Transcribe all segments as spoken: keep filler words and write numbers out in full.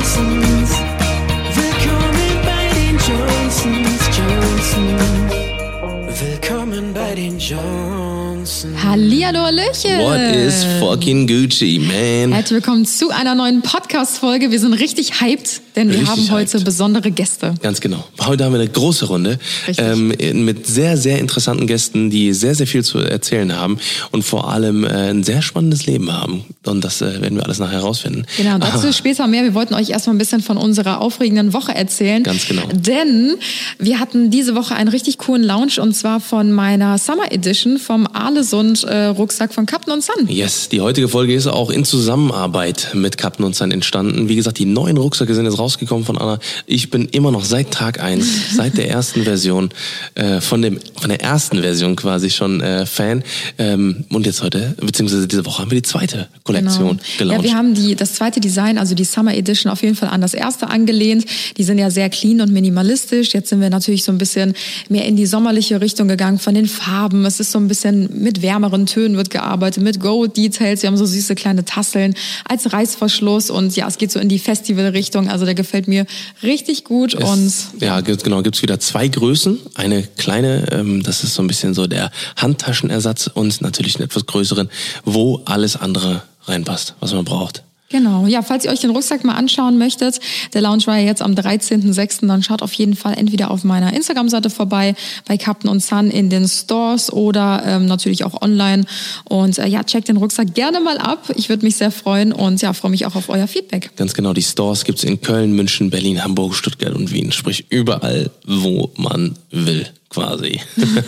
Johnsons. Willkommen bei den Johnsons, Johnsons. Willkommen bei den Johnsons. Hallihallo, Hallöchen. What is fucking Gucci, man? Herzlich willkommen zu einer neuen Podcast-Folge. Wir sind richtig hyped, denn wir Richtig haben heute hyped. besondere Gäste. Ganz genau. Heute haben wir eine große Runde ähm, mit sehr, sehr interessanten Gästen, die sehr, sehr viel zu erzählen haben und vor allem äh, ein sehr spannendes Leben haben. Und das äh, werden wir alles nachher herausfinden. Genau, dazu später mehr. Wir wollten euch erstmal ein bisschen von unserer aufregenden Woche erzählen. Ganz genau. Denn wir hatten diese Woche einen richtig coolen Launch und zwar von meiner Summer Edition vom Arlesund äh, Rucksack von Captain und Son. Yes, die heutige Folge ist auch in Zusammenarbeit mit Captain und Son entstanden. Wie gesagt, die neuen Rucksäcke sind jetzt rausgekommen von Anna. Ich bin immer noch seit Tag eins, seit der ersten Version, äh, von dem von der ersten Version quasi schon äh, Fan. Ähm, und jetzt heute, beziehungsweise diese Woche haben wir die zweite Kollektion Genau. gelauncht. Ja, wir haben die, das zweite Design, also die Summer Edition, auf jeden Fall an das erste angelehnt. Die sind ja sehr clean und minimalistisch. Jetzt sind wir natürlich so ein bisschen mehr in die sommerliche Richtung gegangen von den Farben. Es ist so ein bisschen mit wärmeren Tönen wird gearbeitet, mit Gold-Details. Wir haben so süße kleine Tasseln als Reißverschluss und ja, es geht so in die Festival-Richtung. Also der gefällt mir richtig gut. Es, und ja, gibt, genau, gibt's wieder zwei Größen. Eine kleine, ähm, das ist so ein bisschen so der Handtaschenersatz und natürlich einen etwas größeren, wo alles andere reinpasst, was man braucht. Genau, ja, falls ihr euch den Rucksack mal anschauen möchtet, der Launch war ja jetzt am dreizehnten sechsten, dann schaut auf jeden Fall entweder auf meiner Instagram-Seite vorbei, bei Captain und Son in den Stores oder ähm, natürlich auch online. Und äh, ja, checkt den Rucksack gerne mal ab. Ich würde mich sehr freuen und ja, freue mich auch auf euer Feedback. Ganz genau, die Stores gibt's in Köln, München, Berlin, Hamburg, Stuttgart und Wien. Sprich überall, wo man will, quasi.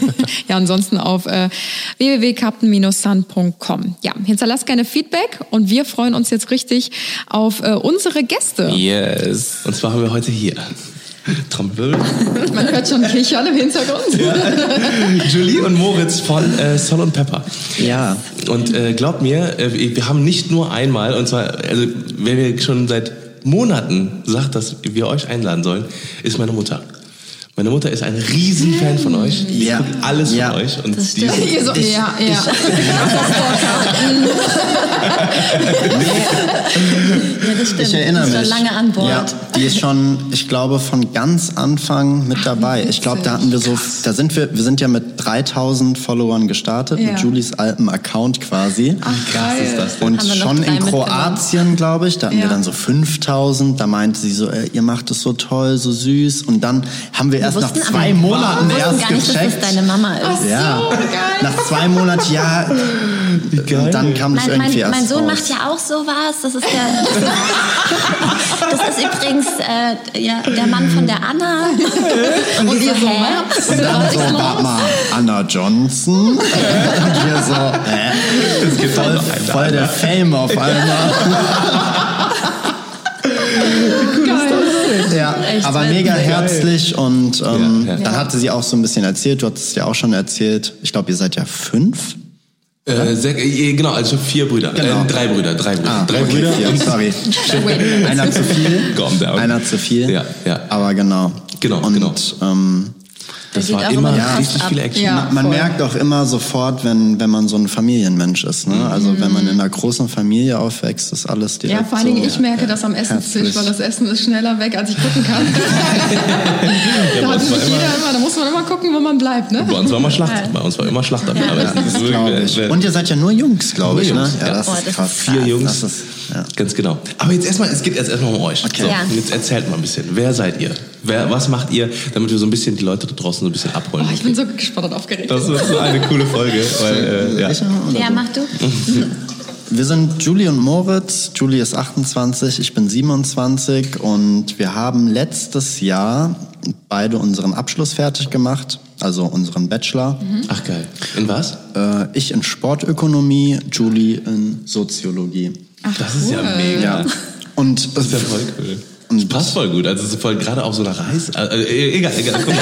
Ja, ansonsten auf äh, w w w punkt captain Bindestrich son punkt com. Ja, hinterlasst gerne Feedback und wir freuen uns jetzt richtig auf äh, unsere Gäste. Yes. Und zwar haben wir heute hier Trommel. Man hört schon Kichern im Hintergrund. Ja. Julie und Moritz von äh, Sol und Pepper. Ja. Und äh, glaubt mir, äh, wir haben nicht nur einmal, und zwar, also wer mir schon seit Monaten sagt, dass wir euch einladen sollen, ist meine Mutter. Meine Mutter ist ein Riesenfan von euch. Die Ja. guckt alles Ja. von euch. Und Das die stimmt. Ihr so, Ich- ja, ja. Ja, das stimmt. ich erinnere Die mich. ist schon lange an Bord. Ja, die ist schon, ich glaube, von ganz Anfang mit dabei. Ich glaube, da hatten wir so, da sind wir, wir sind ja mit dreitausend Followern gestartet, Ja. mit Julies altem Account quasi. Ach, geil. ist das denn? Und Haben wir noch schon drei in Kroatien, glaube ich, da hatten Ja. wir dann so fünftausend. Da meinte sie so, äh, ihr macht es so toll, so süß. Und dann haben wir erst nach wussten zwei aber- Monaten wir wussten erst gar nicht, gecheckt. dass das deine Mama ist. Ja, So geil. nach zwei Monaten, ja. Und dann kam das Mein, irgendwie mein, erst mein Sohn raus. macht ja auch sowas. Das ist der. Das ist übrigens äh, ja, der Mann von der Anna. Und, und wir so, hä? Und dann so, warte mal, Anna Johnson. Und wir so, hä? Es gibt Voll, auch eine voll der Fame auf einmal. Ja, aber mega herzlich und ähm, Ja, ja. dann hatte sie auch so ein bisschen erzählt, du hattest ja auch schon erzählt, ich glaube, ihr seid ja fünf. Äh, sehr, äh, genau, also vier Brüder. Genau. Äh, drei Brüder, drei Brüder. Ah, drei okay, Brüder. vier, und- sorry. Einer zu viel. Calm down. Einer zu viel. Ja, ja. Aber genau. Genau, und, genau. Ähm, Das geht war auch immer immer krass richtig ab. viel Action. Ja. Man voll. merkt auch immer sofort, wenn, wenn man so ein Familienmensch ist. Ne? Also wenn man in einer großen Familie aufwächst, ist alles direkt Ja, vor allen Dingen, so ich merke das am Essenstisch, herzlich. weil das Essen ist schneller weg, als ich gucken kann. Da hat uns war nämlich jeder immer- immer, da muss man immer gucken, wo man bleibt, ne? Bei uns war immer Schlacht. Bei uns war immer Schlacht am allerbesten. Das ist Glaub wirklich, ich. äh, Und ihr seid ja nur Jungs, glaube ich. Nur Ne? Jungs, Ja, ja. das Boah, ist das krass. ist Vier Jungs. Das ist, ja. Ganz genau. Aber jetzt erstmal, es geht jetzt erstmal um euch. Okay. So, Ja. und jetzt erzählt mal ein bisschen. Wer seid ihr? Wer, was macht ihr, damit wir so ein bisschen die Leute da draußen so ein bisschen abholen? Oh, ich bin so gespannt und aufgeregt. Das wird so eine coole Folge. Weil, äh, ja. Sicher? Oder Ja, so? mach du. Wir sind Julie und Moritz. Julie ist achtundzwanzig, ich bin siebenundzwanzig und wir haben letztes Jahr beide unseren Abschluss fertig gemacht, also unseren Bachelor. Ach geil. In was? Äh, ich in Sportökonomie, Julie in Soziologie. Das ist ja mega. Ja. Und Das ist ja voll cool. Und das passt voll gut. Also so voll gerade auf so einer Reise. Äh, egal, egal. Guck mal.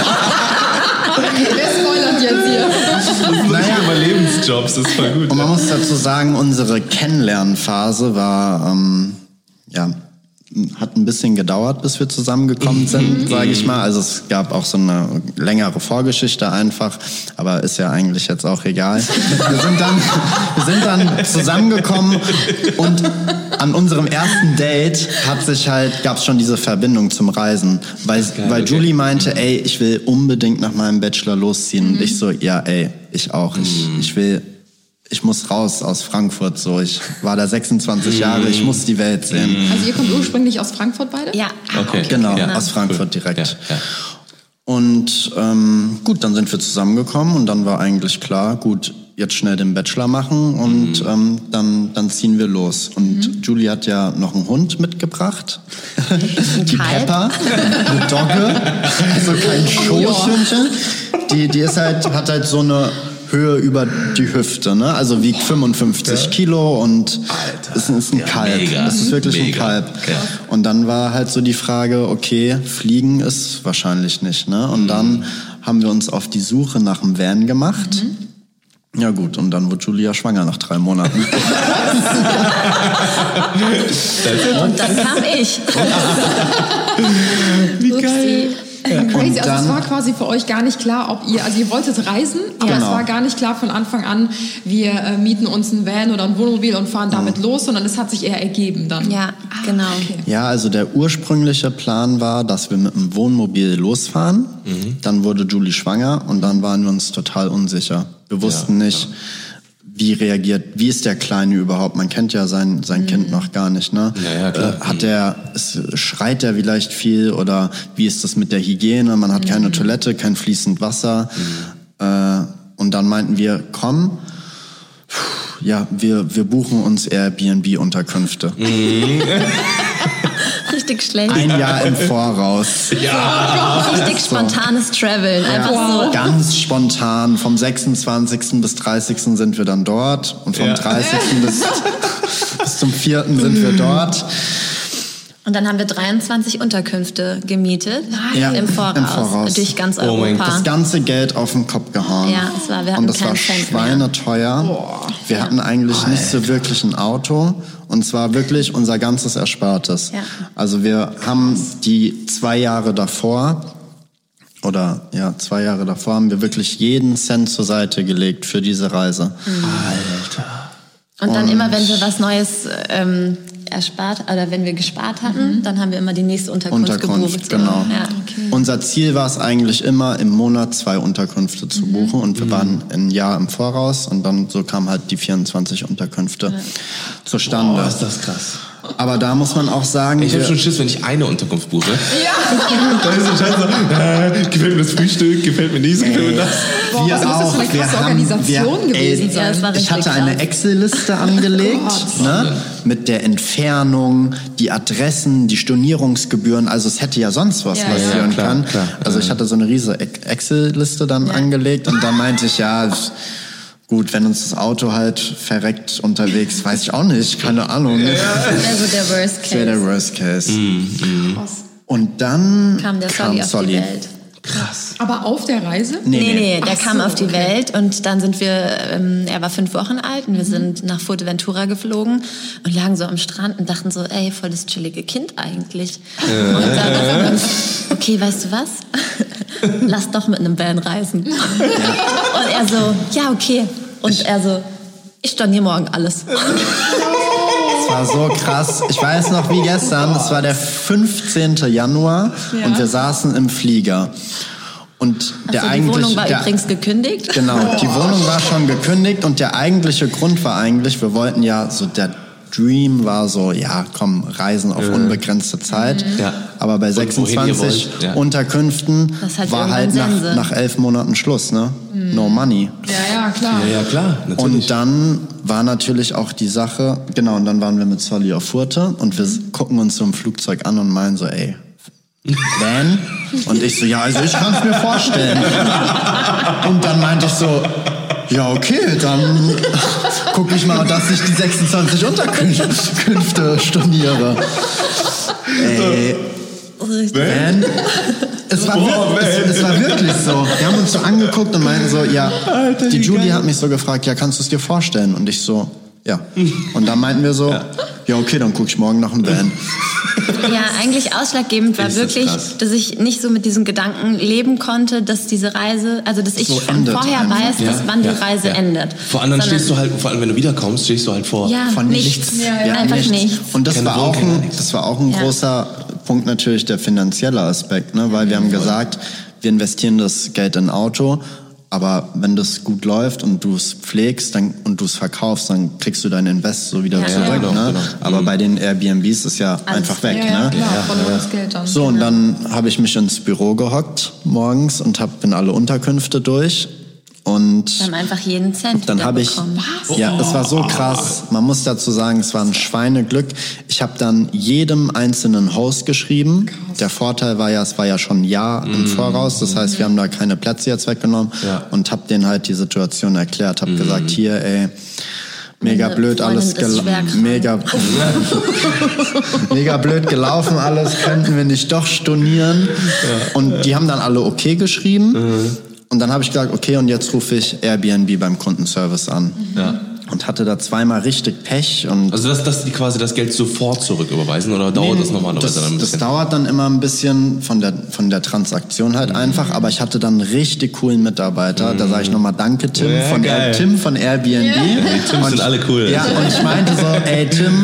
Wer spoilert jetzt hier? Das sind naja. Überlebensjobs. Das ist voll gut. Und man muss dazu sagen, unsere Kennenlernphase war, ähm, ja, hat ein bisschen gedauert, bis wir zusammengekommen sind, sage ich mal. Also es gab auch so eine längere Vorgeschichte einfach, aber ist ja eigentlich jetzt auch egal. Wir sind dann, wir sind dann zusammengekommen und an unserem ersten Date hat sich halt, gab's schon diese Verbindung zum Reisen. Weil, geil, weil okay. Julie meinte, ey, ich will unbedingt nach meinem Bachelor losziehen. Mhm. Und ich so, ja, ey, ich auch. Ich, Mhm. ich will, ich muss raus aus Frankfurt. So, ich war da sechsundzwanzig mhm. Jahre, ich muss die Welt sehen. Also ihr kommt ursprünglich aus Frankfurt beide? Ja. Okay. Genau, Ja. aus Frankfurt Cool. direkt. Ja, ja. Und ähm, gut, dann sind wir zusammengekommen und dann war eigentlich klar, gut, jetzt schnell den Bachelor machen und Mhm. ähm, dann, dann ziehen wir los. Und mhm. Julie hat ja noch einen Hund mitgebracht, die Kalb. Pepper, eine Dogge, also kein Schoßhündchen. Die, die ist halt, hat halt so eine Höhe über die Hüfte, ne? Also wiegt fünfundfünfzig ja. Kilo und Alter. ist, ist ein Ja, Kalb. mega. Das ist wirklich Mega. ein Kalb. Ja. Und dann war halt so die Frage, okay, fliegen ist wahrscheinlich nicht, ne? Und mhm. dann haben wir uns auf die Suche nach einem Van gemacht. Mhm. Ja gut, und dann wurde Julia schwanger nach drei Monaten. Und dann kam ich. Wie geil. Ja. Crazy, Und also dann- es war quasi für euch gar nicht klar, ob ihr, also ihr wolltet reisen, aber Genau. es war gar nicht klar von Anfang an, wir äh, mieten uns ein Van oder ein Wohnmobil und fahren damit los, sondern es hat sich eher ergeben dann. Ja, genau. Okay. Ja, also der ursprüngliche Plan war, dass wir mit dem Wohnmobil losfahren. Mhm. Dann wurde Julie schwanger und dann waren wir uns total unsicher. Wir wussten Ja, nicht, wie reagiert, wie ist der Kleine überhaupt? Man kennt ja sein, sein Kind noch gar nicht, ne? Ja, ja, klar. Äh, hat der, es, schreit er vielleicht viel oder wie ist das mit der Hygiene? Man hat keine Toilette, kein fließend Wasser. Äh, und dann meinten wir, komm, ja, wir, wir buchen uns Airbnb-Unterkünfte. Richtig schlecht. Ein Jahr im Voraus. Richtig spontanes Traveln. Einfach Ja, so. ganz spontan. Vom sechsundzwanzigsten bis dreißigsten sind wir dann dort. Und vom Ja. dreißigsten bis, bis zum vierten sind wir dort. Und dann haben wir dreiundzwanzig Unterkünfte gemietet. Ja, Im Voraus. im Voraus. Durch ganz Oh mein Europa. Das ganze Geld auf den Kopf gehauen. Ja, es war- wir hatten Und das keinen war Cent mehr. schweineteuer. Wir Ja. hatten eigentlich nicht so wirklich ein Auto. Und zwar wirklich unser ganzes Erspartes. Ja. Also wir haben die zwei Jahre davor, oder ja, zwei Jahre davor, haben wir wirklich jeden Cent zur Seite gelegt für diese Reise. Alter. Und dann immer, wenn wir was Neues ähm, erspart, oder wenn wir gespart hatten, dann haben wir immer die nächste Unterkunft, Unterkunft, gebucht. So. genau. Ja. Unser Ziel war es eigentlich immer, im Monat zwei Unterkünfte zu buchen. Und wir waren ein Jahr im Voraus. Und dann so kamen halt die vierundzwanzig Unterkünfte zustande. Oh, ist das krass. Aber da muss man auch sagen, Ich habe wir- schon Schiss, wenn ich eine Unterkunft buche. Ja. Da ist so scheiße. Äh, gefällt mir das Frühstück, gefällt mir dies, gefällt mir das. Boah, wir was muss das für eine auch. Wir krasse haben- Organisation wir- gewesen ey, sein? Ja, es war Ich richtig hatte eine krass. Excel-Liste angelegt, Gott. ne, mit der Entfernung, die Adressen, die Stornierungsgebühren. Also es hätte ja sonst was Ja, passieren ja, klar, können. klar. Also ich hatte so eine riesige Excel-Liste dann Ja. angelegt und da meinte ich, ja, gut, wenn uns das Auto halt verreckt unterwegs, weiß ich auch nicht, keine Ahnung. Also der Worst Das wäre der Case. Worst Case. Mhm. Krass. Und dann Kam der Solly auf die Welt. Krass. Aber auf der Reise? Nee, Nee, nee, der Ach kam so, auf die okay. Welt und dann sind wir, ähm, er war fünf Wochen alt und wir sind nach Fuerteventura geflogen und lagen so am Strand und dachten so, ey, voll das chillige Kind eigentlich. Und dann, okay, weißt du was? Lass doch mit einem Van reisen. Und er so, ja, okay. Und er so, ich storniere morgen alles. Es war so krass. Ich weiß noch wie gestern, es war der fünfzehnten Januar Ja. und wir saßen im Flieger. Und der Also die eigentlich, Wohnung war der, übrigens gekündigt. Genau, die Wohnung war schon gekündigt und der eigentliche Grund war eigentlich, wir wollten ja so, der Dream war so, ja komm, Reisen auf unbegrenzte Zeit. Ja. Aber bei Und wohin ihr sechsundzwanzig wollt, ja. Unterkünften Das ist halt war halt irgendwann nach, Sense. nach elf Monaten Schluss, ne? No money. Ja, ja, klar. Ja, ja, klar, natürlich. Und dann war natürlich auch die Sache, genau, und dann waren wir mit Solly auf Furte und wir gucken uns so im Flugzeug an und meinen so, ey, Van? Und ich so, ja, also ich kann es mir vorstellen. Und dann meinte ich so, ja, okay, dann gucke ich mal, dass ich die sechsundzwanzig Unterkünfte storniere. Ey, Van? Es war, Boah, wir- es, es war wirklich so. Wir haben uns so angeguckt und meinten so, ja, Alter, die wie Julie geil. hat mich so gefragt, ja, kannst du es dir vorstellen? Und ich so, ja. Und dann meinten wir so, ja, okay, dann gucke ich morgen nach dem Van. Ja, eigentlich ausschlaggebend war Ist das wirklich, krass. dass ich nicht so mit diesen Gedanken leben konnte, dass diese Reise, also dass ich So schon endet vorher einfach. weiß, dass wann die Reise endet. Vor allem dann Sondern- stehst du halt, vor allem wenn du wiederkommst, stehst du halt vor. ja, Von nichts. nichts. Ja, einfach nichts. Und das Keine war, auch Wohnung, ein, nichts. das war auch ein Ja. großer Punkt natürlich der finanzielle Aspekt, ne? Weil wir haben gesagt, wir investieren das Geld in ein Auto, aber wenn das gut läuft und du es pflegst dann, und du es verkaufst, dann kriegst du dein Invest so wieder Ja, zurück. ja, genau, ne? genau. Aber bei den Airbnbs ist ja einfach weg. Ja, ja, ne? klar, verloren das Geld dann. So, und dann habe ich mich ins Büro gehockt morgens und hab, bin alle Unterkünfte durch. Und Wir haben einfach jeden Cent dann habe ich, bekommen. ja, es war so krass. Man muss dazu sagen, es war ein Schweineglück. Ich habe dann jedem einzelnen Host geschrieben. Der Vorteil war ja, es war ja schon ein Jahr im Voraus. Das heißt, wir haben da keine Plätze jetzt weggenommen Ja. und habe denen halt die Situation erklärt. Habe gesagt, hier, ey, mega Meine blöd alles Freundin ist schwer gelaufen. Mega, mega blöd gelaufen alles. Könnten wir nicht doch stornieren? Und die haben dann alle okay geschrieben. Und dann habe ich gesagt, okay, und jetzt rufe ich Airbnb beim Kundenservice an. Ja. Und hatte da zweimal richtig Pech. Und Also dass, dass die quasi das Geld sofort zurücküberweisen oder dauert das normalerweise das, dann ein das bisschen? dauert dann immer ein bisschen von der, von der Transaktion halt einfach. Aber ich hatte dann einen richtig coolen Mitarbeiter. Da sage ich nochmal Danke, Tim, Ja, von, geil. Air, Tim von Airbnb. Die Tims Und sind alle cool. Ja, und ich meinte so, ey Tim,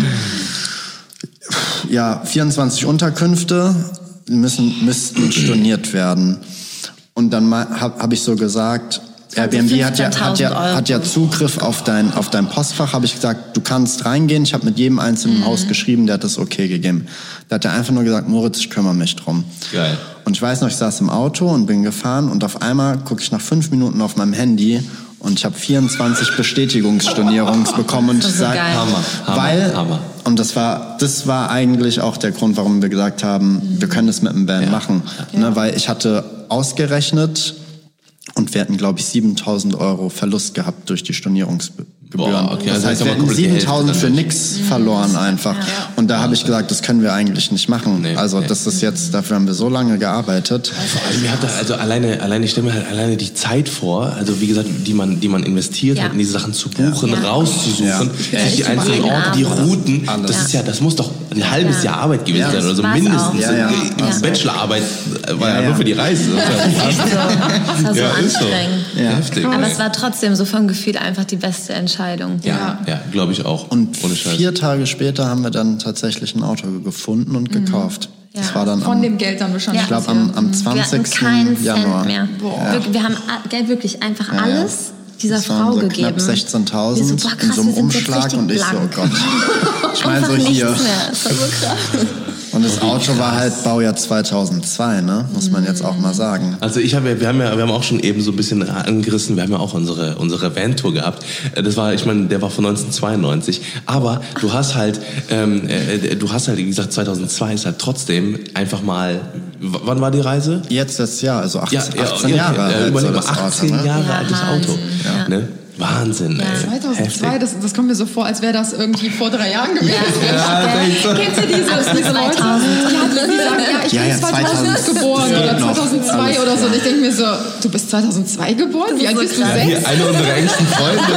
ja, vierundzwanzig Unterkünfte müssen, müssten storniert werden. Und dann habe hab ich so gesagt, Airbnb hat ja, hat, ja, hat ja Zugriff auf dein, auf dein Postfach. Habe ich gesagt, du kannst reingehen. Ich habe mit jedem einzelnen Haus geschrieben, der hat das okay gegeben. Da hat er einfach nur gesagt, Moritz, ich kümmere mich drum. Geil. Und ich weiß noch, ich saß im Auto und bin gefahren und auf einmal gucke ich nach fünf Minuten auf meinem Handy und ich habe vierundzwanzig Bestätigungsstornierungs bekommen und Das ich ist so sag, geil. Hammer, Hammer, weil Hammer. und das war das war eigentlich auch der Grund, warum wir gesagt haben, wir können das mit dem Van Ja. machen, ne, weil ich hatte ausgerechnet und wir hätten, glaube ich, siebentausend Euro Verlust gehabt durch die Stornierungsgebühren. Boah, okay, Das also heißt, jetzt wir aber hätten komplett die Hälfte siebentausend für dann nix verloren einfach. Und da habe ich gesagt, das können wir eigentlich nicht machen. Nee, also nee. das ist jetzt, dafür haben wir so lange gearbeitet. Vor allem, mir hat da, also alleine, alleine, ich stelle mir halt alleine die Zeit vor, also wie gesagt, die man, die man investiert Ja. hat, in diese Sachen zu buchen, Ja. rauszusuchen, Ja. sich die Ja. einzelnen Jeden Orte, die Abend. Routen, Alles. das ist ja, das muss doch ein halbes Ja. Jahr Arbeit gewesen Ja, sein, oder so das war's mindestens. auch. Ja, ja. Die Ja. Bachelorarbeit war ja, Ja, nur ja. für die Reise. Das ist ja Echt so. Das war so Ja, ist so. anstrengend. Ja. heftig. Aber es war trotzdem so vom Gefühl einfach die beste Entscheidung. ja, ja, glaube ich auch. Und Ohne Scheiß. vier Tage später haben wir dann tatsächlich ein Auto gefunden und gekauft. Ja. Das war dann Von am, dem Geld dann wahrscheinlich. ich glaube was ihr- am, am Wir hatten zwanzigsten keinen Januar. Cent mehr. Boah. Wir, wir haben a- Geld wirklich einfach Ja, ja. alles dieser Das waren Frau so gegeben. knapp sechzehntausend Wir so, boah, in krass, so einem wir sind jetzt Umschlag richtig und ich so, oh blank. Gott. Ich meine so Einfach hier. nichts mehr. Das war so krass. Und das Auto war halt Baujahr zweitausendzwei, ne? Muss man jetzt auch mal sagen. Also ich habe, ja- wir haben ja, wir haben auch schon eben so ein bisschen angerissen. Wir haben ja auch unsere unsere Van-Tour gehabt. Äh, Das war, ich meine, der war von neunzehnhundertzweiundneunzig. Aber du hast halt, ähm, äh, du hast halt, wie gesagt, zweitausendzwei ist halt trotzdem einfach mal. W wann war die Reise? Jetzt das Jahr, also achtzehn, Ja, ja, achtzehn okay. Jahre Ja, alt. überleg so mal, das Auto, achtzehn ne? Jahre Ja, altes Auto. Wahnsinn, ja. Ne? Wahnsinn, ey. zweitausendzwei, Heftig. das, das kommt mir so vor, als wäre das irgendwie vor drei Jahren gewesen. Ja, Kennst du diese, Anfang diese Leute, zweitausend. ja, die sagen, ja, ich Ja, bin ja, zweitausend zweitausend geboren oder geht noch. zweitausendzwei Alles oder so. klar. Und ich denke mir so, du bist zweitausendzwei geboren? Wie alt so bist du? krass. Sechs? Hier, eine unserer engsten Freunde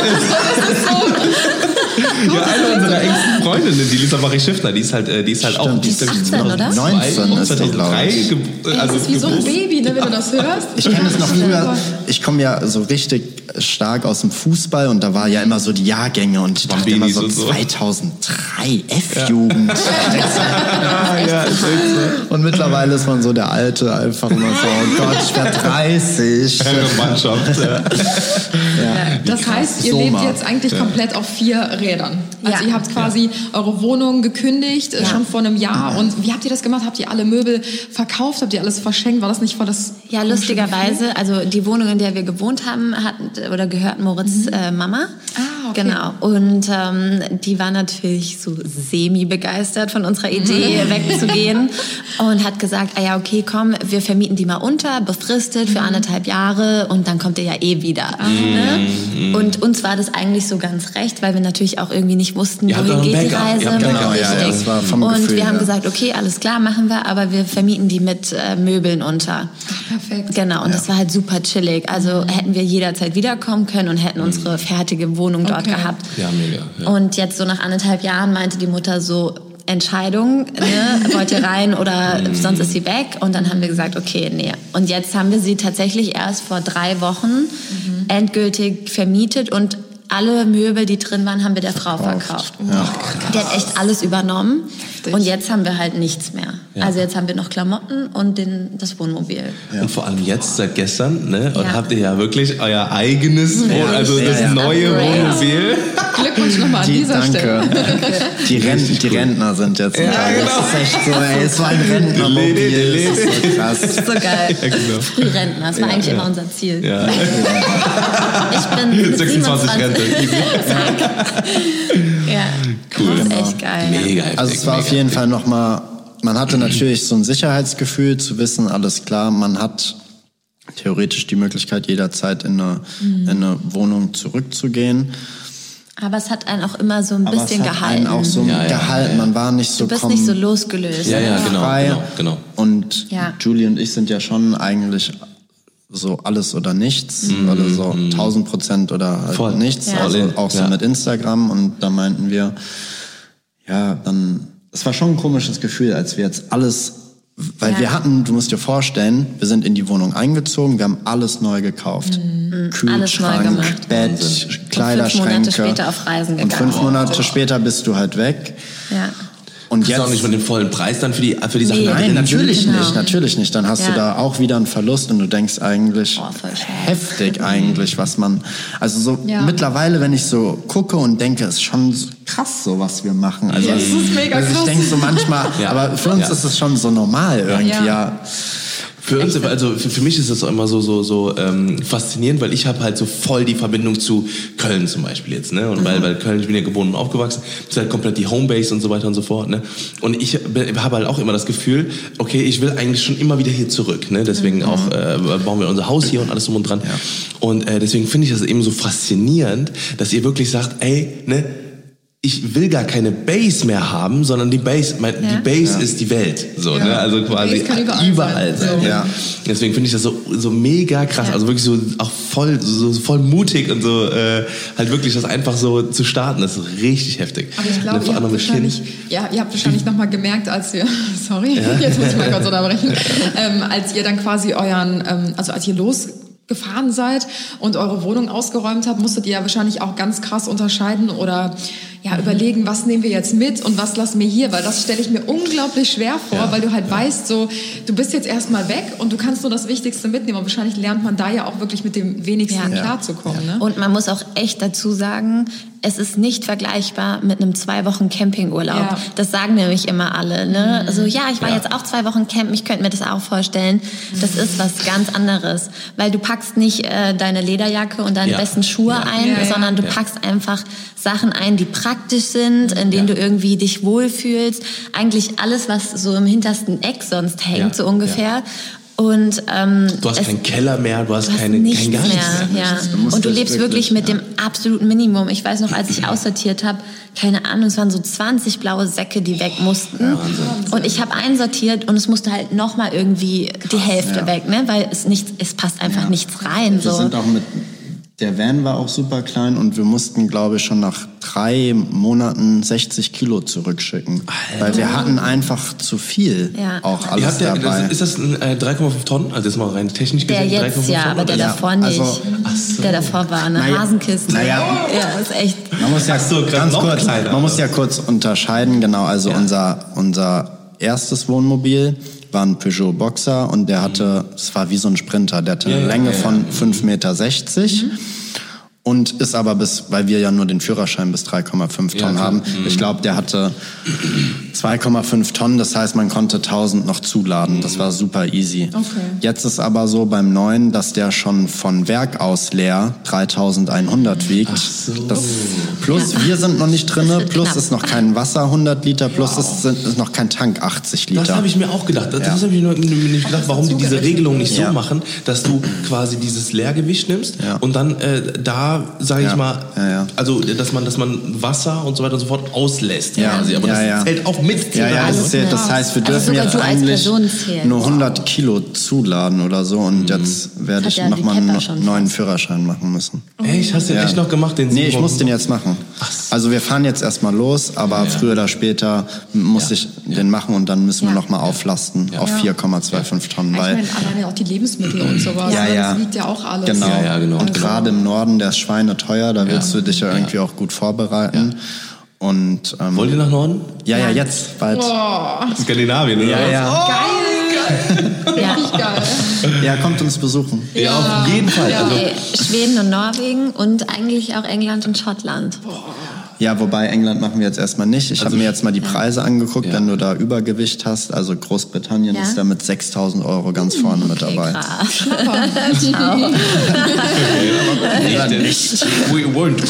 ist. Ja, eine unserer engsten Freundinnen, die Lisa Marie Schiffner, die ist halt, äh, die ist halt auch, Stimmt. die ist, glaub ich, achtzehn, oder? neunzehn ist die, glaub zweitausenddrei ich. ge Ey, also das ist wie so ein geboren. Baby, ne, wenn du das hörst. Ich kenne es noch früher. Ich komme ja so richtig stark aus dem Fußball und da war ja immer so die Jahrgänge und ich dachte immer Bambinis so und so. zweitausenddrei F-Jugend. Ja, echt so. Und mittlerweile ist man so der Alte, einfach immer so, oh Gott, ich werde dreißig. Mannschaft. Ja. Das heißt, ihr So lebt mal. jetzt eigentlich komplett auf vier Rädern. Also Ja. ihr habt quasi eure Wohnung gekündigt, äh, schon vor einem Jahr. Und wie habt ihr das gemacht? Habt ihr alle Möbel verkauft? Habt ihr alles verschenkt? War das nicht voll das... Ja, lustigerweise, also die Wohnung, in der wir gewohnt haben, hat oder gehört Moritz äh, Mama. Ah, okay. Genau. Und ähm, die war natürlich so semi-begeistert von unserer Idee, wegzugehen. Und hat gesagt, ah ja, okay, komm, wir vermieten die mal unter, befristet für anderthalb Jahre und dann kommt ihr ja eh wieder. Ne? Und uns war das eigentlich so ganz recht, weil wir natürlich auch irgendwie nicht wussten, Ihr habt wohin auch ein geht die Backup. Reise. Ihr habt Backup, Richtig. ja, ja, das war vom und Gefühl wir haben her. gesagt, okay, alles klar, machen wir, aber wir vermieten die mit äh, Möbeln unter. Perfekt. Genau, und das war halt super chillig. Also hätten wir jederzeit wiederkommen können und hätten unsere fertige Wohnung dort Okay. gehabt. Ja, mega, ja. Und jetzt so nach anderthalb Jahren meinte die Mutter so, Entscheidung, ne? Wollt ihr rein oder sonst ist sie weg? Und dann haben wir gesagt, okay, nee. Und jetzt haben wir sie tatsächlich erst vor drei Wochen mhm. endgültig vermietet und alle Möbel, die drin waren, haben wir der Frau verkauft. Ja. Die hat echt alles übernommen. Und jetzt haben wir halt nichts mehr. Ja. Also jetzt haben wir noch Klamotten und den, das Wohnmobil. Ja. Und vor allem jetzt, seit gestern, ne? Und ja. habt ihr ja wirklich euer eigenes, ja. Wohn- also das ja. neue Wohnmobil. Glückwunsch nochmal an die, dieser danke. Stelle. Die, Rent, die Rentner sind jetzt. Ja, ja, genau. Das ist echt so, ey, es war ein Rentnermobil. Das ist so krass. Das ist so geil. Ja, genau. Frührentner, das war ja, eigentlich ja. immer unser Ziel. Ja. Ich bin mit sechsundzwanzig Rente. Ja, cool. das ist Genau. echt geil. Mega heftig. Also es war auf jeden Fall nochmal, man hatte natürlich so ein Sicherheitsgefühl zu wissen, alles klar, man hat theoretisch die Möglichkeit, jederzeit in eine, mhm. in eine Wohnung zurückzugehen. Aber es hat einen auch immer so ein Aber bisschen es hat gehalten. einen auch so Ja, ja, gehalten, ja, ja. man war nicht so Du bist kom- nicht so losgelöst. Ja, ja, genau, frei. genau, genau. Und Ja. Julie und ich sind ja schon eigentlich so alles oder nichts, mhm. oder so tausend Prozent oder halt Voll. nichts, Ja. also All in. auch so Ja. mit Instagram, und da meinten wir, ja, dann, es war schon ein komisches Gefühl, als wir jetzt alles, weil Ja. wir hatten, du musst dir vorstellen, wir sind in die Wohnung eingezogen, wir haben alles neu gekauft. Alles Kühlschrank, neu gemacht. Bett, Und fünf Kleiderschränke. Monate später auf Reisen Und gegangen. fünf Monate später bist du halt weg. Ja. Und Kriegst du auch nicht von dem vollen Preis dann für die, für die Sachen? Nee. die Nein, drin natürlich sind? Genau. nicht, natürlich nicht. Dann hast Ja. du da auch wieder einen Verlust und du denkst eigentlich, Oh, voll schade. heftig eigentlich, was man, also so Ja. mittlerweile, wenn ich so gucke und denke, ist schon so krass so, was wir machen. Also, Ja, es ist mega also ich krass. denke so manchmal, Ja. aber für uns Ja. ist es schon so normal irgendwie, Ja. ja. Für uns, also für, für mich ist das immer so so so ähm, faszinierend, weil ich habe halt so voll die Verbindung zu Köln zum Beispiel jetzt, ne? Und weil weil Köln, ich bin ja geboren und aufgewachsen, ist halt komplett die Homebase und so weiter und so fort, ne? Und ich habe halt auch immer das Gefühl, okay, ich will eigentlich schon immer wieder hier zurück, ne? Deswegen auch äh, bauen wir unser Haus hier und alles drum und dran. Ja. Und äh, deswegen finde ich das eben so faszinierend, dass ihr wirklich sagt, ey, ne? Ich will gar keine Base mehr haben, sondern die Base, mein, Ja. die Base ist die Welt, so, Ja. ne? Also Die quasi Base kann überall überall sein. sein. So. Ja. Deswegen finde ich das so, so mega krass, Ja. also wirklich so auch voll, so, so voll mutig und so, äh, halt wirklich das einfach so zu starten, das ist richtig heftig. Aber ich glaube, Und ihr vor habt allem mit wahrscheinlich, Kind. ja, ihr habt wahrscheinlich noch mal gemerkt, als ihr, sorry, jetzt muss ich mal kurz unterbrechen, ähm, als ihr dann quasi euren, ähm, also als ihr losgefahren seid und eure Wohnung ausgeräumt habt, musstet ihr ja wahrscheinlich auch ganz krass unterscheiden oder ja, überlegen, was nehmen wir jetzt mit und was lassen wir hier, weil das stelle ich mir unglaublich schwer vor, Ja, weil du halt ja. weißt, so, du bist jetzt erstmal weg und du kannst nur das Wichtigste mitnehmen und wahrscheinlich lernt man da ja auch wirklich mit dem Wenigsten Ja. klarzukommen, ne? Und man muss auch echt dazu sagen, es ist nicht vergleichbar mit einem zwei Wochen Campingurlaub. Ja. Das sagen nämlich immer alle. Ne? Also ja, ich war Ja. jetzt auch zwei Wochen campen, ich könnte mir das auch vorstellen. Das ist was ganz anderes, weil du packst nicht äh, deine Lederjacke und deine Ja. besten Schuhe Ja. ein, Ja, ja. sondern du Ja. packst einfach Sachen ein, die praktisch sind, in denen Ja. du irgendwie dich wohlfühlst. Eigentlich alles, was so im hintersten Eck sonst hängt, Ja. so ungefähr. Und ähm, Du hast es- keinen Keller mehr, du hast Du hast keine, nichts kein gar mehr, nichts mehr. ja. Du musst Und du das lebst wirklich, wirklich, mit ja. dem absoluten Minimum. Ich weiß noch, als ich aussortiert habe, keine Ahnung, es waren so zwanzig blaue Säcke, die weg mussten. Und ich habe einsortiert und es musste halt nochmal irgendwie die Hälfte ja. weg, ne? Weil es nicht, es passt einfach Ja. nichts rein. Wir So. sind auch mit, der Van war auch super klein und wir mussten, glaube ich, schon nach drei Monaten sechzig Kilo zurückschicken. Weil wir hatten einfach zu viel Ja. auch Ihr alles habt ja, dabei. das, ist das ein äh, drei Komma fünf Tonnen? Also jetzt mal rein technisch Der gesehen, drei jetzt Komma fünf ja, Tonnen, aber der oder? davor Ja, nicht. also- Ach so. Der davor war eine Naja, Hasenkiste. naja. Ja, ist echt. Man muss ja Ach so, gerade ganz noch kurz, kleiner, man muss oder? ja kurz unterscheiden, genau, also Ja. unser, unser erstes Wohnmobil war ein Peugeot Boxer und der hatte, es war wie so ein Sprinter, der hatte Ja, eine ja, Länge ja, ja. von fünf Komma sechzig Meter. Und ist aber bis, weil wir ja nur den Führerschein bis drei Komma fünf Ja, Tonnen klar. haben. Ich glaube, der hatte zwei Komma fünf Tonnen, das heißt, man konnte tausend noch zuladen. Das war super easy. Okay. Jetzt ist aber so beim neuen, dass der schon von Werk aus leer dreitausendeinhundert wiegt. Ach so. Das, plus wir sind noch nicht drinne, wird plus knapp. ist noch kein Wasser hundert Liter, plus ist, sind, ist noch kein Tank achtzig Liter. Das habe ich mir auch gedacht. Das, Ja. das habe ich mir nicht gedacht, warum die diese Regelung nicht so Ja. machen, dass du quasi dieses Leergewicht nimmst Ja. und dann äh, da, sage ich Ja. mal, Ja, ja. also dass man, dass man Wasser und so weiter und so fort auslässt Ja. quasi. Aber Ja, das ja. zählt auch mit. Ja, ja, Alles das, zählt, das klar. heißt, wir Also dürfen sogar jetzt du als eigentlich Person zählst. nur hundert Kilo zuladen oder so und jetzt werde Hat ich ja die nochmal Pepper einen schon neuen fast. Führerschein machen müssen. Echt? Hast du den Ja. echt noch gemacht? Den Nee, sieben ich muss Wochen? den jetzt machen. Also wir fahren jetzt erstmal los, aber ja. früher oder später muss ja. ich ja. den machen und dann müssen wir ja. nochmal auflasten ja. auf vier Komma fünfundzwanzig Tonnen. Ja, weil ich meine, alleine auch die Lebensmittel und sowas, ja, ja. das liegt ja auch alles. Genau, ja, ja, genau. und also. gerade im Norden, der ist schweineteuer, da willst ja. du dich ja irgendwie ja. auch gut vorbereiten. Ja. Und, ähm, wollt ihr nach Norden? Ja, ja, jetzt bald. Oh. Skandinavien, oder? Ja, ja. Oh, geil! Ja. Richtig geil. Ja, kommt uns besuchen. Ja, ja auf jeden Fall. Ja. Also, Schweden und Norwegen und eigentlich auch England und Schottland. Ja, wobei England machen wir jetzt erstmal nicht. Ich also, habe mir jetzt mal die Preise angeguckt, ja. wenn du da Übergewicht hast. Also Großbritannien ja. ist da mit sechstausend Euro ganz vorne okay, mit dabei. Krass. Ciao. okay, nicht. We weren't.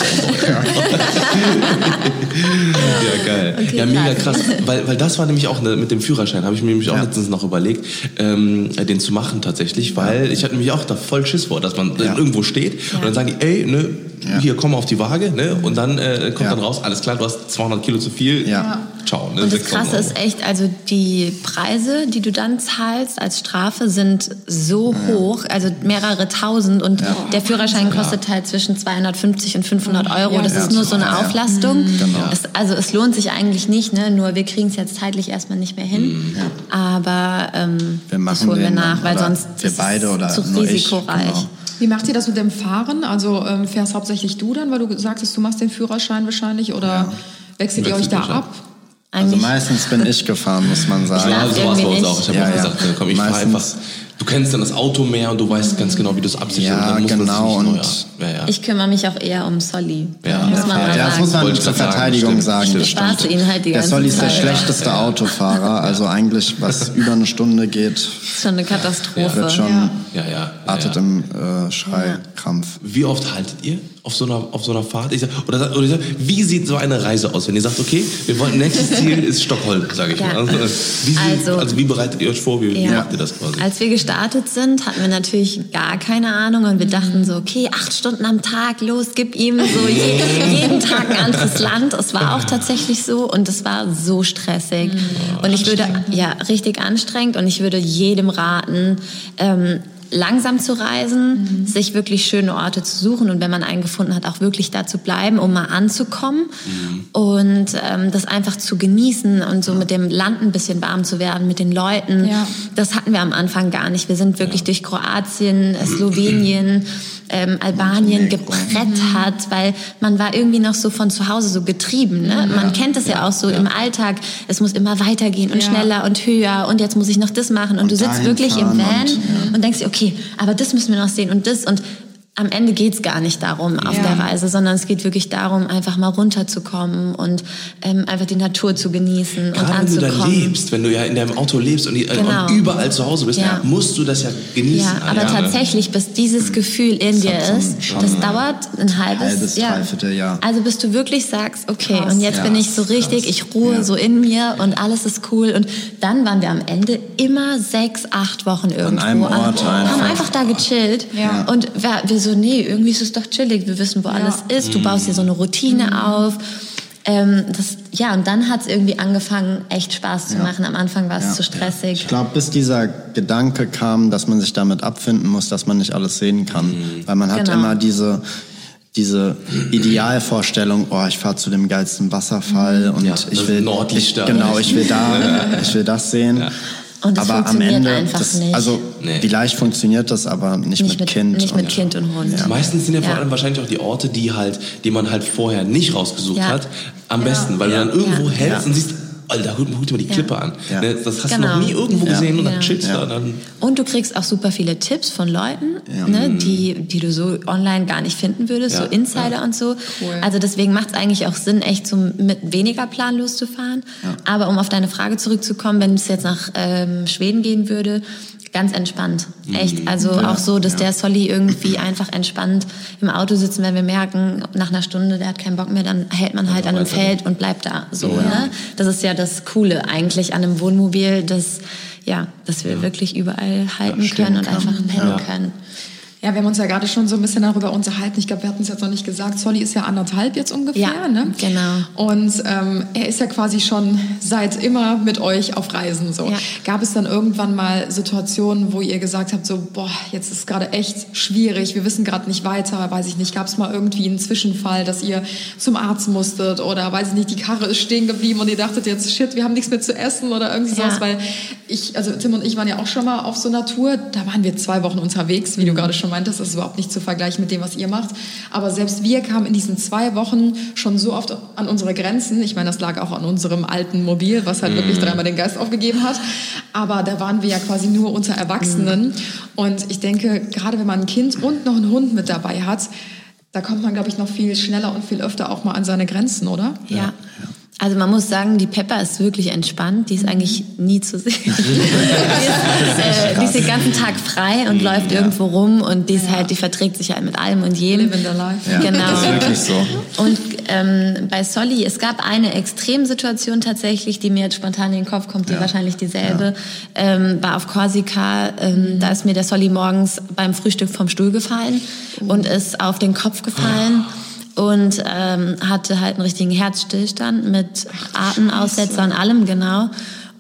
Ja, geil. Okay, ja, mega krass. Weil, weil das war nämlich auch ne, mit dem Führerschein, habe ich mir nämlich auch ja. letztens noch überlegt, ähm, den zu machen tatsächlich, weil ja. ich hatte nämlich auch da voll Schiss vor, dass man ja. irgendwo steht ja. und dann sagen die, ey, ne, ja. hier, komm auf die Waage, ne, und dann äh, kommt ja. dann raus, alles klar, du hast zweihundert Kilo zu viel, ja. ciao. Ne, und das Krasse ist echt, also die Preise, die du dann zahlst als Strafe, sind so ja. hoch, also mehrere tausend und ja. der Führerschein kostet ja. halt zwischen zweihundertfünfzig und fünfhundert Euro, ja. das ja. ist nur so eine ja. Auflastung. Mhm. Genau. Es, also es lohnt sich eigentlich nicht, ne? Nur wir kriegen es jetzt zeitlich erstmal nicht mehr hin, ja. aber ähm, wir machen das holen wir den nach, weil sonst wir beide oder zu nur risikoreich. Ich, genau. Wie macht ihr das mit dem Fahren? Also ähm, fährst hauptsächlich du dann, weil du sagtest, du machst den Führerschein wahrscheinlich oder ja. wechselt ihr euch da ab? Also meistens bin ich gefahren, muss man sagen. Ja, so war es bei uns auch. Ich habe ja, auch ja. gesagt, komm, ich fahre einfach. Du kennst dann das Auto mehr und du weißt ganz genau, wie du es absicherst. Ja, und dann genau. Und und ja, ja. Ich kümmere mich auch eher um Solly. Ja, muss man ja, mal das sagen. muss man zur Verteidigung sagen. sagen. Ich spaße ihn halt die Der ganze Solly ist der Zeit. schlechteste ja. Autofahrer. Also eigentlich, was über eine Stunde geht, Das ist schon eine Katastrophe. wird schon Ja. Ja, ja, artet ja. im äh, Schreikrampf. Wie oft haltet ihr auf so einer, auf so einer Fahrt? Ich sag, oder, oder ich sag, wie sieht so eine Reise aus, wenn ihr sagt, okay, wir wollen, nächstes Ziel ist Stockholm, sage ich Ja. mal. Also, wie, sieht, Also- also wie bereitet ihr euch vor? Wie, wie Ja. macht ihr das quasi? Als wir gestartet sind, hatten wir natürlich gar keine Ahnung und wir dachten so, okay, acht Stunden am Tag, los, gib ihm so je, jeden Tag ein anderes Land. Es war auch tatsächlich so und es war so stressig. Und ich würde, ja, richtig anstrengend und ich würde jedem raten, ähm, langsam zu reisen, mhm. sich wirklich schöne Orte zu suchen und wenn man einen gefunden hat, auch wirklich da zu bleiben, um mal anzukommen mhm. und ähm, das einfach zu genießen und so mit dem Land ein bisschen warm zu werden, mit den Leuten. Ja. Das hatten wir am Anfang gar nicht. Wir sind wirklich ja. durch Kroatien, Slowenien, ähm, Albanien gebrettert, weil man war irgendwie noch so von zu Hause so getrieben. Ne? Man ja. kennt es ja. ja auch so ja. im Alltag. Es muss immer weitergehen und ja. schneller und höher und jetzt muss ich noch das machen. Und, und du sitzt wirklich im Van und, ja. und denkst dir, okay, aber das müssen wir noch sehen und das und am Ende geht's gar nicht darum auf ja. der Reise, sondern es geht wirklich darum, einfach mal runterzukommen und ähm, einfach die Natur zu genießen Gerade und anzukommen. wenn du da lebst, wenn du ja in deinem Auto lebst und, die, genau. und überall zu Hause bist, ja. musst du das ja genießen. Ja, aber ja, tatsächlich, bis dieses Gefühl in das dir ist, schon das dauert ein halbes, halbes ja. dreiviertel Jahr. Also bis du wirklich sagst, okay, Krass. und jetzt ja, bin ich so richtig, krass. ich ruhe ja. so in mir und alles ist cool. Und dann waren wir am Ende immer sechs, acht Wochen irgendwo. einem Ort An, einfach. haben einfach da gechillt. Ja. Und wir, wir so, nee, irgendwie ist es doch chillig. Wir wissen, wo Ja. alles ist. Du baust dir so eine Routine Mhm. auf. Ähm, das, ja, und dann hat es irgendwie angefangen, echt Spaß zu Ja. machen. Am Anfang war es Ja. zu stressig. Ich glaube, bis dieser Gedanke kam, dass man sich damit abfinden muss, dass man nicht alles sehen kann. Mhm. Weil man hat Genau. immer diese, diese Idealvorstellung, oh, ich fahre zu dem geilsten Wasserfall und Ja, ich das will Nordlichter. ich, genau, ich will da, ich will das sehen. Ja. Und das aber am funktioniert Ende, einfach das, nicht. also Nee. vielleicht funktioniert das, aber nicht, Nicht mit, mit, Kind. nicht mit und, Kind und Hund. Ja. Meistens sind ja vor Ja. allem wahrscheinlich auch die Orte, die halt, die man halt vorher nicht rausgesucht Ja. hat, am besten, weil Ja. du dann irgendwo Ja. hältst Ja. und siehst, Alter, guck, guck dir mal die Ja. Klippe an. Ja. Ne, Das hast Genau. du noch nie irgendwo Ja. gesehen und dann Ja. chillst du Ja. da. Dann Und du kriegst auch super viele Tipps von Leuten, Ja. ne, die, die du so online gar nicht finden würdest, Ja. so Insider Ja. und so. Cool. Also deswegen macht es eigentlich auch Sinn, echt so mit weniger Plan loszufahren. Ja. Aber um auf deine Frage zurückzukommen, wenn es jetzt nach ähm, Schweden gehen würde, ganz entspannt. Echt. Also Ja. auch so, dass Ja. der Solly irgendwie einfach entspannt im Auto sitzen, wenn wir merken, nach einer Stunde, der hat keinen Bock mehr, dann hält man halt an einem Feld und bleibt da. So, Ja. ne? Das ist ja das Coole eigentlich an einem Wohnmobil, dass, ja, dass wir wirklich überall halten stehen können und kann. einfach pennen Ja. können. Ja, wir haben uns ja gerade schon so ein bisschen darüber unterhalten. Ich glaube, wir hatten es jetzt noch nicht gesagt. Solly ist ja anderthalb jetzt ungefähr, Ja, ne? genau. Und ähm, er ist ja quasi schon seit immer mit euch auf Reisen. So. Ja. Gab es dann irgendwann mal Situationen, wo ihr gesagt habt, so, boah, jetzt ist gerade echt schwierig, wir wissen gerade nicht weiter, weiß ich nicht. Gab es mal irgendwie einen Zwischenfall, dass ihr zum Arzt musstet oder, weiß ich nicht, die Karre ist stehen geblieben und ihr dachtet jetzt, shit, wir haben nichts mehr zu essen oder irgendwie Ja. sowas, weil ich, also Tim und ich waren ja auch schon mal auf so einer Tour, da waren wir zwei Wochen unterwegs, wie du gerade schon meintest, das ist überhaupt nicht zu vergleichen mit dem, was ihr macht. Aber selbst wir kamen in diesen zwei Wochen schon so oft an unsere Grenzen. Ich meine, das lag auch an unserem alten Mobil, was halt wirklich dreimal den Geist aufgegeben hat. Aber da waren wir ja quasi nur unter Erwachsenen. Und ich denke, gerade wenn man ein Kind und noch einen Hund mit dabei hat, da kommt man, glaube ich, noch viel schneller und viel öfter auch mal an seine Grenzen, oder? Ja. Also man muss sagen, die Pepper ist wirklich entspannt. Die ist eigentlich nie zu sehen. die, ist, äh, die ist den ganzen Tag frei und läuft Ja. irgendwo rum und die ist halt, die verträgt sich halt mit allem und jedem. Live in the life. Ja, Genau. das ist wirklich so. Und ähm, bei Solly, es gab eine Extremsituation tatsächlich, die mir jetzt spontan in den Kopf kommt, die Ja. wahrscheinlich dieselbe, ähm, war auf Korsika. Ähm, da ist mir der Solly morgens beim Frühstück vom Stuhl gefallen und ist auf den Kopf gefallen. Und ähm, hatte halt einen richtigen Herzstillstand mit Atemaussetzer und allem, genau.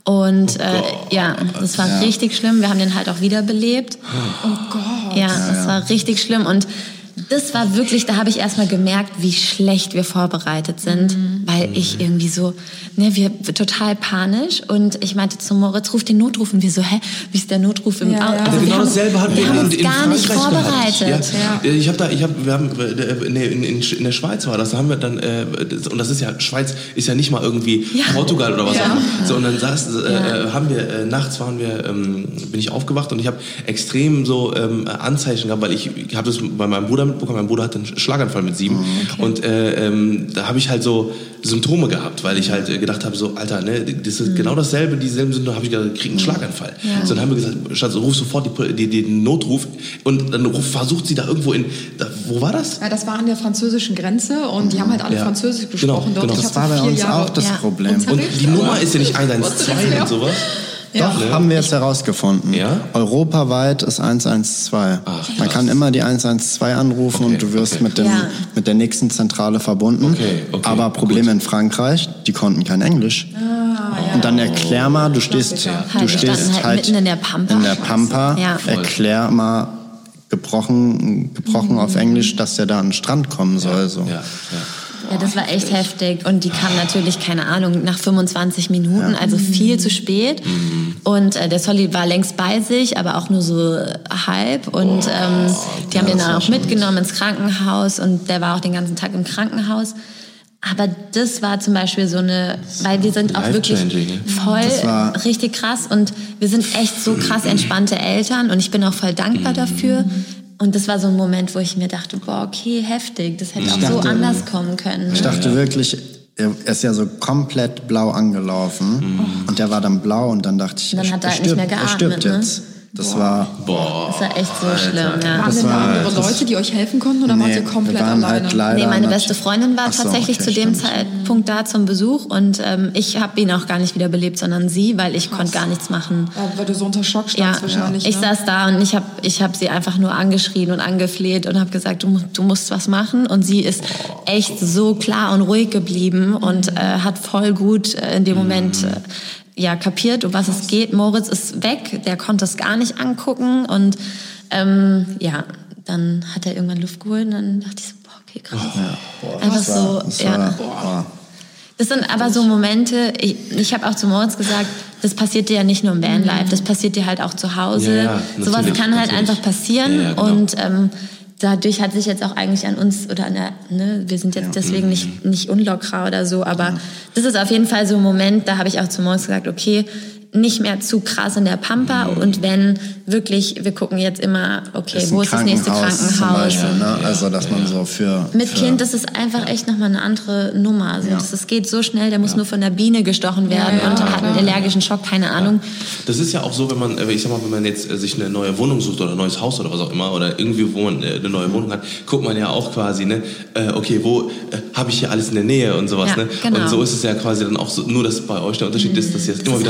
Und äh, ja, das war Ja. richtig schlimm. Wir haben den halt auch wiederbelebt. Oh Gott. Ja, das war richtig schlimm. Und das war wirklich, da habe ich erstmal gemerkt, wie schlecht wir vorbereitet sind, Mhm. weil ich irgendwie so, ne, wir total panisch und ich meinte zu Moritz, ruf den Notruf und wir so, hä, wie ist der Notruf im Ja, Auto? ja. Also Also wir genau haben, dasselbe hatten wir, wir haben in, uns in gar nicht Frankreich vorbereitet. gehabt. Ja. Ich habe da, ich habe, wir haben, äh, nee, in, in, in der Schweiz war das, da haben wir dann, äh, das, und das ist ja, Schweiz ist ja nicht mal irgendwie Ja. Portugal oder was Ja. auch immer. So, und dann saß, äh, Ja. haben wir, äh, nachts waren wir, ähm, bin ich aufgewacht und ich habe extrem so ähm, Anzeichen gehabt, weil ich, ich habe das bei meinem Bruder mitbekommen, mein Bruder hatte einen Schlaganfall mit sieben und äh, ähm, da habe ich halt so Symptome gehabt, weil ich halt äh, gedacht habe, so, Alter, ne, das ist genau dasselbe, dieselben Symptome, habe ich gedacht, ich krieg einen Schlaganfall. So, dann haben wir gesagt, Schatz, ruf sofort die, die, die, den Notruf und dann ruf, versucht sie da irgendwo in, da, wo war das? Ja, das war an der französischen Grenze und die haben halt alle Ja. Französisch gesprochen Genau, dort. genau. Ich Das hab war so bei vier uns Jahre auch das Ja. Problem. Unterricht. Und die Nummer ist ja nicht eins eins zwei und sowas. Doch, Ne? haben wir jetzt herausgefunden. Ja? Europaweit ist eins eins zwei. Ach, Man krass. kann immer die eins eins zwei anrufen Okay, und du wirst okay. mit, dem, Ja. mit der nächsten Zentrale verbunden. Okay, okay, Aber Problem in Frankreich, die konnten kein Englisch. Und dann erklär mal, du stehst, Klassiker. du Halt, wir stehst standen halt halt mitten in der Pampa. in der Pampa. Ja. Erklär mal gebrochen, gebrochen auf Englisch, dass der da an den Strand kommen soll. So. Ja, ja. Ja, das war echt heftig. Und die kam natürlich, keine Ahnung, nach fünfundzwanzig Minuten, also viel zu spät. Und äh, der Solly war längst bei sich, aber auch nur so halb. Und ähm, die haben den dann auch mitgenommen ins Krankenhaus und der war auch den ganzen Tag im Krankenhaus. Aber das war zum Beispiel so eine, weil wir sind auch wirklich Life-changing, ne? voll Das war- richtig krass und wir sind echt so krass entspannte Eltern und ich bin auch voll dankbar dafür. Und das war so ein Moment, wo ich mir dachte, boah, okay, heftig, das hätte auch so dachte- anders kommen können. Ich dachte wirklich, er ist ja so komplett blau angelaufen und der war dann blau und dann dachte ich, Und dann er, hat er er halt nicht stirbt, mehr er stirbt geatmet, ne? jetzt. Das war, Boah. Das war echt so schlimm, ja. Waren Das denn da war- andere das- Leute, die euch helfen konnten oder wart nee, ihr komplett wir waren alleine? halt leider. Nee, meine nat- beste Freundin war Ach so, tatsächlich okay, zu dem stimmt. Zeitpunkt da zum Besuch und ähm, ich habe ihn auch gar nicht wiederbelebt, sondern sie, weil ich konnte gar nichts machen. Ja, weil du so unter Schock Ja, standst wahrscheinlich. ich ne? saß da und ich habe ich hab sie einfach nur angeschrien und angefleht und habe gesagt, du, mu- du musst was machen. Und sie ist echt so klar und ruhig geblieben und äh, hat voll gut äh, in dem Moment äh, ja, kapiert, um was es geht. Moritz ist weg, der konnte es gar nicht angucken und ähm, ja, dann hat er irgendwann Luft geholt und dann dachte ich so, boah, okay, krass. Einfach Das war, so, das ja. war, boah. Das sind aber so Momente, ich, ich habe auch zu Moritz gesagt, das passiert dir ja nicht nur im Vanlife, das passiert dir halt auch zu Hause. Ja, ja, Sowas natürlich, kann halt natürlich. einfach passieren Ja, ja, genau. und ähm, dadurch hat sich jetzt auch eigentlich an uns, oder an der, ne, wir sind jetzt deswegen nicht, nicht unlocker oder so, aber das ist auf jeden Fall so ein Moment, da habe ich auch zu Moritz gesagt, okay, nicht mehr zu krass in der Pampa und wenn wirklich, wir gucken jetzt immer, okay, Ist wo ein ist das nächste Krankenhaus zum Krankenhaus? Beispiel, ne? Also, dass man so für. Mit für, Kind, das ist einfach echt nochmal eine andere Nummer. Also Ja. das, das geht so schnell, der muss nur von der Biene gestochen werden Ja, ja, und hat einen klar. allergischen Schock, keine Ahnung. Das ist ja auch so, wenn man, äh, ich sag mal, wenn man jetzt äh, sich eine neue Wohnung sucht oder ein neues Haus oder was auch immer oder irgendwie, wo man äh, eine neue Wohnung hat, guckt man ja auch quasi, ne, äh, okay, wo äh, habe ich hier alles in der Nähe und sowas, Ja, ne? genau. Und so ist es ja quasi dann auch so, nur dass bei euch der Unterschied ist, dass ihr es immer ist wieder halt neu ständig,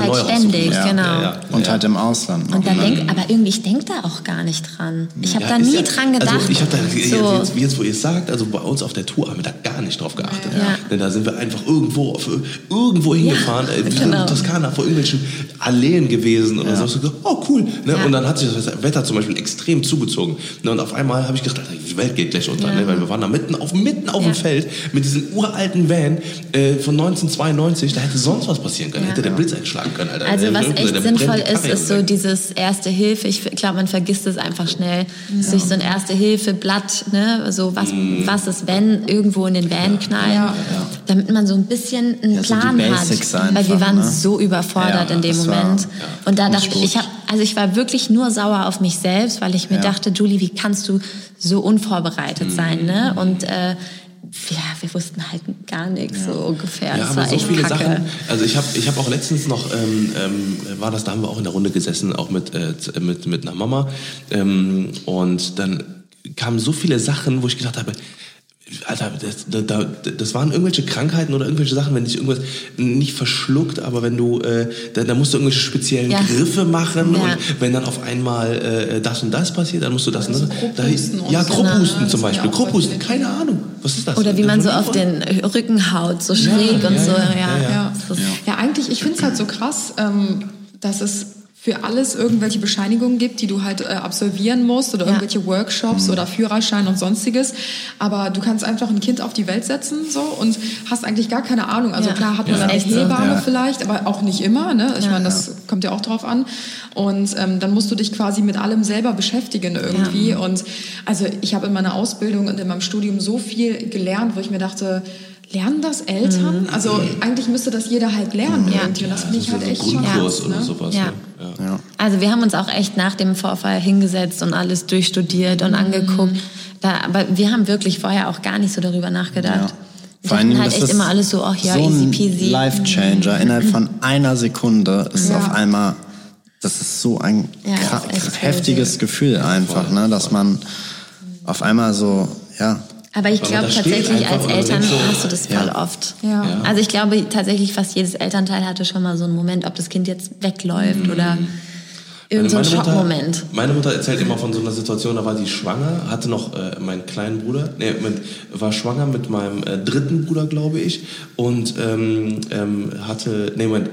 Richtig, Ja. genau. Ja, ja. Und halt im Ausland. Und noch, da ne? denk, aber irgendwie, ich denke da auch gar nicht dran. Ich habe Ja, da ist nie ja, dran gedacht. Also ich habe da jetzt, so. jetzt, jetzt, wo ihr es sagt, also bei uns auf der Tour haben wir da gar nicht drauf geachtet. Ja. Denn da sind wir einfach irgendwo auf, irgendwo hingefahren. Ja, äh, wir sind genau. in Toskana vor irgendwelchen Alleen gewesen oder Ja. so. So gesagt, oh cool. Ne? Ja. Und dann hat sich das Wetter zum Beispiel extrem zugezogen. Ne? Und auf einmal habe ich gedacht, Alter, die Welt geht gleich unter. Ja. Ne? Weil wir waren da mitten auf, mitten auf Ja. dem Feld mit diesem uralten Van äh, von neunzehnhundertzweiundneunzig. Da hätte sonst was passieren können. Ja. Hätte der Blitz einschlagen können. Alter. Also Der- was der- echt der sinnvoll brennt die ist, Karre ist so weg. dieses Erste Hilfe. Ich glaube, man vergisst es einfach schnell. Sich so ein Erste Hilfe Blatt, ne, so was, Mhm. was ist, wenn irgendwo in den Van knallen, Ja. damit man so ein bisschen einen Ja, so die Plan Basics hat, weil wir einfach, waren ne? so überfordert Ja, in dem das war- Moment. ja, Und da nicht dachte ich, ich gut. habe, also ich war wirklich nur sauer auf mich selbst, weil ich mir Ja. dachte, Julie, wie kannst du so unvorbereitet sein, ne? Mhm. Und äh, ja, wir wussten halt gar nichts so ungefähr. Ja, das aber war so echt viele kacke. Sachen. Also ich habe ich hab auch letztens noch, ähm, ähm, war das, da haben wir auch in der Runde gesessen, auch mit, äh, z- mit, mit einer Mama. Ähm, und dann kamen so viele Sachen, wo ich gedacht habe, Alter, das, da, da, das waren irgendwelche Krankheiten oder irgendwelche Sachen, wenn dich irgendwas nicht verschluckt, aber wenn du, äh, da, da musst du irgendwelche speziellen Ja. Griffe machen Ja. und wenn dann auf einmal äh, das und das passiert, dann musst du das und so das. Da, Krupphusten und ja, so. Krupphusten Genau. zum Das war ja Beispiel. auch bei Krupphusten, vielen keine Ahnung. Was ist das? Oder wie Das man ist so noch nie auf vor- den Rücken haut, so schräg ja, und ja, so. ja, Ja, ja, Ja. Das ist- Ja, eigentlich, ich finde es halt so krass, ähm, dass es für alles irgendwelche Bescheinigungen gibt, die du halt äh, absolvieren musst oder Ja. irgendwelche Workshops oder Führerschein und sonstiges. Aber du kannst einfach ein Kind auf die Welt setzen so und hast eigentlich gar keine Ahnung. Also Ja. klar hat man Ja. dann eine Echt so. Hebamme Ja. vielleicht, aber auch nicht immer. Ne? Ich Ja. meine, das kommt ja auch drauf an. Und ähm, dann musst du dich quasi mit allem selber beschäftigen irgendwie. Und also ich habe in meiner Ausbildung und in meinem Studium so viel gelernt, wo ich mir dachte, lernen das Eltern? Mhm. Also eigentlich müsste das jeder halt lernen Ja. irgendwie. Und das finde ich so halt ein echt schon Grundkurs krass, oder ne? sowas. Ja. Ne? Ja. Ja. Also wir haben uns auch echt nach dem Vorfall hingesetzt und alles durchstudiert und angeguckt. Da, aber wir haben wirklich vorher auch gar nicht so darüber nachgedacht. Ja. Wir Vor dachten allem, halt das echt ist immer alles so, ach ja, so easy ein peasy. Life-Changer. Innerhalb von einer Sekunde ist Ja. auf einmal, das ist so ein Ja, kra- das ist echt heftiges Gefühl einfach, ne, dass man auf einmal so, ja, Aber ich Aber glaube da steht tatsächlich, einfach als und man Eltern denkt so, hast du das voll ja. oft. Ja. Ja. Also ich glaube tatsächlich, fast jedes Elternteil hatte schon mal so einen Moment, ob das Kind jetzt wegläuft oder irgend so ein Meine Mutter- Schockmoment. Meine Mutter erzählt immer von so einer Situation, da war sie schwanger, hatte noch äh, meinen kleinen Bruder, nee, mit, war schwanger mit meinem äh, dritten Bruder, glaube ich, und ähm, ähm, hatte, nee, Moment,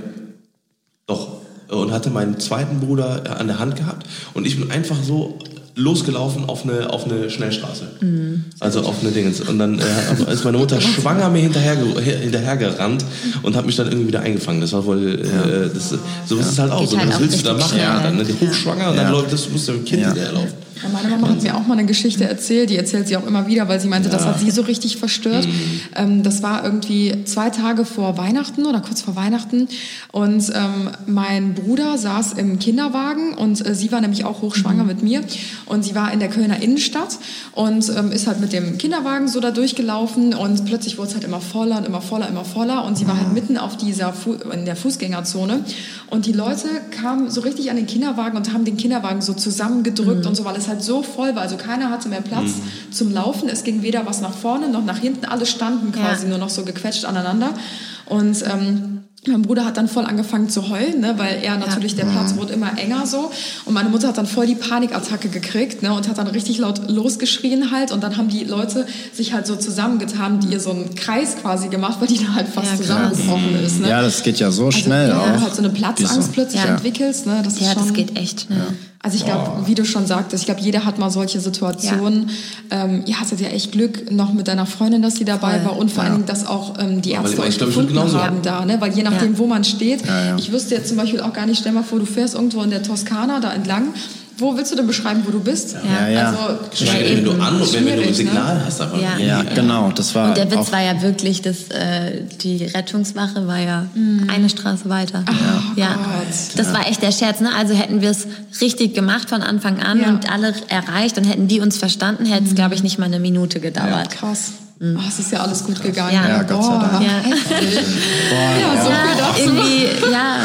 doch, und hatte meinen zweiten Bruder äh, an der Hand gehabt und ich bin einfach so losgelaufen auf eine, auf eine Schnellstraße. Also auf eine Dingens. Und dann äh, ist meine Mutter schwanger mir hinterher, hinterher gerannt und hat mich dann irgendwie wieder eingefangen. Das war wohl, äh, das, so ist es halt auch. Geht So, halt was auch willst du da richtig machen? schnell. Dann, ne, die hochschwanger und dann Ja. läuft das, muss dem Kind Ja. hinterherlaufen. Ja, meine Mama hat mir auch mal eine Geschichte erzählt, die erzählt sie auch immer wieder, weil sie meinte, das hat sie so richtig verstört. Ähm, das war irgendwie zwei Tage vor Weihnachten oder kurz vor Weihnachten und ähm, mein Bruder saß im Kinderwagen und äh, sie war nämlich auch hochschwanger mit mir und sie war in der Kölner Innenstadt und ähm, ist halt mit dem Kinderwagen so da durchgelaufen und plötzlich wurde es halt immer voller und immer voller, immer voller und sie war halt mitten auf dieser Fu in der Fußgängerzone und die Leute kamen so richtig an den Kinderwagen und haben den Kinderwagen so zusammengedrückt und so, weil es halt so voll war. Also keiner hatte mehr Platz zum Laufen. Es ging weder was nach vorne noch nach hinten. Alle standen quasi Ja. nur noch so gequetscht aneinander. Und ähm, mein Bruder hat dann voll angefangen zu heulen, ne, weil er natürlich, der Platz wurde immer enger so. Und meine Mutter hat dann voll die Panikattacke gekriegt, ne, und hat dann richtig laut losgeschrien halt. Und dann haben die Leute sich halt so zusammengetan, die ihr so einen Kreis quasi gemacht, weil die da halt fast Ja, krass. zusammengebrochen ist. Ne? ja, das geht ja so also, schnell ja, auch. wenn du halt so eine Platzangst Wieso? plötzlich Ja. entwickelst, ne, das ist Ja, schon... das geht echt schnell. Also ich glaube, wie du schon sagtest, ich glaube, jeder hat mal solche Situationen. Ähm, ihr hattet ja echt Glück noch mit deiner Freundin, dass sie dabei Voll. war und vor allen Dingen, dass auch ähm, die Ja, weil Ärzte ich euch glaub, ich gefunden würd genauso- haben da, ne? Weil je nachdem, Ja. wo man steht, ja. ich wüsste jetzt zum Beispiel auch gar nicht, stell mal vor, du fährst irgendwo in der Toskana da entlang. Wo willst du denn beschreiben, wo du bist? Ja, ja. Also, Wenn du an, wenn, wenn du ein Schwierig, Signal ne? hast, einfach Ja. Ja, genau, das war Und der Witz auch, war ja wirklich, dass äh, die Rettungswache war ja eine Straße weiter. Oh ja. Gott. Das war echt der Scherz. Ne? Also hätten wir es richtig gemacht von Anfang an Ja. und alle erreicht und hätten die uns verstanden, hätte es, glaube ich, nicht mal eine Minute gedauert. Krass. Oh, es ist ja alles gut gegangen. Ja. Ja, Gott sei Boah, Dank. Ja. heftig. Ja, so Ja, viel dazu. irgendwie, ja.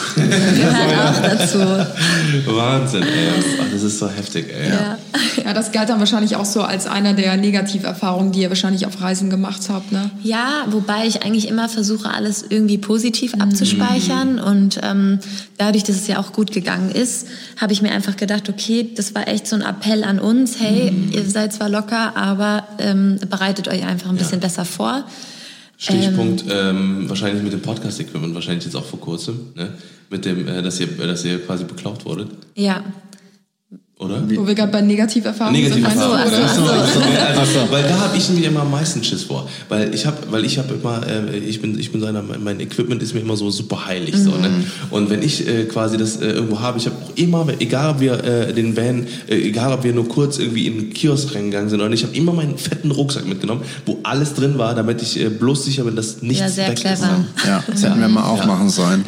Gehört auch dazu. Wahnsinn, ey. Das ist so heftig, ey. Ja. Ja, das galt dann wahrscheinlich auch so als einer der Negativerfahrungen, die ihr wahrscheinlich auf Reisen gemacht habt, ne? Ja, wobei ich eigentlich immer versuche, alles irgendwie positiv abzuspeichern. Und ähm, dadurch, dass es ja auch gut gegangen ist, habe ich mir einfach gedacht, okay, das war echt so ein Appell an uns. Hey, mhm. ihr seid zwar locker, aber ähm, bereitet euch einfach ein bisschen ja. besser vor. Stichpunkt, ähm, wahrscheinlich mit dem Podcast-Equipment, wahrscheinlich jetzt auch vor kurzem, ne? Mit dem, äh, dass ihr, dass ihr quasi beklaut wurdet. Ja. Oder? Wo wir gerade bei Negativerfahrungen sind. Negativerfahrungen. Ach so, ach so, ach so. Also, weil da habe ich nämlich immer am meisten Schiss vor. Weil ich habe, weil ich habe immer, äh, ich bin, ich bin so einer, mein Equipment ist mir immer so super heilig. Mhm. So, ne? Und wenn ich äh, quasi das äh, irgendwo habe, ich habe auch immer, egal ob wir äh, den Van, äh, egal ob wir nur kurz irgendwie in den Kiosk reingegangen sind, oder ich habe immer meinen fetten Rucksack mitgenommen, wo alles drin war, damit ich äh, bloß sicher bin, dass nichts ja, sehr weg clever. ist. Ja, das hätten wir mal auch ja. machen sollen.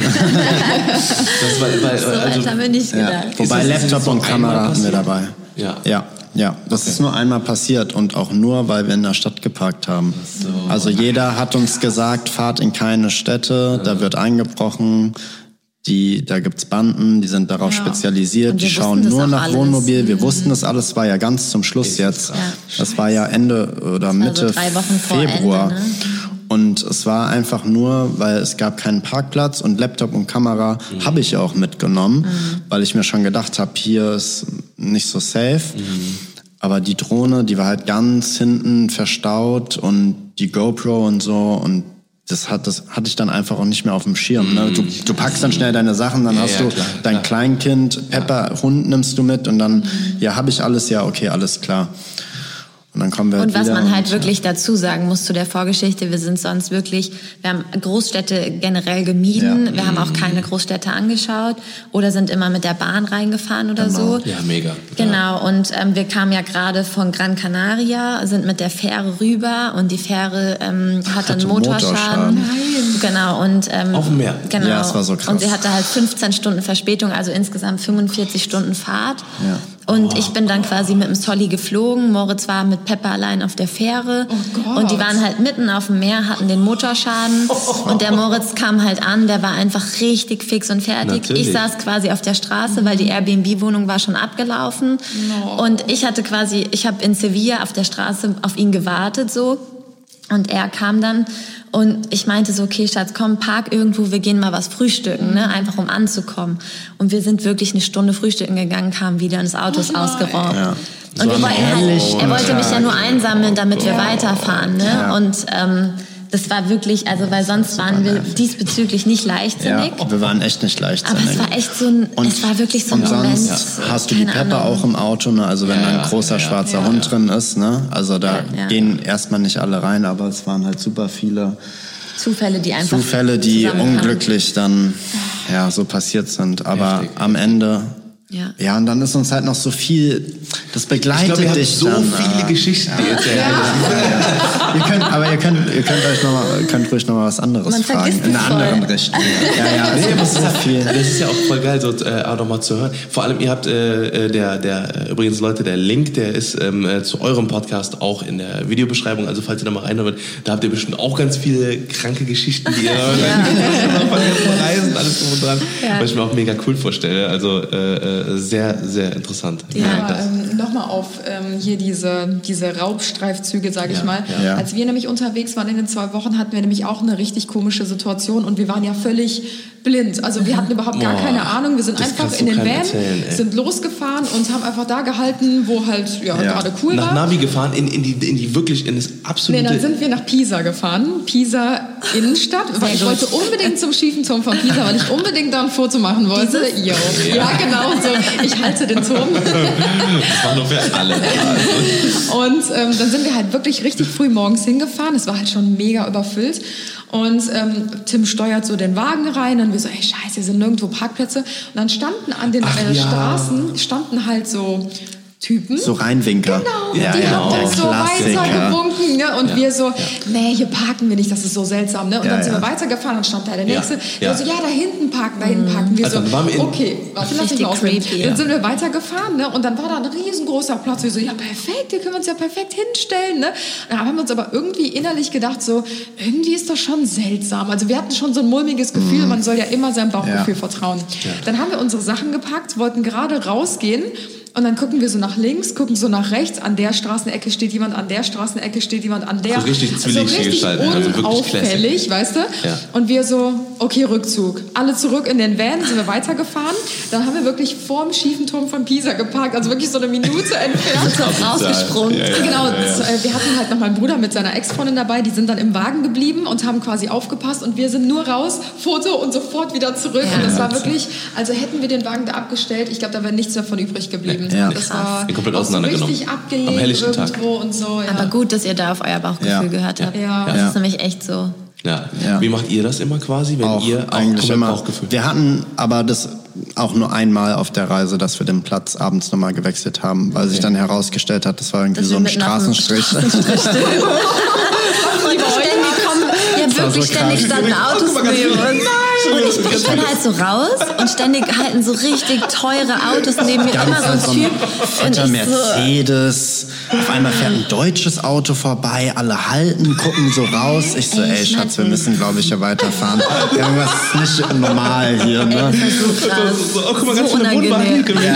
Das war, weil, so also, weit haben wir nicht gedacht. Ja. Wobei Laptop und Kamera hatten wir dabei. Ja. Ja, ja. Das okay. ist nur einmal passiert und auch nur, weil wir in der Stadt geparkt haben. So. Also jeder hat uns gesagt, fahrt in keine Städte, ja. da wird eingebrochen. Die, da gibt's Banden, die sind darauf ja. spezialisiert, die schauen nur nach alles. Wohnmobil. Wir mhm. wussten das alles, war ja ganz zum Schluss jetzt. Ja. Das war ja Ende oder Mitte also drei Wochen vor Februar. Ende, ne? Und es war einfach nur, weil es gab keinen Parkplatz und Laptop und Kamera mhm. habe ich auch mitgenommen, mhm. weil ich mir schon gedacht habe, hier ist nicht so safe. Mhm. Aber die Drohne, die war halt ganz hinten verstaut und die GoPro und so und das hat das hatte ich dann einfach auch nicht mehr auf dem Schirm. Ne? Du, du packst dann schnell deine Sachen, dann ja, hast du ja, klar, dein klar. Kleinkind, Pepper, ja. Hund nimmst du mit und dann, mhm. ja, habe ich alles, ja, okay, alles klar. Und dann kommen wir und halt was wieder man halt und, wirklich ja. dazu sagen muss zu der Vorgeschichte, wir sind sonst wirklich, wir haben Großstädte generell gemieden, ja. wir haben auch keine Großstädte angeschaut oder sind immer mit der Bahn reingefahren oder genau. so. Ja, mega. Genau, ja. und ähm, wir kamen ja gerade von Gran Canaria, sind mit der Fähre rüber und die Fähre ähm, hatte einen Motorschaden. Motorschaden. Nein. Genau, und ähm, auf dem Meer. Genau. Ja, das war so krass. Und sie hatte halt fünfzehn Stunden Verspätung, also insgesamt fünfundvierzig Stunden Fahrt. Ja. Und ich bin dann quasi mit dem Solly geflogen. Moritz war mit Pepper allein auf der Fähre. Oh Gott. Und die waren halt mitten auf dem Meer, hatten den Motorschaden. Oh. Und der Moritz kam halt an, der war einfach richtig fix und fertig. Natürlich. Ich saß quasi auf der Straße, weil die Airbnb-Wohnung war schon abgelaufen. No. Und ich hatte quasi, ich habe in Sevilla auf der Straße auf ihn gewartet so. Und er kam dann und ich meinte so, okay, Schatz, komm, park irgendwo, wir gehen mal was frühstücken, ne? Einfach um anzukommen. Und wir sind wirklich eine Stunde frühstücken gegangen, kamen wieder und das Auto ist oh ausgeraubt. Ja. Und wir wollten halt, er wollte mich ja nur einsammeln, damit wir weiterfahren. Ne? Ja. Und ähm, das war wirklich, also weil sonst waren wir diesbezüglich nicht leichtsinnig. Ja, wir waren echt nicht leichtsinnig. Aber es war echt so ein, und, es war wirklich so ein und Moment. sonst ja. hast du die Pepper Ahnung. auch im Auto, ne? Also wenn ja, da ein großer ja, schwarzer ja, Hund ja. drin ist, ne? Also da Ja, ja. gehen erstmal nicht alle rein, aber es waren halt super viele Zufälle, die einfach Zufälle, die zusammenkamen. unglücklich dann ja so passiert sind. Aber Heftig. am Ende Ja. ja, und dann ist uns halt noch so viel, das begleitet Ich glaube, ihr habt dich so dann. viele äh, Geschichten, die ihr erzählt habt. ihr könnt, aber ihr könnt, ihr könnt euch noch mal, könnt ruhig noch mal was anderes Man fragen, vergisst in es einer voll. anderen Richtung. Ja, ja, Nee, es aber ist das, so ist viel. ja, das ist ja auch voll geil, so äh, auch nochmal zu hören. Vor allem, ihr habt äh, der, der, übrigens Leute, der Link, der ist ähm, äh, zu eurem Podcast auch in der Videobeschreibung, also falls ihr da mal reinhört, da habt ihr bestimmt auch ganz viele kranke Geschichten, die ihr ja. reisen, alles drum und dran, Ja. was ich mir auch mega cool vorstelle. Also äh, sehr, sehr interessant. Ja, ähm, nochmal auf ähm, hier diese, diese Raubstreifzüge, sage ich Ja, mal. ja. Als wir nämlich unterwegs waren in den zwei Wochen, hatten wir nämlich auch eine richtig komische Situation und wir waren ja völlig blind. Also wir hatten überhaupt gar Boah, keine Ahnung. Wir sind das einfach kannst in du den keinem Van, erzählen, ey. sind losgefahren und haben einfach da gehalten, wo halt ja, Ja. gerade cool Nach war. Navi gefahren, in, in, die, in die wirklich, in das absolute... Nee, dann sind wir nach Pisa gefahren. Pisa Innenstadt. Weil ich gut. wollte unbedingt zum schiefen Turm von Pisa, weil ich unbedingt da ein Foto machen wollte. Jo. Ja. ja, genau so. Ich halte den Turm. Das war nur für alle. Und ähm, dann sind wir halt wirklich richtig früh morgens hingefahren. Es war halt schon mega überfüllt. Und ähm, Tim steuert so den Wagen rein und wir so, ey scheiße, hier sind nirgendwo Parkplätze. Und dann standen an den Ach, äh, ja. Straßen, standen halt so Typen. So Reinwinker. Genau, ja, die ja, haben der uns so Klassiker. weitergewunken, ne? Und Ja. wir so, nee, hier parken wir nicht, das ist so seltsam, ne? Und Ja, dann sind ja. wir weitergefahren, dann stand da der Nächste. Ja. Der Ja. so, ja, da hinten parken, da hinten parken. Wir Also so, dann waren wir in- okay, warte, lass mich Richtig mal ausreden. creepy. Dann sind wir weitergefahren, ne? Und dann war da ein riesengroßer Platz. Wir so, ja, perfekt, hier können wir uns ja perfekt hinstellen, ne? Da haben wir uns aber irgendwie innerlich gedacht, so, irgendwie ist das schon seltsam. Also wir hatten schon so ein mulmiges Gefühl, man soll ja immer seinem Bauchgefühl Ja. vertrauen. Dann haben wir unsere Sachen gepackt, wollten gerade rausgehen. Und dann gucken wir so nach links, gucken so nach rechts. An der Straßenecke steht jemand, an der Straßenecke steht jemand, an der. So richtig zwielichtig richtig gestaltet, also wirklich unauffällig, weißt du? Ja. Und wir so, okay, Rückzug. Alle zurück in den Van, sind wir weitergefahren. Dann haben wir wirklich vorm schiefen Turm von Pisa geparkt, also wirklich so eine Minute entfernt. Rausgesprungen. Ja, ja. Genau, das, äh, wir hatten halt noch meinen Bruder mit seiner Ex-Freundin dabei, die sind dann im Wagen geblieben und haben quasi aufgepasst und wir sind nur raus, Foto und sofort wieder zurück. Ja. Und es war wirklich, also hätten wir den Wagen da abgestellt, ich glaube, da wäre nichts davon übrig geblieben. Ja. Das war Komplett auch so auseinandergenommen. richtig abgelehnt Am helllichten Tag. irgendwo und so. Ja. Aber gut, dass ihr da auf euer Bauchgefühl Ja. gehört habt. Ja. Das Ja. ist nämlich echt so. Ja. Ja. Wie macht ihr das immer quasi, wenn Auch ihr auch eigentlich komplett immer. Bauchgefühl? Wir hatten aber das auch nur einmal auf der Reise, dass wir den Platz abends nochmal gewechselt haben, weil sich dann herausgestellt hat, das war irgendwie Dass so wir ein mitten auf dem Straßenstrich. Und ständig kommen, ja war wirklich so ständig krass. standen Autos Guck mal, ganz neben kurz. uns. Und ich, ich bin halt so raus und ständig halten so richtig teure Autos neben mir, immer so ein so ein Typ. Und fetter ich so, Mercedes. Auf einmal fährt ein deutsches Auto vorbei, alle halten, gucken so raus. Ich so, Ey, ey Schatz, wir scheiße. müssen, glaube ich, hier weiterfahren. Irgendwas ist nicht normal hier, ey, ne? das war so krass. So, oh, guck mal, ganz so viele Wohnwagen unangenehm. gemischt.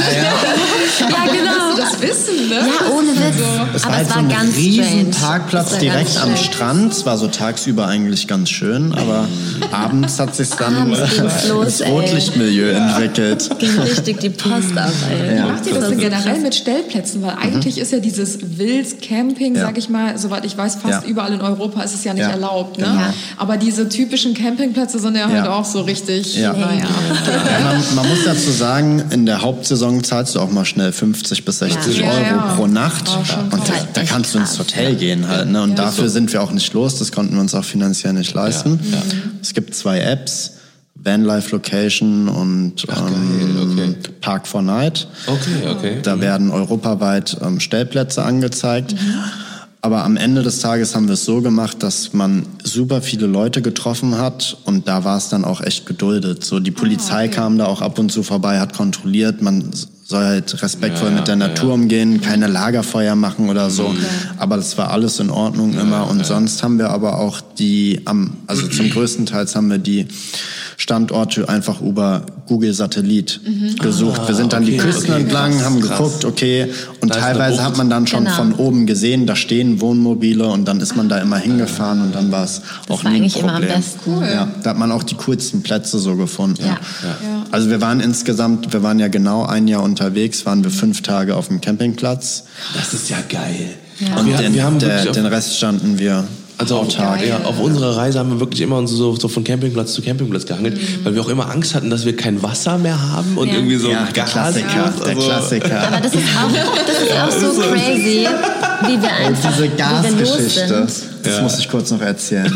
Ja, genau. das wissen, ne? Ja, ohne Witz. Es war Aber halt es so war ein ganz riesen strange. Parkplatz Es war direkt ganz am strange. Strand. Es war so tagsüber eigentlich ganz schön, aber abends hat sich dann Abends ging's los, ins ey. Rotlichtmilieu entwickelt. Ging richtig die Post ab, ey. Wie macht ihr das war denn so generell krass. mit Stellplätzen? Weil eigentlich ist ja dieses Wild-Camping, Ja. sag ich mal, soweit ich weiß, fast Ja. überall in Europa ist es ja nicht Ja. erlaubt. Ne? Genau. Aber diese typischen Campingplätze sind ja, halt Ja. auch so richtig, Ja. naja. Ja, man, man muss dazu sagen, in der Hauptsaison zahlst du auch mal schnell fünfzig bis sechzig Ja. Euro Ja, ja. pro Nacht. War schon Und da, krass. da kannst du ins Echt Hotel gehen halt. Ne? Und Ja, dafür sind wir auch nicht los. Das konnten wir uns auch finanziell nicht leisten. Ja. Es gibt zwei Apps. Vanlife Location und Ach, geil, ähm, okay. Park for Night. Okay, okay. Da werden europaweit ähm, Stellplätze angezeigt. Aber am Ende des Tages haben wir es so gemacht, dass man super viele Leute getroffen hat und da war es dann auch echt geduldet. So die Polizei kam da auch ab und zu vorbei, hat kontrolliert. Man soll halt respektvoll Ja, ja, mit der ja, Natur ja. umgehen, keine Lagerfeuer machen oder so. Aber das war alles in Ordnung immer. Und sonst haben wir aber auch die, am, also zum größten Teil haben wir die Standorte einfach über Google Satellit gesucht. Wir sind dann die okay, Küsten okay, entlang, krass, haben krass. geguckt, okay. Und Da ist eine teilweise Bucht. hat man dann schon Genau. von oben gesehen, da stehen Wohnmobile und dann ist man da immer hingefahren und dann war es auch war nie ein eigentlich immer am Problem. besten. Ja, da hat man auch die coolsten Plätze so gefunden. Ja. Also wir waren insgesamt, wir waren ja genau ein Jahr unterwegs, waren wir fünf Tage auf dem Campingplatz Das ist ja geil. und wir, den, wir haben der, wirklich auf, den Rest standen wir also auf, autark. ja, auf unserer Reise haben wir wirklich immer uns so, so von Campingplatz zu Campingplatz gehangelt, weil wir auch immer Angst hatten, dass wir kein Wasser mehr haben und Ja. irgendwie so Ja, der Gas. Klassiker, der Also- Klassiker. Aber das ist auch, das ist auch so crazy, wie wir einfach, Diese wie wir los Gasgeschichte, sind. das muss ich kurz noch erzählen.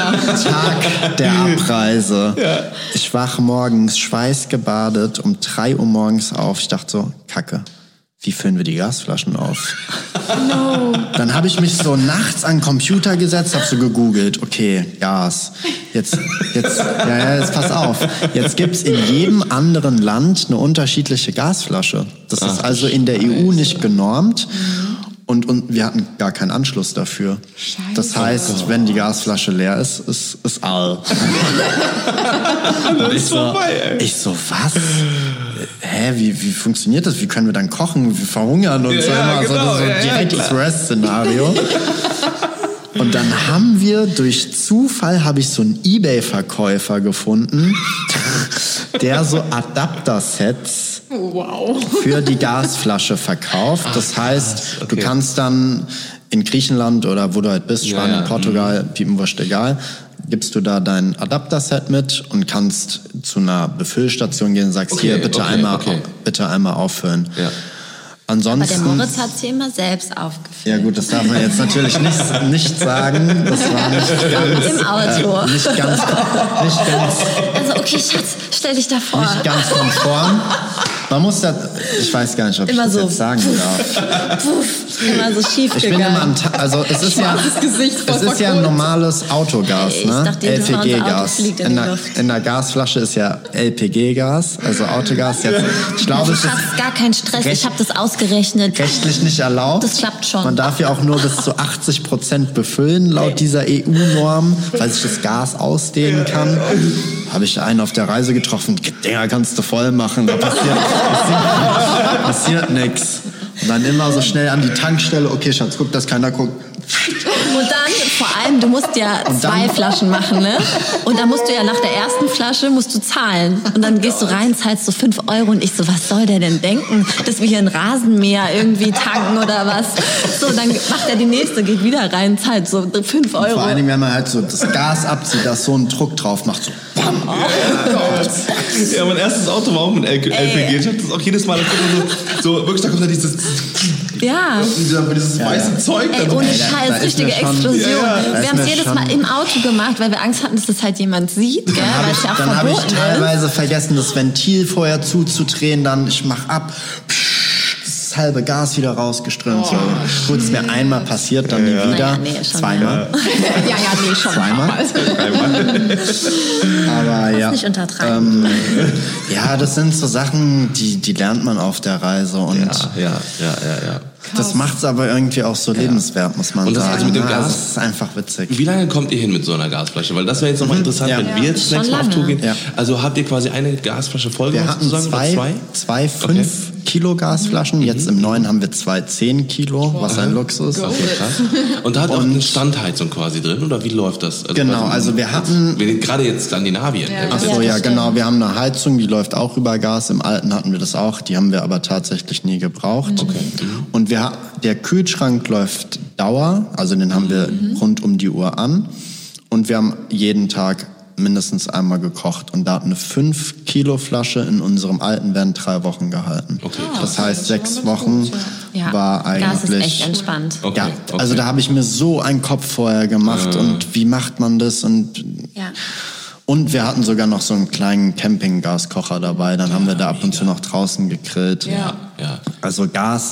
Tag der Abreise. Ich wach morgens schweißgebadet um drei Uhr morgens auf. Ich dachte so, Kacke, wie füllen wir die Gasflaschen auf? Dann habe ich mich so nachts an den Computer gesetzt, habe so gegoogelt, okay, Gas. Jetzt, jetzt, ja, ja, jetzt pass auf. Jetzt gibt's in jedem anderen Land eine unterschiedliche Gasflasche. Das ist also in der E U nicht genormt. Und, und wir hatten gar keinen Anschluss dafür. Scheiße. Das heißt, wenn die Gasflasche leer ist, ist, ist all. Und ich so, vorbei, ey. ich so, was? Hä, wie, wie funktioniert das? Wie können wir dann kochen? Wir verhungern und Ja, so ja, immer. genau, so, so ja, ja, direkt klar. Express-Szenario. Und dann haben wir, durch Zufall habe ich so einen Ebay-Verkäufer gefunden, der so Adapter-Sets Wow. für die Gasflasche verkauft. Das heißt, okay. du kannst dann in Griechenland oder wo du halt bist, Ja, Spanien, ja. Portugal, piepenwurscht egal, gibst du da dein Adapter-Set mit und kannst zu einer Befüllstation gehen und sagst, Okay, hier, bitte, okay, einmal, okay. bitte einmal auffüllen. Ja. Aber Ansonsten... der Moritz hat sie immer selbst aufgefüllt. Ja gut, das darf man jetzt natürlich nicht, nicht sagen. Das war nicht ganz... Im Auto. Äh, nicht ganz... Nicht ganz... Also, okay, Schatz, stell dich da vor. Nicht ganz konform. Man muss das, ich weiß gar nicht, ob Immer ich das so. jetzt sagen darf. Puff, immer so schief Ich bin gegangen. immer am Ta- also es ist ja, Gesicht voll es ist ja ein normales Autogas, Ich ne? dachte, jedes Mal unser Auto L P G-Gas. fliegt in In, die der- Luft. in der Gasflasche ist ja L P G-Gas, also Autogas. Jetzt, ich glaube, es Du ist hast gar keinen Stress. Recht- Ich habe das ausgerechnet. rechtlich nicht erlaubt. Das klappt schon. Man darf ja auch nur bis zu achtzig Prozent befüllen, laut dieser E U-Norm, weil sich das Gas ausdehnen kann. Habe ich einen auf der Reise getroffen, Dinger kannst du voll machen, da passiert, passiert, passiert nichts. Und dann immer so schnell an die Tankstelle, okay Schatz, guck, dass keiner guckt. Und dann, vor allem, du musst ja Und dann- zwei Flaschen machen, ne? Und dann musst du ja nach der ersten Flasche musst du zahlen. Und dann gehst du rein, zahlst so fünf Euro und ich so, was soll der denn denken? Dass wir hier ein Rasenmäher irgendwie tanken oder was? So, dann macht er die nächste, geht wieder rein, zahlt so fünf Euro. Vor allen Dingen, wenn man halt so das Gas abzieht, dass so ein Druck drauf macht, so bam. Ja, mein erstes Auto war auch mit L P G. Ich hab das auch jedes Mal, das kommt so, so, wirklich, da kommt da dieses, Ja. dieser, dieses weiße Zeug. Ey, dann so- ohne da- da Scheiß, ist richtige mir schon- Explosion. Ja, ja. Da ist Wir haben es mir jedes schon- Mal im Auto gemacht, weil wir Angst hatten, dass das halt jemand sieht, gell? Dann habe Weil ich, es ja auch dann hab ich verboten ist. teilweise vergessen, das Ventil vorher zuzudrehen, dann ich mach ab, psch, das halbe Gas wieder rausgeströmt. So. Gut, ist mir einmal passiert, dann nie wieder. Naja, nee, schon Zweimal. Ja, ja, nee, schon. Zweimal. Aber ja. nicht untertreiben. Ähm, ja, das sind so Sachen, die, die lernt man auf der Reise und Ja, ja, ja, ja, ja. das macht's aber irgendwie auch so lebenswert, muss man Und das sagen. also mit dem Ja, Gas? das ist einfach witzig. Wie lange kommt ihr hin mit so einer Gasflasche? Weil das wäre jetzt nochmal interessant, Ja. wenn wir jetzt Schon nächstes Mal auf lange. Tour gehen. Ja. Also habt ihr quasi eine Gasflasche voll Wir gemacht hatten sozusagen? zwei, Oder zwei fünf Kilo Gasflaschen. Jetzt im neuen haben wir zwei zehn Kilo, was ein Luxus. Okay, krass. Und da hat auch eine Standheizung quasi drin, oder wie läuft das? Also Genau, quasi- also wir hatten- wir- Gerade jetzt Skandinavien. Ja, Ach so, Ja, ja, das genau. stimmt. Wir haben eine Heizung, die läuft auch über Gas. Im alten hatten wir das auch. Die haben wir aber tatsächlich nie gebraucht. Okay. Und wir, ha- der Kühlschrank läuft Dauer, also den haben wir rund um die Uhr an. Und wir haben jeden Tag mindestens einmal gekocht. Und da hat eine fünf Kilo Flasche in unserem alten Van drei Wochen gehalten. Okay, das heißt, sechs Wochen Ja, war Gas ist eigentlich... echt entspannt. Okay, Ja, okay. also da habe ich mir so einen Kopf vorher gemacht und wie macht man das und Ja. und wir hatten sogar noch so einen kleinen Campinggaskocher dabei, dann haben wir da ab und zu noch draußen gegrillt. Ja. Ja. Also Gas.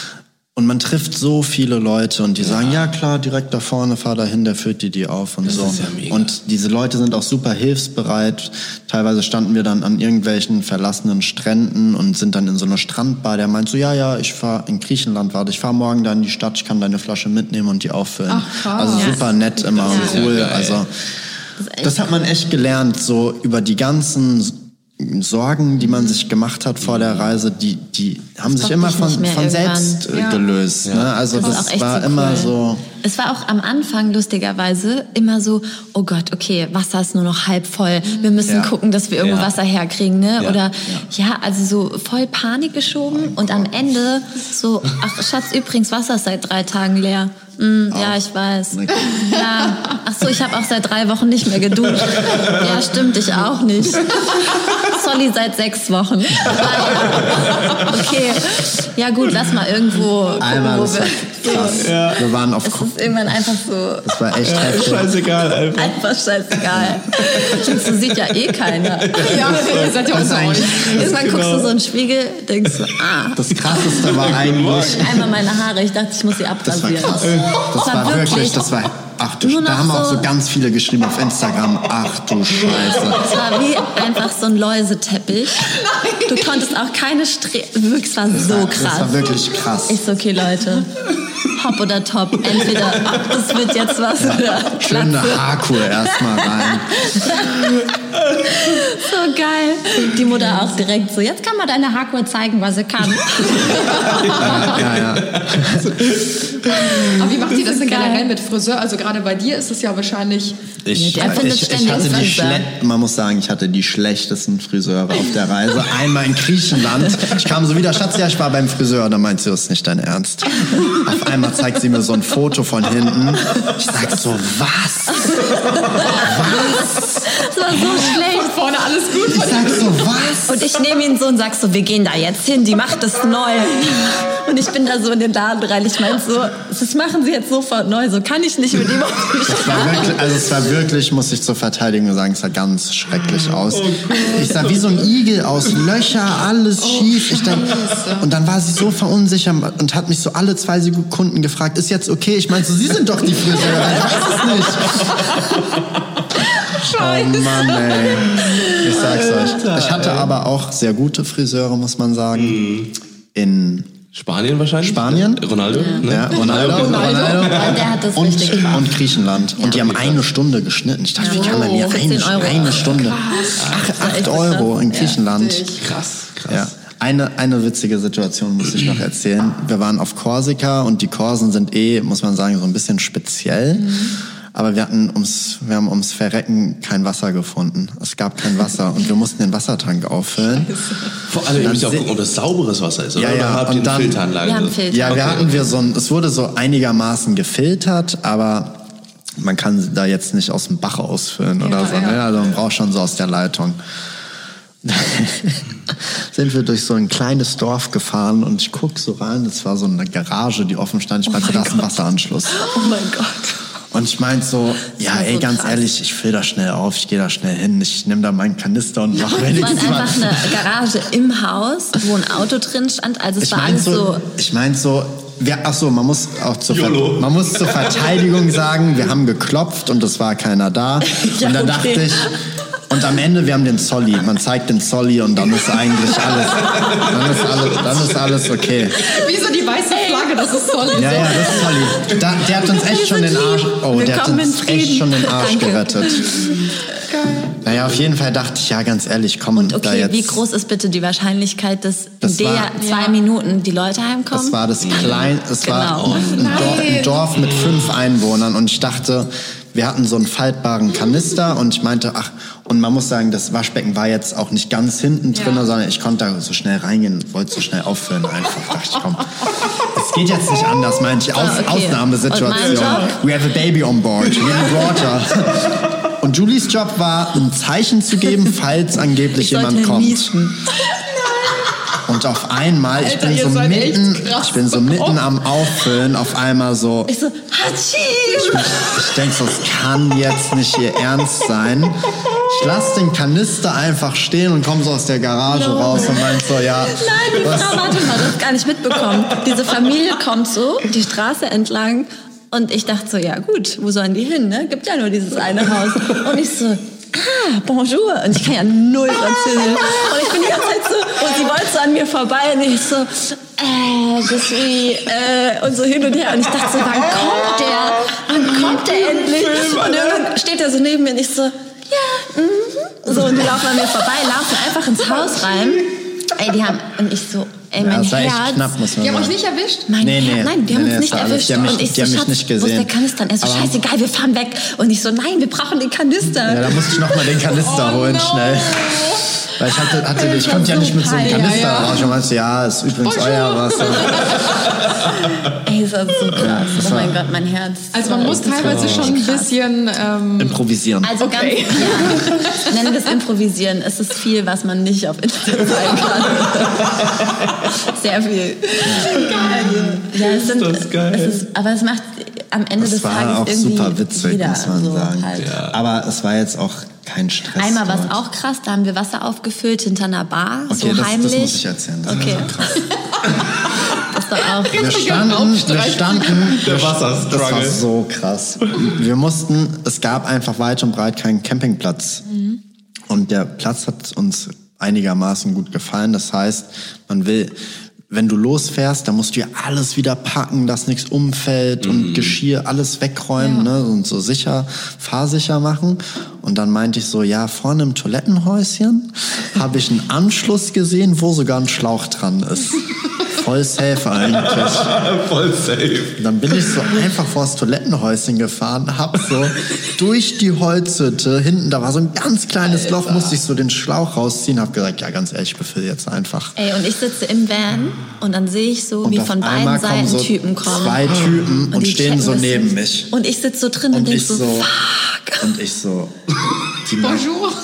Und man trifft so viele Leute und die sagen, ja klar, direkt da vorne, fahr da hin, der füllt dir die auf und so. ist ja mega. Und diese Leute sind auch super hilfsbereit. Teilweise standen wir dann an irgendwelchen verlassenen Stränden und sind dann in so einer Strandbar, der meint so, ja, ja, ich fahr in Griechenland, warte, ich fahr morgen da in die Stadt, ich kann deine Flasche mitnehmen und die auffüllen. Ach, krass. Also Ja. super nett immer Ja. und cool. Ja, geil. Also Das ist echt das hat man echt gelernt, so über die ganzen Sorgen, die man sich gemacht hat vor der Reise, die, die haben sich bockt immer dich von, nicht mehr von irgendwann. selbst äh, Ja. gelöst. Ne? Also Das ist das, auch echt war so immer cool. so. Es war auch am Anfang lustigerweise immer so, oh Gott, okay, Wasser ist nur noch halb voll. Wir müssen Ja. gucken, dass wir irgendwo Ja. Wasser herkriegen, ne? Ja. Oder ja, also so voll Panik geschoben und am Ende so, ach Schatz, übrigens, Wasser ist seit drei Tagen leer. Hm, ja, ich weiß. Ja. Ach so, ich habe auch seit drei Wochen nicht mehr geduscht. Ja, stimmt, ich auch nicht. Solly seit sechs Wochen. Okay, ja gut, lass mal irgendwo gucken, Einmal, wo das war wir... krass. Wir waren auf, Es ist irgendwann einfach so, das war echt heftig. Scheißegal, einfach. einfach scheißegal. So sieht ja eh keiner. Ja, ihr seid ja auch so euch. Irgendwann guckst du so in den Spiegel, denkst du, ah, Das Krasseste war eigentlich, einmal meine Haare. Ich dachte, ich muss sie das war abrasieren. krass. Das war wirklich, das war, ach du, Nur noch da haben auch so- so ganz viele geschrieben auf Instagram, ach du Scheiße. Es war wie einfach so ein Läuseteppich. Du konntest auch keine Stre... Wirklich, es war so Das krass. war wirklich krass. Ich so, okay, Leute. Hopp oder top. Entweder das wird jetzt was oder Schön eine Glatze. Haarkur erstmal rein. So geil. Die Mutter auch direkt so, jetzt kann man deine Haarkur zeigen, was sie kann. Ja, ja. Aber wie macht ihr das denn geil. generell mit Friseur? Also gerade bei dir ist es ja wahrscheinlich... Ich, Der findet ich, ich ständig hatte die Friseur. schle- man muss sagen, ich hatte die schlechtesten Friseure auf der Reise. Einmal in Griechenland. Ich kam so wieder, Schatz, ja, ich war beim Friseur. Da meint sie, das ist nicht dein Ernst. Auf einmal zeigt sie mir so ein Foto von hinten. Ich sag so, was? Das war so schlecht. Vorne alles gut. Ich sag so, was? Und ich nehme ihn so und sag so, wir gehen da jetzt hin, die macht es neu. Und ich bin da so in den Laden rein. Ich meine so, das machen sie jetzt sofort neu. So kann ich nicht mit ihm auf die Es war wirklich, also es war wirklich, muss ich zur Verteidigung sagen, es sah ganz schrecklich aus. Ich sah wie so ein Igel aus, Löcher, alles schief. Ich denk, und dann war sie so verunsichert und hat mich so alle zwei Sekunden gefragt, ist jetzt okay? Ich meinte so, Sie sind doch die Friseurin, ich weiß es nicht. Scheiße. Oh Mann, ey. Ich sag's euch. Ich hatte aber auch sehr gute Friseure, muss man sagen. In Spanien wahrscheinlich? Spanien? Ronaldo? Ne? Ja, Ronaldo. Ronaldo. Der hat das Und, richtig gemacht. und Griechenland. Und die haben eine Stunde geschnitten. Ich dachte, wie kann man mir für eine, zehn Euro. eine Stunde? Ach, acht Euro in Griechenland. Krass, krass. Ja. Eine, eine witzige Situation muss ich noch erzählen. Wir waren auf Korsika und die Korsen sind eh, muss man sagen, so ein bisschen speziell. Mhm. Aber wir hatten ums, wir haben ums Verrecken kein Wasser gefunden. Es gab kein Wasser und wir mussten den Wassertank auffüllen. Vor allem, ihr müsst ja auch gucken, ob das sauberes Wasser ist, oder? Ja, ja. Oder habt ihr Und eine dann- Filteranlage? Wir haben Filter. Ja, wir Okay. hatten wir so ein, es wurde so einigermaßen gefiltert, aber man kann da jetzt nicht aus dem Bach ausfüllen oder Ja, so. ja. Ne? Also man braucht schon so aus der Leitung. Sind wir durch so ein kleines Dorf gefahren und ich guck so rein, das war so eine Garage, die offen stand. Ich meinte, da ist ein Wasseranschluss. Oh mein Gott. Und ich meinte so, ja, war ey, so ganz krass. ehrlich, ich fülle da schnell auf, ich gehe da schnell hin, ich nehme da meinen Kanister und mach Es war wenigstens mal. einfach eine Garage im Haus, wo ein Auto drin stand. Also es Ich war meine alles so, so. ich mein so, wir, ach so, man muss auch zur, Ver YOLO. man muss zur Verteidigung sagen, wir haben geklopft und es war keiner da. Ja, und dann okay. dachte ich, und am Ende, wir haben den Zolli, man zeigt den Zolli und dann ist eigentlich alles, dann ist alles, dann ist alles okay. Wieso die weiße Flagge, das ist toll. Ja, ja, das ist Zolli. Da, der hat uns echt schon den Arsch, oh, der hat Willkommen in uns echt Frieden. schon den Arsch Danke. gerettet. Naja, auf jeden Fall dachte ich, ja, ganz ehrlich, komm Und da okay, jetzt. wie groß ist bitte die Wahrscheinlichkeit, dass Das in der war- zwei Ja. Minuten die Leute heimkommen? Das war das klein, es war Genau. ein, Dorf, ein Dorf mit fünf Einwohnern und ich dachte, wir hatten so einen faltbaren Kanister und ich meinte, ach, und man muss sagen, das Waschbecken war jetzt auch nicht ganz hinten drin, Ja. sondern ich konnte da so schnell reingehen, wollte so schnell auffüllen einfach. Dachte ich, komm, es geht jetzt nicht anders, meinte ich, Aus, Ah, okay. Ausnahmesituation. Und mein Job? We have a baby on board, we need water. Und Julies Job war, ein Zeichen zu geben, falls angeblich Ich sollte jemand kommt. niesen. Und auf einmal, ich Alter, bin ihr so seid echt mitten, krass. ich bin so mitten am Auffüllen, auf einmal so, Ich so, Hatschi! ich denk so, es kann jetzt nicht ihr Ernst sein. Ich lass den Kanister einfach stehen und komm so aus der Garage No. raus und meint so, ja. Nein, die was- Frau, warte mal, du hast gar nicht mitbekommen. Diese Familie kommt so die Straße entlang und ich dachte so, ja gut, wo sollen die hin, ne? Gibt ja nur dieses eine Haus. Und ich so, ah, bonjour. Und ich kann ja null Französisch. Und ich bin die ganze Zeit so, und sie wollte so an mir vorbei und ich so, äh, je suis, äh, und so hin und her. Und ich dachte so, wann kommt der? Wann kommt der endlich? Und irgendwann steht er so neben mir und ich so, ja, mhm. So, und die laufen an mir vorbei, laufen einfach ins Haus rein. Ey, die haben, und ich so, ey, Ja, mein das war echt Herz. knapp, muss man Die haben euch sagen. nicht erwischt? Mein Nee, nee. Herz, nein, die haben Nee, nee, uns nicht das war alles- erwischt. die haben mich- und ich die haben so, mich Schatz, nicht wo ist gesehen. der Kanister? Und er so, Aber- scheißegal, wir fahren weg. Und ich so, nein, wir brauchen den Kanister. Ja, da musste ich noch mal den Kanister Oh, holen, no. schnell. Weil ich hatte, hatte ich war konnte ja so nicht mit so einem peinlich. Kanister Ja, ja. raus. Ich meinte, ja, ist übrigens Bonjour. euer Wasser. Ey, das war so krass. Oh war- mein Gott, mein Herz. Also man muss teilweise schon ein bisschen... Ähm, Improvisieren. Also Okay. ganz, ja, nennen wir es Improvisieren. Es ist viel, was man nicht auf Instagram zeigen kann. Sehr viel. Ja, es sind, das geil. Es ist, aber es macht am Ende Das des war Tages auch irgendwie super witzig, jeder muss man so sagen. Halt. Aber es war jetzt auch kein Stress. Einmal war es dort. auch krass, da haben wir Wasser aufgefüllt hinter einer Bar, Okay, so das, das heimlich. muss ich erzählen. Das Okay. war so krass. Das ist doch auch. Wir standen, wir standen, Der Wasserstruggle. das war so krass. Wir mussten, es gab einfach weit und breit keinen Campingplatz. Und der Platz hat uns einigermaßen gut gefallen. Das heißt, man will, wenn du losfährst, dann musst du ja alles wieder packen, dass nichts umfällt und Geschirr, alles wegräumen, Ja. ne, und so sicher, fahrsicher machen. Und dann meinte ich so, ja, vorne im Toilettenhäuschen habe ich einen Anschluss gesehen, wo sogar ein Schlauch dran ist. voll safe eigentlich. Voll safe. Dann bin ich so einfach vors Toilettenhäuschen gefahren, hab so durch die Holzhütte, hinten, da war so ein ganz kleines Loch, musste ich so den Schlauch rausziehen, hab gesagt, ja ganz ehrlich, ich befülle jetzt einfach. Ey, und ich sitze im Van und dann sehe ich so, Und wie auf von einmal beiden kommen Seiten so Typen kommen. zwei Typen und, die stehen checken so das neben nicht. mich. Und ich sitze so drin und, Und denk ich so, so, fuck. und ich so, die Bonjour. Und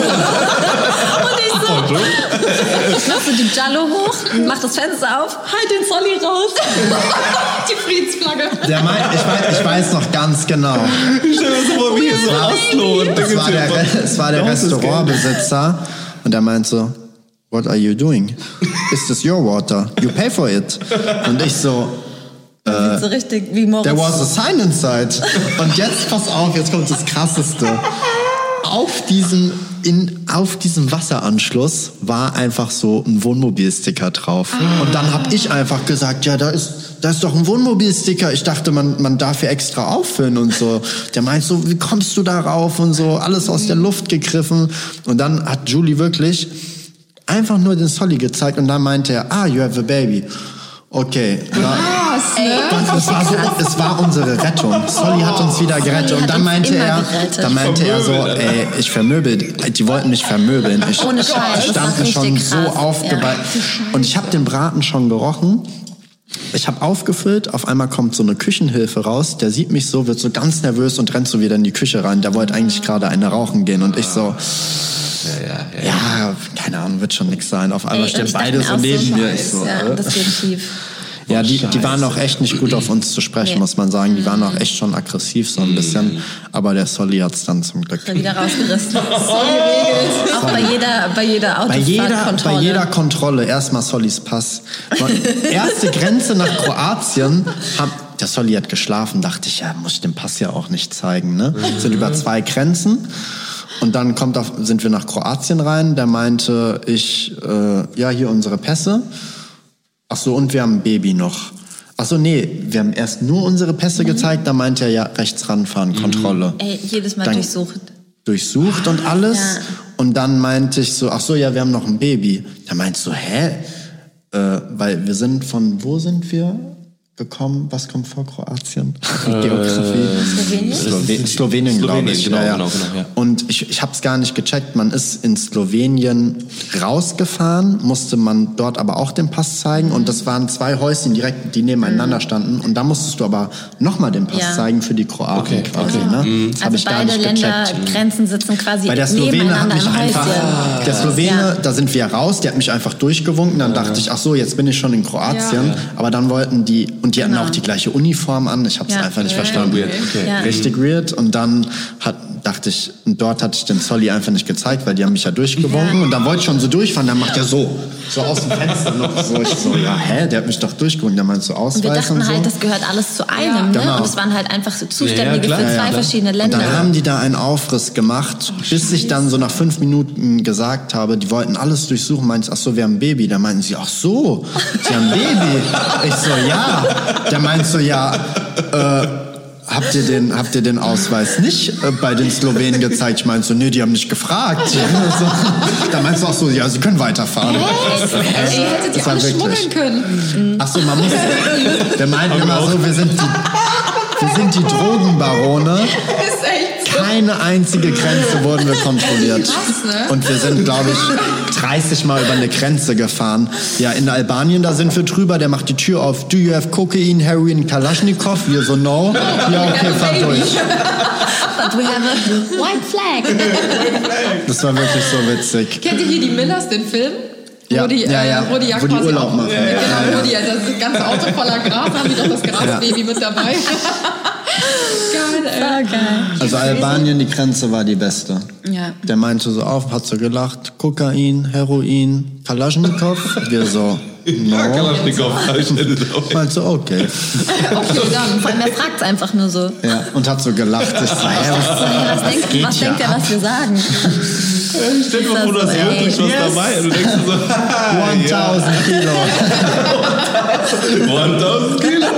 ich so, ich mach so die Jallo hoch, mach das Fenster auf, halt den Solly raus. Die Friedensflagge. Der meint, ich, weiß, ich weiß noch ganz genau. Stell dir das vor, wie so Oslo. Und Es war der, es war der Restaurantbesitzer und der meint so, what are you doing? Is this your water? You pay for it. Und ich so, Sieht so richtig wie Moritz. there was a sign inside. Und jetzt, pass auf, jetzt kommt das Krasseste. Auf diesem, in, auf diesem Wasseranschluss war einfach so ein Wohnmobilsticker drauf. Und dann habe ich einfach gesagt, ja, da ist, da ist doch ein Wohnmobilsticker. Ich dachte, man, man darf hier extra auffüllen und so. Der meint so, wie kommst du da rauf und so, alles aus der Luft gegriffen. Und dann hat Julie wirklich einfach nur den Solly gezeigt und dann meinte er, ah, you have a baby. Okay. Da, und es war so, es war unsere Rettung. Solly hat uns wieder gerettet. Und dann meinte er, dann meinte er so, ey, ich vermöbel, die wollten mich vermöbeln. Ich Ohne Scheiß, das stand war mir schon richtig so krass. aufgeballt. Und ich habe den Braten schon gerochen. Ich habe aufgefüllt, auf einmal kommt so eine Küchenhilfe raus, der sieht mich so, wird so ganz nervös und rennt so wieder in die Küche rein. Der wollte eigentlich gerade eine rauchen gehen und ich so, Ja, ja, ja. ja, keine Ahnung, wird schon nix sein. Auf einmal Ey, stehen und ich dachte beide mir so auch neben mir. Ich Scheiß, so, ja, äh. das geht schief. Ja, die, die waren auch echt nicht gut auf uns zu sprechen, Nee. muss man sagen. Die waren auch echt schon aggressiv so ein bisschen. Aber der Solly hat's dann zum Glück. Wieder rausgerissen. Auch bei jeder, bei jeder Bei jeder, Autofahrtkontrolle. bei jeder Kontrolle erstmal Sollys Pass. Erste Grenze nach Kroatien. Hab, der Solly hat geschlafen, dachte ich, ja, muss ich den Pass ja auch nicht zeigen. Ne? Sind über zwei Grenzen. Und dann kommt auf, sind wir nach Kroatien rein. Der meinte, ich, äh, ja, hier unsere Pässe. Ach so, und wir haben ein Baby noch. Ach so, nee, wir haben erst nur unsere Pässe Mhm. gezeigt. Da meinte er, ja, rechts ranfahren, Kontrolle. Ey, jedes Mal Dann- durchsucht. Durchsucht und alles. Ja. Und dann meinte ich so, ach so, ja, wir haben noch ein Baby. Da meinte ich so, hä? Äh, weil wir sind von, wo sind wir gekommen? Was kommt vor Kroatien? Geografie. Slowenien? Slowen Slowenien, glaube ich. genau, ja, ja. genau, genau, ja. Und ich, ich habe es gar nicht gecheckt. Man ist in Slowenien rausgefahren, musste man dort aber auch den Pass zeigen. Und das waren zwei Häuschen direkt, die nebeneinander standen. Und da musstest du aber nochmal den Pass Ja. zeigen für die Kroaten Okay, quasi. okay. Ne? Das hab Also ich gar beide nicht gecheckt. Ländergrenzen sitzen quasi Weil der Slowene hat nebeneinander mich im einfach, Häuschen. der Slowene, Ja. da sind wir raus, der hat mich einfach durchgewunken. Dann dachte ich, ach so, jetzt bin ich schon in Kroatien. Aber dann wollten die, und die hatten Genau. auch die gleiche Uniform an. Ich habe es Ja. einfach nicht Ja, verstanden. weird. Okay. Ja. Richtig weird. Und dann hat, dachte ich, und dort hatte ich den Solly einfach nicht gezeigt, weil die haben mich ja durchgewunken. Ja. Und dann wollte ich schon so durchfahren, dann macht er so, so aus dem Fenster noch so. Ich so, ja, hä, der hat mich doch durchgewunken. Der meint so Ausweis Und wir dachten und so. halt, das gehört alles zu einem, ne? Genau. Und es waren halt einfach so Zuständige Ja, ja, klar. für Ja, zwei ja, klar. verschiedene Und Länder. dann haben die da einen Aufriss gemacht, bis ich dann so nach fünf Minuten gesagt habe, die wollten alles durchsuchen, meinte ich, ach so, wir haben ein Baby. Da meinten sie, ach so, sie haben ein Baby. Ich so, ja. Der meint so, ja, äh, habt ihr den, habt ihr den Ausweis nicht äh, bei den Slowenen gezeigt? Ich meinte so, nee, die haben nicht gefragt. So. Da meinst du auch so, ja, sie können weiterfahren. Ich so, hä? Ey, ihr hättet die Das war alle wirklich- schmuggeln können. Ach so, man muss, der meint immer so, wir sind die, wir sind die Drogenbarone. Ist echt so. Keine einzige Grenze wurden wir kontrolliert. Krass, ne? Und wir sind, glaube ich, dreißig Mal über eine Grenze gefahren. Ja, in Albanien, da sind wir drüber, der macht die Tür auf. Do you have cocaine, heroin, Kalashnikov? Wir so, no. Ja, okay, fahr durch. But we have a white flag. Das war wirklich so witzig. Kennt ihr hier die Millers, den Film? Ja, wo die, ja, ja. Äh, wo die, ja Wo die quasi Urlaub auch, machen. Genau, Ja, ja. wo die ja das ganze Auto voller Gras haben, die doch das Grasbaby mit dabei. Geil, ey. So geil. Also Albanien, die Grenze war die beste. Ja. Der meinte so auf, hat so gelacht, Kokain, Heroin, Kalaschnikow. Wir so, no. Kalaschnikow. Meinte so, okay. Okay, dann. Vor allem, er fragt einfach nur so. Ja, und hat so gelacht. Ich so, hä, was, Was denkt, geht was hier denkt er, ab? was wir sagen? Stell dir mal vor, du hast Ey, wirklich was yes. dabei und du denkst dir so, tausend Kilo. tausend Kilo.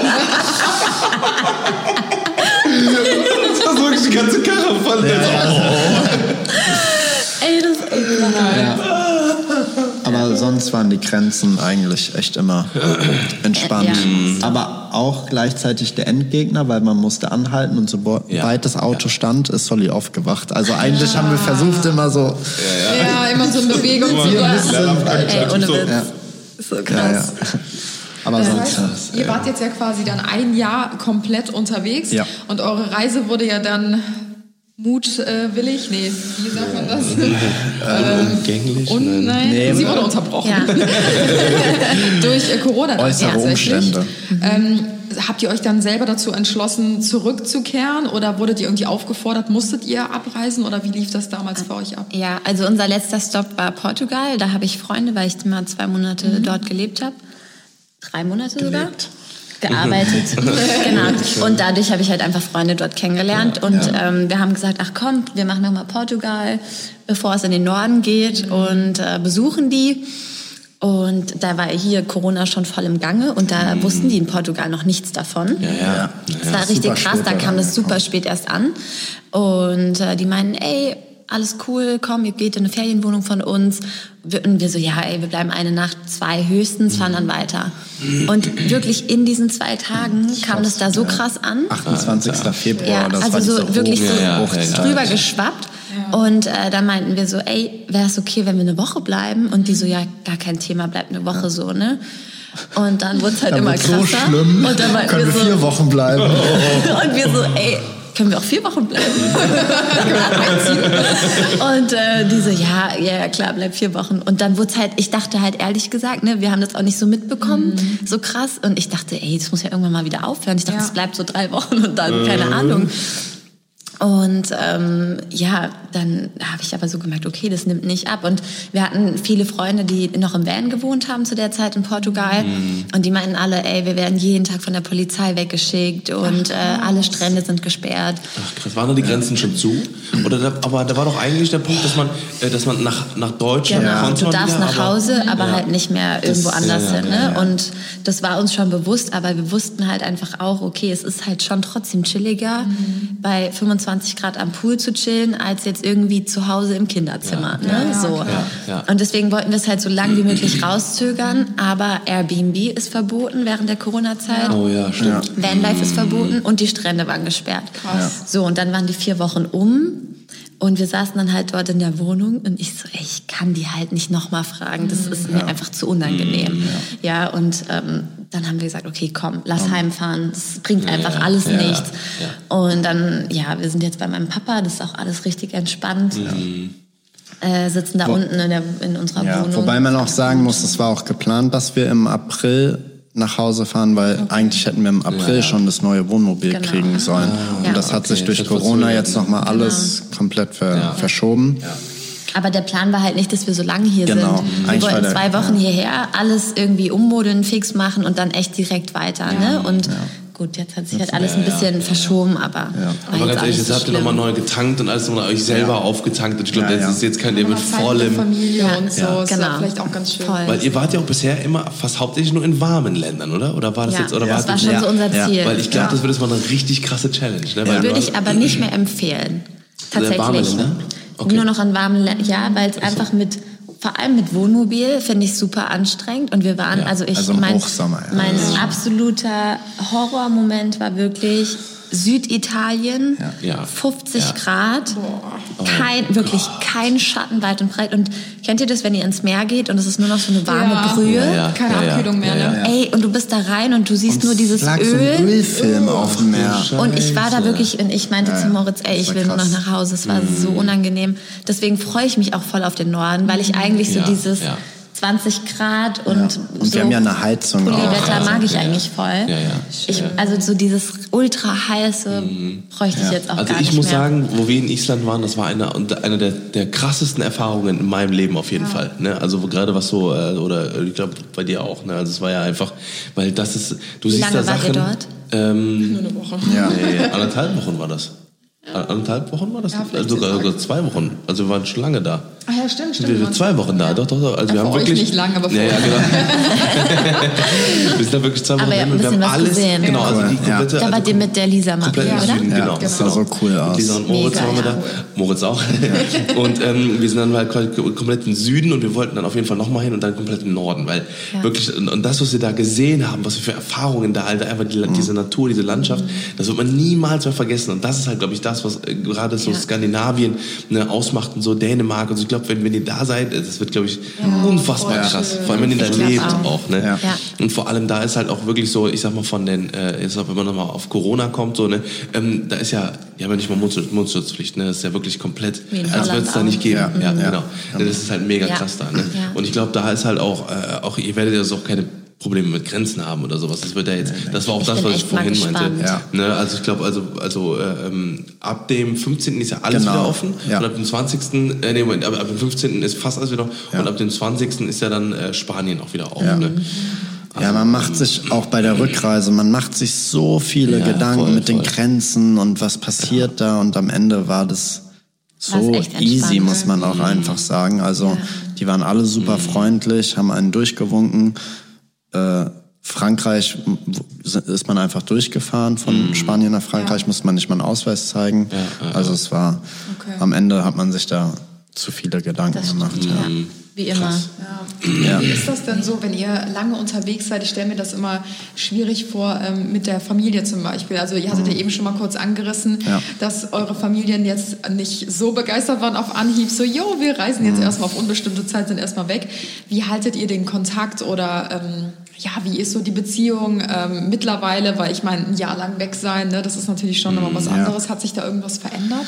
Das ist wirklich die ganze Karre voll. Ey, das ist echt wahr. Aber sonst waren die Grenzen eigentlich echt immer entspannt. Ja. Aber auch gleichzeitig der Endgegner, weil man musste anhalten und sobald Ja. das Auto Ja. stand, ist Solly aufgewacht. Also eigentlich haben wir versucht immer so... Ja, immer so in Bewegung zu Wir bleiben. müssen weiter. Ey, ohne Witz. Ja. So Ja, krass. ja. Aber Das sonst... heißt, ihr wart jetzt ja quasi dann ein Jahr komplett unterwegs Ja. und eure Reise wurde ja dann mutwillig, nee, wie sagt man das? Umgänglich? Und, nein, Nee. sie wurde unterbrochen. Ja. Durch äh, Corona dann Äußere tatsächlich. Umstände. Ähm, habt ihr euch dann selber dazu entschlossen, zurückzukehren oder wurdet ihr irgendwie aufgefordert, musstet ihr abreisen oder wie lief das damals für euch ab? Ja, also unser letzter Stopp war Portugal. Da habe ich Freunde, weil ich mal zwei Monate dort gelebt habe. Drei Monate sogar. Gearbeitet. Genau. Und dadurch habe ich halt einfach Freunde dort kennengelernt. Und ähm, wir haben gesagt, ach komm, wir machen nochmal Portugal, bevor es in den Norden geht und äh, besuchen die. Und da war hier Corona schon voll im Gange und da mhm. wussten die in Portugal noch nichts davon. Ja, ja. Das war richtig krass, da kam das super spät erst an. Und äh, die meinen, ey, alles cool, komm, ihr geht in eine Ferienwohnung von uns. Und wir so, ja, ey, wir bleiben eine Nacht, zwei höchstens, fahren dann weiter. Und wirklich in diesen zwei Tagen kam das da so krass an. achtundzwanzigster Februar, Ja, das also war so diese wirklich so Ja, ja, ja, ja. drüber geschwappt. Und äh, dann meinten wir so, ey, wäre es okay, wenn wir eine Woche bleiben? Und die so, ja, gar kein Thema, bleibt eine Woche so, ne? Und dann wurde es halt Dann immer wird's krasser. so schlimm, Und dann meinten können wir wir so, vier Wochen bleiben. und wir so, ey, können wir auch vier Wochen bleiben? Und äh, die so, ja, ja, ja, klar, bleib vier Wochen. Und dann wurde es halt, ich dachte halt ehrlich gesagt, ne, wir haben das auch nicht so mitbekommen, Mhm. so krass. Und ich dachte, ey, das muss ja irgendwann mal wieder aufhören. Ich dachte, Ja. es bleibt so drei Wochen und dann, keine Ahnung. Und ähm, ja, dann habe ich aber so gemerkt, okay, das nimmt nicht ab. Und wir hatten viele Freunde, die noch im Van gewohnt haben zu der Zeit in Portugal. Mhm. Und die meinten alle, ey, wir werden jeden Tag von der Polizei weggeschickt und äh, alle Strände sind gesperrt. Ach krass, waren da die Grenzen schon zu? Oder da, aber da war doch eigentlich der Punkt, dass man, äh, dass man nach, nach Deutschland Genau, konnte du man darfst wieder, nach aber- Hause, aber halt nicht mehr irgendwo anders ja, ja, hin. Ne? ja, ja. Und das war uns schon bewusst, aber wir wussten halt einfach auch, okay, es ist halt schon trotzdem chilliger, bei fünfundzwanzig Grad am Pool zu chillen, als jetzt irgendwie zu Hause im Kinderzimmer. Ja. Ne? Ja, ja, so. klar. Ja, ja. Und deswegen wollten wir es halt so lange wie möglich rauszögern, aber Airbnb ist verboten während der Corona-Zeit. Oh ja, stimmt. Vanlife ist verboten und die Strände waren gesperrt. Krass. So, und dann waren die vier Wochen um und wir saßen dann halt dort in der Wohnung und ich so, ey, ich kann die halt nicht nochmal fragen, das ist mir einfach zu unangenehm. Ja, und ähm, dann haben wir gesagt, okay, komm, lass heimfahren, das bringt einfach ja, alles ja, nichts. ja. Und dann, ja, wir sind jetzt bei meinem Papa, das ist auch alles richtig entspannt. Äh, sitzen da Wo- unten in, der, in unserer Ja, Wohnung. wobei man auch sagen muss, es war auch geplant, dass wir im April nach Hause fahren, weil eigentlich hätten wir im April Ja. schon das neue Wohnmobil Genau. kriegen sollen. Ja. Und das hat Okay, sich durch das Corona verzögert. jetzt nochmal alles komplett ver verschoben. Aber der Plan war halt nicht, dass wir so lange hier Genau. sind. Wir Eigentlich war wollten der- zwei Wochen hierher, alles irgendwie ummodeln, fix machen und dann echt direkt weiter. Ne? Und gut, jetzt hat sich halt alles ein bisschen verschoben, aber war Aber jetzt ganz auch ehrlich, nicht jetzt so habt ihr schlimm. nochmal neu getankt und alles nochmal euch selber aufgetankt. Und ich glaube, Ja, jetzt ja. ist jetzt könnt ihr mit Zeit vollem... Familie Ja. und so, Ja. ist ja Genau. vielleicht auch ganz schön. Voll. Weil ihr wart ja auch bisher immer fast hauptsächlich nur in warmen Ländern, oder? Oder war das Ja, jetzt... Oder das wart war ihr- schon Ja. so unser Ja. Ziel. Weil ich glaube, Ja. das wird jetzt mal eine richtig krasse Challenge. Ne? Weil du Würde hast- ich aber nicht mehr empfehlen. warme Tatsächlich. Länder? Okay. Nur noch an warmen Ländern. Ja, weil es einfach mit, vor allem mit Wohnmobil, finde ich super anstrengend. Und wir waren, Ja, also ich, also im mein, Hochsommer, ja. mein absoluter Horrormoment war wirklich Süditalien, Ja. fünfzig Ja. Grad, kein, wirklich kein Schatten weit und breit. Und kennt ihr das, wenn ihr ins Meer geht und es ist nur noch so eine warme Ja. Brühe? Ja, ja. Keine Ja, ja. Abkühlung mehr, Ja, ne? ja. Ey, und du bist da rein und du siehst nur dieses lag so Öl. ein Ölfilm auf dem Meer. Und ich war da wirklich, und ich meinte zu Moritz, ey, das ich war will nur noch krass. nach Hause. Es war so unangenehm. Deswegen freue ich mich auch voll auf den Norden, weil ich eigentlich so Ja, dieses ja. zwanzig Grad und, Und so wir haben ja eine Heizung Pulli-Wetter auch. mag ich Ja, ja. eigentlich voll. Ja, ja. Ich, also so dieses ultra heiße bräuchte ich jetzt auch Also gar ich nicht muss mehr. sagen, wo wir in Island waren, das war eine, eine der, der krassesten Erfahrungen in meinem Leben auf jeden Fall. Ne? Also wo- gerade was so, äh, oder äh, ich glaube bei dir auch. Ne? Also es war ja einfach, weil das ist, du Wie siehst lange da wart Sachen. ihr dort? Ähm, Nur eine Woche. Ja. nee, anderthalb Wochen war das. Anderthalb Wochen war das? Ja, vielleicht also sogar, zehn Tage. sogar zwei Wochen. Also wir waren schon lange da. Ah ja, stimmt, stimmt. Wir sind zwei Wochen da, ja. doch, doch, doch. Also ja, wir haben für wirklich euch nicht lang, aber für ja, ja, genau. Wir sind da wirklich zwei Wochen Aber ihr habt ein und wir bisschen haben was alles, gesehen. genau, also die Ja. komplette, Da also wart ihr mit der Lisa Marie, komplett im oder? Süden, Ja, genau. das sah so cool aus. Mit Lisa und Moritz Mega, waren wir da. ja. Moritz auch. Und ähm, wir sind dann halt quasi komplett im Süden und wir wollten dann auf jeden Fall nochmal hin und dann komplett im Norden, weil Ja. wirklich, und, und das, was wir da gesehen haben, was wir für Erfahrungen da halt einfach die, diese Natur, diese Landschaft, das wird man niemals mehr vergessen. Und das ist halt, glaube ich, das, was äh, gerade so Ja. Skandinavien ne, ausmacht und so Dänemark. Und so. Ich glaube, wenn, wenn ihr da seid, das wird, glaube ich, unfassbar voll krass. schön. Vor allem, wenn ihr da Ich glaub lebt auch. auch. Ne? Ja. Ja. Und vor allem da ist halt auch wirklich so, ich sag mal von den, äh, ich sag, wenn man nochmal auf Corona kommt, so, ne, ähm, da ist ja, die haben ja nicht mal Mundschutz, Mundschutzpflicht, ne, das ist ja wirklich komplett, Wie in als Holland würde es da auch. nicht geben. Ja. Ja, Ja. genau. Ja. Das ist halt mega Ja. krass da, ne. Ja. Und ich glaube, da ist halt auch, äh, auch, ihr werdet ja so auch keine Probleme mit Grenzen haben oder sowas. Das wird ja jetzt, das war auch Ich das, bin was ich echt mal vorhin meinte. gespannt. Ja. Ne, also ich glaube, also, also äh, ähm, ab dem fünfzehnten ist ja alles Genau. wieder offen. Ja. Und ab dem zwanzigsten Äh, nee, Moment, ab, ab dem fünfzehnten ist fast alles wieder. Ja. Und ab dem zwanzigsten ist ja dann äh, Spanien auch wieder auf. Ja. Ne? Ja, man macht sich auch bei der Rückreise, man macht sich so viele Ja, Gedanken voll, mit den voll. Grenzen und was passiert da und am Ende war das so War's echt easy, entspannt. muss man auch einfach sagen. Also die waren alle super freundlich, haben einen durchgewunken. Äh, Frankreich w- ist man einfach durchgefahren, von Spanien nach Frankreich musste man nicht mal einen Ausweis zeigen. ja, also es war, Okay. am Ende hat man sich da zu viele Gedanken Das gemacht. stimmt, Ja. ja. Wie immer. Ja. Wie ist das denn so, wenn ihr lange unterwegs seid? Ich stelle mir das immer schwierig vor ähm, mit der Familie zum Beispiel. Also ihr hattet ja eben schon mal kurz angerissen, Ja. dass eure Familien jetzt nicht so begeistert waren auf Anhieb. So, jo, wir reisen jetzt erstmal auf unbestimmte Zeit, sind erstmal weg. Wie haltet ihr den Kontakt oder ähm, ja, wie ist so die Beziehung ähm, mittlerweile? Weil ich meine, ein Jahr lang weg sein, ne, das ist natürlich schon nochmal was Ja. anderes. Hat sich da irgendwas verändert?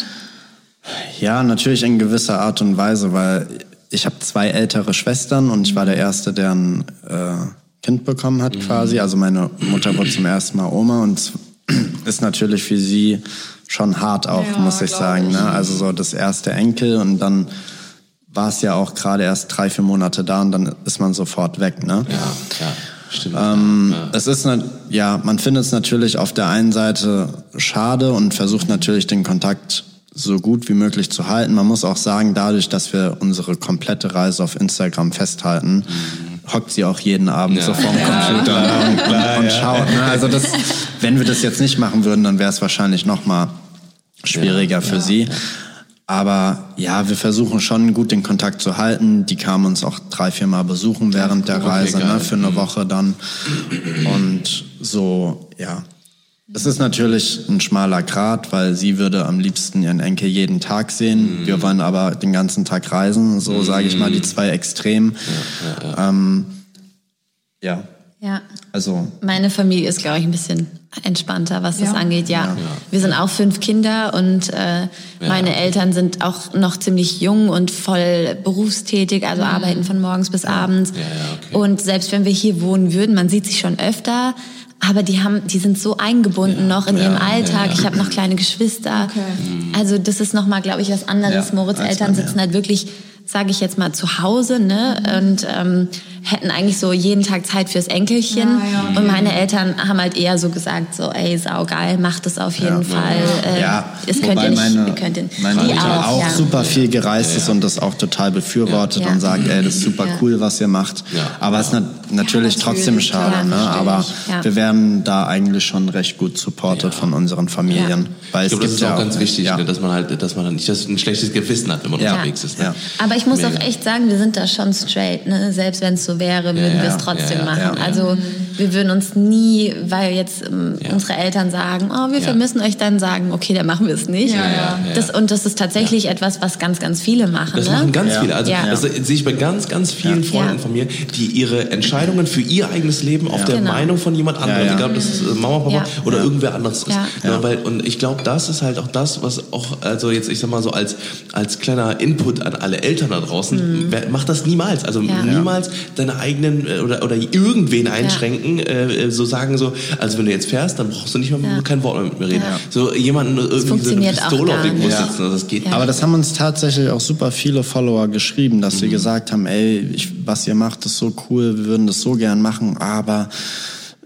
Ja, natürlich in gewisser Art und Weise, weil ich habe zwei ältere Schwestern und ich war der Erste, der ein äh, Kind bekommen hat quasi. Also meine Mutter wurde zum ersten Mal Oma und es ist natürlich für sie schon hart auch, Ja, muss ich glaub sagen. ich. Ne? Also so das erste Enkel und dann war es ja auch gerade erst drei, vier Monate da und dann ist man sofort weg. Ne? Ja, ja, stimmt. Ähm, ja. Es ist ne, ja, man findet es natürlich auf der einen Seite schade und versucht natürlich den Kontakt so gut wie möglich zu halten. Man muss auch sagen, dadurch, dass wir unsere komplette Reise auf Instagram festhalten, hockt sie auch jeden Abend Ja. so vorm Computer ne, und, und, und schaut. Ne? Also das, wenn wir das jetzt nicht machen würden, dann wäre es wahrscheinlich noch mal schwieriger für sie. Aber ja, wir versuchen schon gut den Kontakt zu halten. Die kamen uns auch drei, vier Mal besuchen während der Reise, geil. ne, für eine Woche dann. Und so, ja. Es ist natürlich ein schmaler Grat, weil sie würde am liebsten ihren Enkel jeden Tag sehen. Wir wollen aber den ganzen Tag reisen. So sage ich mal, die zwei Extremen. Ähm, ja, Ja. also Meine Familie ist, glaube ich, ein bisschen entspannter, was das Ja. angeht. Ja. Wir sind auch fünf Kinder und äh, meine Eltern sind auch noch ziemlich jung und voll berufstätig, also arbeiten von morgens bis abends. Ja, ja, okay. Und selbst wenn wir hier wohnen würden, man sieht sich schon öfter, aber die haben, die sind so eingebunden noch in ihrem Alltag. Ich habe noch kleine Geschwister. Okay. Also das ist nochmal, glaube ich, was anderes. Ja, Moritz' als Eltern bei mir. sitzen halt wirklich, sage ich jetzt mal, zu Hause, ne? Und ähm, hätten eigentlich so jeden Tag Zeit fürs Enkelchen. Ja, ja. Und meine Eltern haben halt eher so gesagt, so, ey, saugeil, macht es auf jeden Fall. Äh, ja, das könnt wobei ihr nicht, meine, ihr könnt ihr, meine die Mutter auch, ja. super viel gereist ist und das auch total befürwortet Ja. und sagt, ey, das ist super Ja. cool, was ihr macht. Ja. Aber es ist nat natürlich Ja, trotzdem natürlich, schade. ja, ne? verstehe Aber ich, ja. wir werden da eigentlich schon recht gut supported von unseren Familien. Weil Ich es glaube, das gibt ist ja auch ganz wichtig, ja. ne, dass man halt, dass man dann nicht das ein schlechtes Gewissen hat, wenn man Ja. unterwegs ist. Ne? Ja. Aber ich muss Mega. auch echt sagen, wir sind da schon straight. Ne? Selbst wenn es so wäre, würden ja, wir es ja, trotzdem ja, machen. ja, ja. Also wir würden uns nie, weil jetzt ähm, Ja. unsere Eltern sagen, oh, wir Ja. vermissen euch, dann sagen, okay, dann machen wir es nicht. Ja, ja. Das, und das ist tatsächlich etwas, was ganz, ganz viele machen. Das ne? machen ganz Ja. viele. Also Ja. das sehe ich bei ganz, ganz vielen Ja. Freunden Ja. von mir, die ihre Entscheidungen für ihr eigenes Leben auf der Genau. Meinung von jemand anderem, Ja, ja. egal ob das ist äh, Mama, Papa Ja. oder irgendwer anderes ist. Ja. Ja, weil, und ich glaube, das ist halt auch das, was auch, also jetzt, ich sag mal so als, als kleiner Input an alle Eltern da draußen, wer, macht das niemals. Also Ja. niemals deine eigenen äh, oder, oder irgendwen einschränken, äh, so sagen so, also wenn du jetzt fährst, dann brauchst du nicht mal Ja. kein Wort mehr mit mir reden. Ja. So jemanden irgendwie so eine funktioniert auch Pistole auf gar den Bus nicht. sitzen, also das geht Ja. Aber das haben uns tatsächlich auch super viele Follower geschrieben, dass sie gesagt haben, ey, ich, was ihr macht, ist so cool, wir würden das so gern machen, aber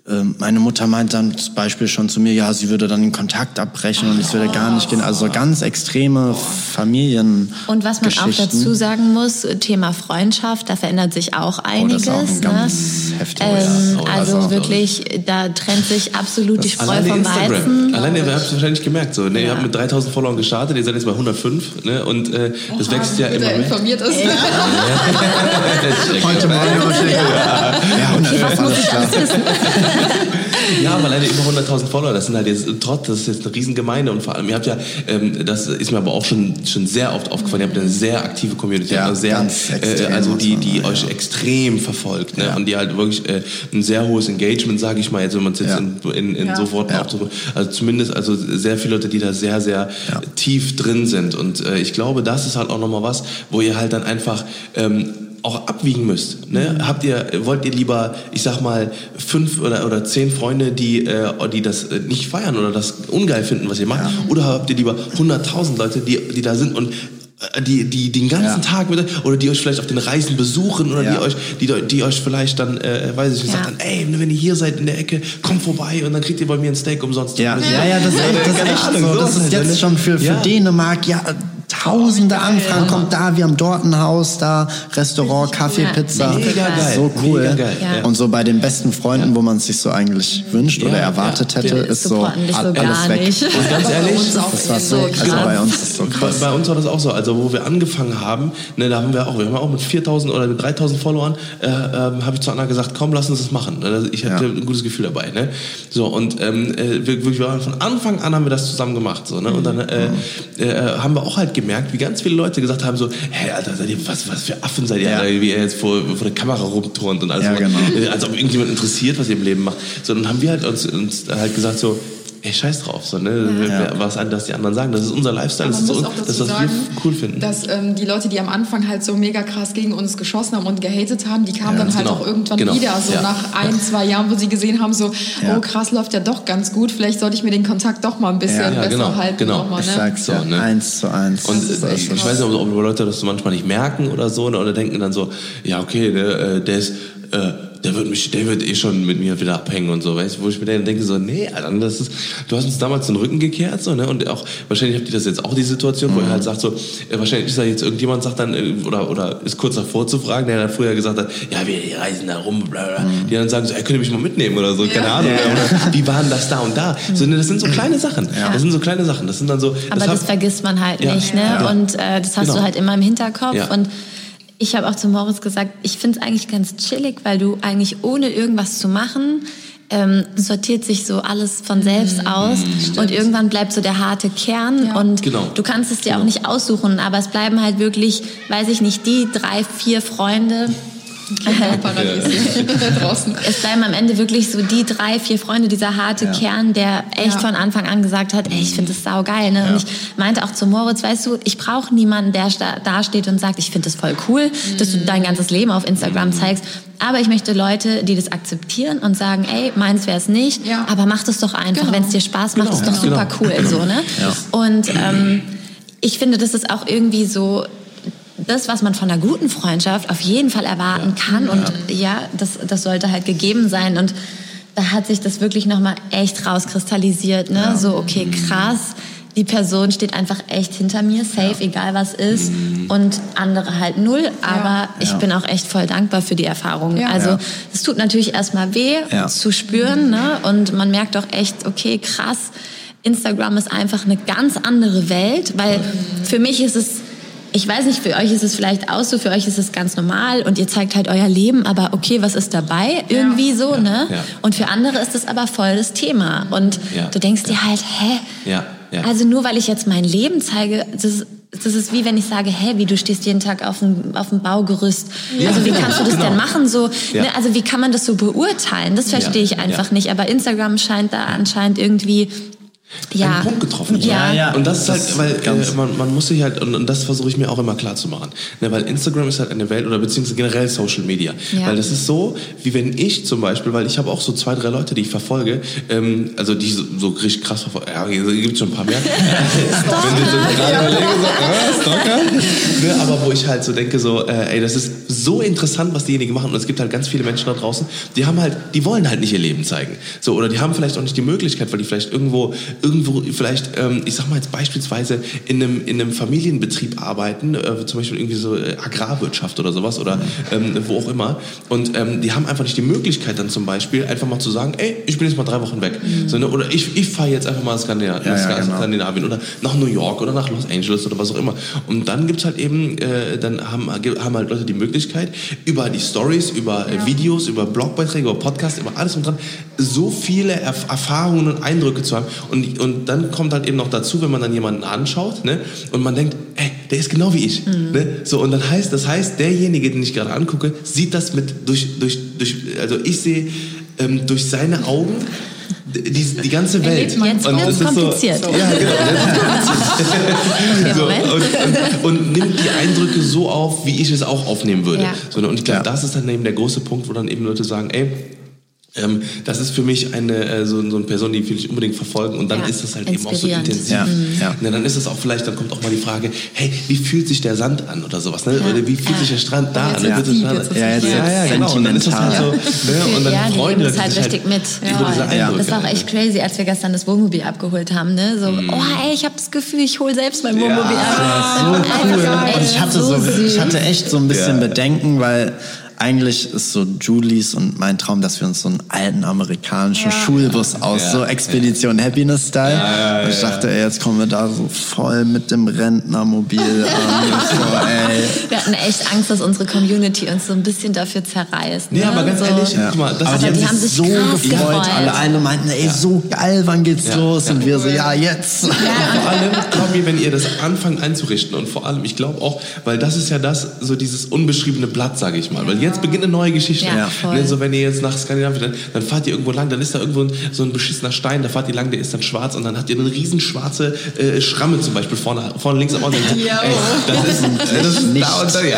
meine Mutter meint dann zum Beispiel schon zu mir, ja, sie würde dann den Kontakt abbrechen und es würde gar nicht gehen. Also so ganz extreme Familien. Und was man auch dazu sagen muss, Thema Freundschaft, da verändert sich auch einiges. Oh, das ist auch ein ganz ne? heftig. Ähm, Oh, also also wirklich, da trennt sich absolut die Spreu Alleine vom Instagram. Weizen. Alleine, ihr habt es wahrscheinlich gemerkt. So, ne? Ja. Ihr habt mit dreitausend Followern gestartet, ihr seid jetzt bei hundertfünf. Ne? Und äh, das wächst ja immer der mehr. informiert ist. Ja. Heute Morgen ja, Was muss ich alles wissen? Ja, aber leider über hunderttausend Follower, das sind halt jetzt trotz, das ist jetzt eine Riesengemeinde und vor allem, ihr habt ja, ähm, das ist mir aber auch schon schon sehr oft aufgefallen, ihr habt eine sehr aktive Community, Ja, also sehr, ganz extrem, äh, also die, die muss man euch sagen, ja. extrem verfolgt, ne? Ja. Und die halt wirklich äh, ein sehr hohes Engagement, sage ich mal, jetzt wenn man es jetzt Ja. in, in, in Ja. so Worten Ja. aufdrücken, also zumindest also sehr viele Leute, die da sehr, sehr Ja. tief drin sind und äh, ich glaube, das ist halt auch nochmal was, wo ihr halt dann einfach ähm, auch abwiegen müsst. Ne? Mhm. Habt ihr, wollt ihr lieber, ich sag mal, fünf oder, oder zehn Freunde, die, äh, die das äh, nicht feiern oder das ungeil finden, was ihr macht? Ja. Oder habt ihr lieber hunderttausend Leute, die, die da sind und äh, die, die, die den ganzen Ja. Tag mit, oder die euch vielleicht auf den Reisen besuchen oder Ja. die euch, die, die euch vielleicht dann, äh, weiß ich nicht, Ja. sagt dann, ey, wenn ihr hier seid in der Ecke, kommt vorbei und dann kriegt ihr bei mir ein Steak umsonst. Ja, ja, ja, das ist echt, das ist Keine echt Ahnung, so. Das sowas ist halt, ne? jetzt schon für, für Ja. Dänemark, ja, tausende Anfragen, kommt da, wir haben dort ein Haus, da Restaurant, Kaffee, Ja, Pizza. mega geil. So cool. Mega geil, ja. Und so bei den besten Freunden, wo man es sich so eigentlich wünscht Ja, oder erwartet ja. hätte, Wir ist so supporten dich so alles gar weg. nicht. Und ganz ehrlich, uns auch Das war so, so also krass. bei uns ist es so Bei, krass. bei uns war das auch so. Also wo wir angefangen haben, ne, da haben wir auch, wir haben auch mit viertausend oder mit dreitausend Followern, äh, ähm, habe ich zu Anna gesagt, komm, lass uns das machen. Also ich hatte Ja. ein gutes Gefühl dabei. Ne? So und ähm, äh, wir, wir waren von Anfang an haben wir das zusammen gemacht. So, ne? Und dann äh, äh, haben wir auch halt gemerkt, wie ganz viele Leute gesagt haben so, hey Alter, seid ihr, was, was für Affen seid ihr, Ja. Alter, wie ihr jetzt vor, vor der Kamera rumturnt und alles. Ja, so, genau. äh, als ob irgendjemand interessiert, was ihr im Leben macht. So, dann haben wir halt uns, uns halt gesagt so, ey, scheiß drauf, so, ne? Ja. Was an, dass die anderen sagen, das ist unser Lifestyle, das Man ist muss so, auch das, dazu was sagen, wir cool finden. dass ähm, die Leute, die am Anfang halt so mega krass gegen uns geschossen haben und gehatet haben, die kamen Ja, dann halt genau. auch irgendwann Genau. wieder, so Ja. nach ein, zwei Jahren, wo sie gesehen haben, so, Ja. oh krass, läuft ja doch ganz gut, vielleicht sollte ich mir den Kontakt doch mal ein bisschen Ja, besser genau, halten. genau. Nochmal, Ich ne? sag's ja, So, ne? eins zu eins. Und Das ist äh, echt ich krass. weiß nicht, ob, ob Leute das manchmal nicht merken oder so, ne, oder denken dann so, ja, okay, der, äh, der ist, äh, der wird mich, der wird eh schon mit mir wieder abhängen und so, weißt du, wo ich mir dann denke so, nee, Alter, das ist, du hast uns damals den Rücken gekehrt, so, ne, und auch, wahrscheinlich habt ihr das jetzt auch die Situation, wo ihr halt sagt so, äh, wahrscheinlich ist da jetzt irgendjemand sagt dann, äh, oder, oder ist kurz davor zu fragen, der dann früher gesagt hat, ja, wir reisen da rum, bla, bla, die dann sagen so, ey, könnt ihr mich mal mitnehmen oder so, keine Ahnung, oder wie waren das da und da, so, ne, das sind so kleine Sachen, das sind so kleine Sachen, das sind dann so, Aber das, hab- vergisst man halt Ja. nicht, ne? Ja. Und äh, das hast Genau. du halt immer im Hinterkopf. Ja. Und ich habe auch zu Moritz gesagt, ich finde es eigentlich ganz chillig, weil du eigentlich ohne irgendwas zu machen, ähm, sortiert sich so alles von selbst aus und irgendwann bleibt so der harte Kern Ja. und Genau. du kannst es dir Genau. auch nicht aussuchen, aber es bleiben halt wirklich, weiß ich nicht, die drei, vier Freunde. Paradies draußen. Es bleiben am Ende wirklich so die drei, vier Freunde, dieser harte Ja. Kern, der echt Ja. von Anfang an gesagt hat, ey, ich finde das saugeil. Ne? Und ich meinte auch zu Moritz, weißt du, ich brauche niemanden, der sta- da steht und sagt, ich finde das voll cool, dass du dein ganzes Leben auf Instagram zeigst. Aber ich möchte Leute, die das akzeptieren und sagen, ey, meins wäre es nicht, Ja. aber mach das doch einfach. Genau. Wenn es dir Spaß macht, Genau. ist doch Ja. super Genau. cool. So, ne? Und ähm, ich finde, das ist auch irgendwie so das, was man von einer guten Freundschaft auf jeden Fall erwarten kann. Und ja, das, das sollte halt gegeben sein. Und da hat sich das wirklich nochmal echt rauskristallisiert. Ne? So, okay, krass. Die Person steht einfach echt hinter mir, safe, egal was ist. Und andere halt null. Aber ich Ja. bin auch echt voll dankbar für die Erfahrung. Ja. Also Ja. es tut natürlich erstmal weh Ja. zu spüren. Ne? Und man merkt auch echt, okay, krass. Instagram ist einfach eine ganz andere Welt. Weil für mich ist es... Ich weiß nicht, für euch ist es vielleicht auch so, für euch ist es ganz normal und ihr zeigt halt euer Leben, aber okay, was ist dabei? Irgendwie so, ne? ja. Und für andere ist es aber voll das Thema. Und Ja, du denkst dir halt, hä? Ja, ja. Also nur weil ich jetzt mein Leben zeige, das ist, das ist wie wenn ich sage, hä, wie du stehst jeden Tag auf dem, auf dem Baugerüst. Ja, also wie genau, kannst du das genau. denn machen? So, Ja. ne? Also wie kann man das so beurteilen? Das verstehe Ja, ich einfach ja. nicht. Aber Instagram scheint da anscheinend irgendwie Ja. einen Punkt getroffen. So. Ja. Ja, Und das ist halt, das weil ganz- äh, man, man muss sich halt, und, und das versuche ich mir auch immer klar zu machen, ne, weil Instagram ist halt eine Welt, oder beziehungsweise generell Social Media, Ja. weil das ist so, wie wenn ich zum Beispiel, weil ich habe auch so zwei, drei Leute, die ich verfolge, ähm, also die so, so richtig krass verfolge, ja, gibt schon ein paar mehr. Wenn ich so gerade überlege, so, äh, Stalker. Ne, aber wo ich halt so denke, so, äh, ey, das ist so interessant, was diejenigen machen, und es gibt halt ganz viele Menschen da draußen, die haben halt, die wollen halt nicht ihr Leben zeigen, so, oder die haben vielleicht auch nicht die Möglichkeit, weil die vielleicht irgendwo, irgendwo vielleicht, ähm, ich sag mal jetzt beispielsweise in einem, in einem Familienbetrieb arbeiten, äh, zum Beispiel irgendwie so äh, Agrarwirtschaft oder sowas, oder ähm, wo auch immer, und ähm, die haben einfach nicht die Möglichkeit dann zum Beispiel einfach mal zu sagen, ey, ich bin jetzt mal drei Wochen weg, mhm. so, ne, oder ich, ich fahre jetzt einfach mal nach Skandinavien, Ja, ja, genau. Skandinavien oder nach New York oder nach Los Angeles oder was auch immer, und dann gibt's halt eben, äh, dann haben, haben halt Leute die Möglichkeit, über die Stories, über äh, Videos, über Blogbeiträge, über Podcasts, über alles und dran, so viele Erf- Erfahrungen und Eindrücke zu haben, und, und dann kommt halt eben noch dazu, wenn man dann jemanden anschaut, ne, und man denkt, ey, der ist genau wie ich, mhm. ne, so, und dann heißt, das heißt, derjenige, den ich gerade angucke, sieht das mit, durch, durch, durch, also ich sehe ähm, durch seine Augen die, die ganze Welt. Jetzt wird's kompliziert. So, ja, genau. so, und, und, und nimmt die Eindrücke so auf, wie ich es auch aufnehmen würde. Ja. So, und ich glaube, Ja. das ist dann eben der große Punkt, wo dann eben Leute sagen, ey, ähm, das ist für mich eine äh, so, so eine Person, die will ich unbedingt verfolgen, und dann Ja, ist das halt eben auch so inspirierend. intensiv. Ja, mhm. ja. Ne, dann ist es auch vielleicht, dann kommt auch mal die Frage, hey, wie fühlt sich der Sand an oder sowas, ne? Ja. Oder wie fühlt Ja. sich der Strand da jetzt an? wird's Wird es deep, Strand- jetzt wird's Ja, jetzt ja, ja, genau. Und dann ist das halt so, ne? Und dann Ja, die freuen nehmen die das halt sich richtig mit. über diese Ja. Eindrücke. Das war auch echt crazy, als wir gestern das Wohnmobil abgeholt haben, ne? So, Mhm. oh ey, ich habe das Gefühl, ich hole selbst mein Wohnmobil ab. So cool. Ey, Und ich hatte, so so, süß. ich hatte echt so ein bisschen Ja. Bedenken, weil eigentlich ist so Julies und mein Traum, dass wir uns so einen alten amerikanischen Schulbus aus, Ja. so Expedition Happiness-Style. Und ich dachte, ey, jetzt kommen wir da so voll mit dem Rentnermobil an. So, ey. Wir hatten echt Angst, dass unsere Community uns so ein bisschen dafür zerreißt. Ne? Nee, aber ganz so. ehrlich, Ja. guck mal, das Aber ist die haben die sich haben sich so krass gefreut. gefreut. Alle, alle meinten, ey, so geil, wann geht's Ja. los? Ja. Und wir so, ja, jetzt. Vor allem, glaub mir, wenn ihr das anfangt einzurichten, und vor allem, ich glaube auch, weil das ist ja das, so dieses unbeschriebene Blatt, sage ich mal, weil jetzt beginnt eine neue Geschichte. Ja, voll. Ne, so wenn ihr jetzt nach Skandinavien, dann, dann fahrt ihr irgendwo lang, dann ist da irgendwo ein, so ein beschissener Stein, da fahrt ihr lang, der ist dann schwarz, und dann habt ihr eine riesen schwarze äh, Schramme zum Beispiel vorne, vorne links am Auto. Ja. Ey, das ist, äh, das ist Nicht. da und da, ja.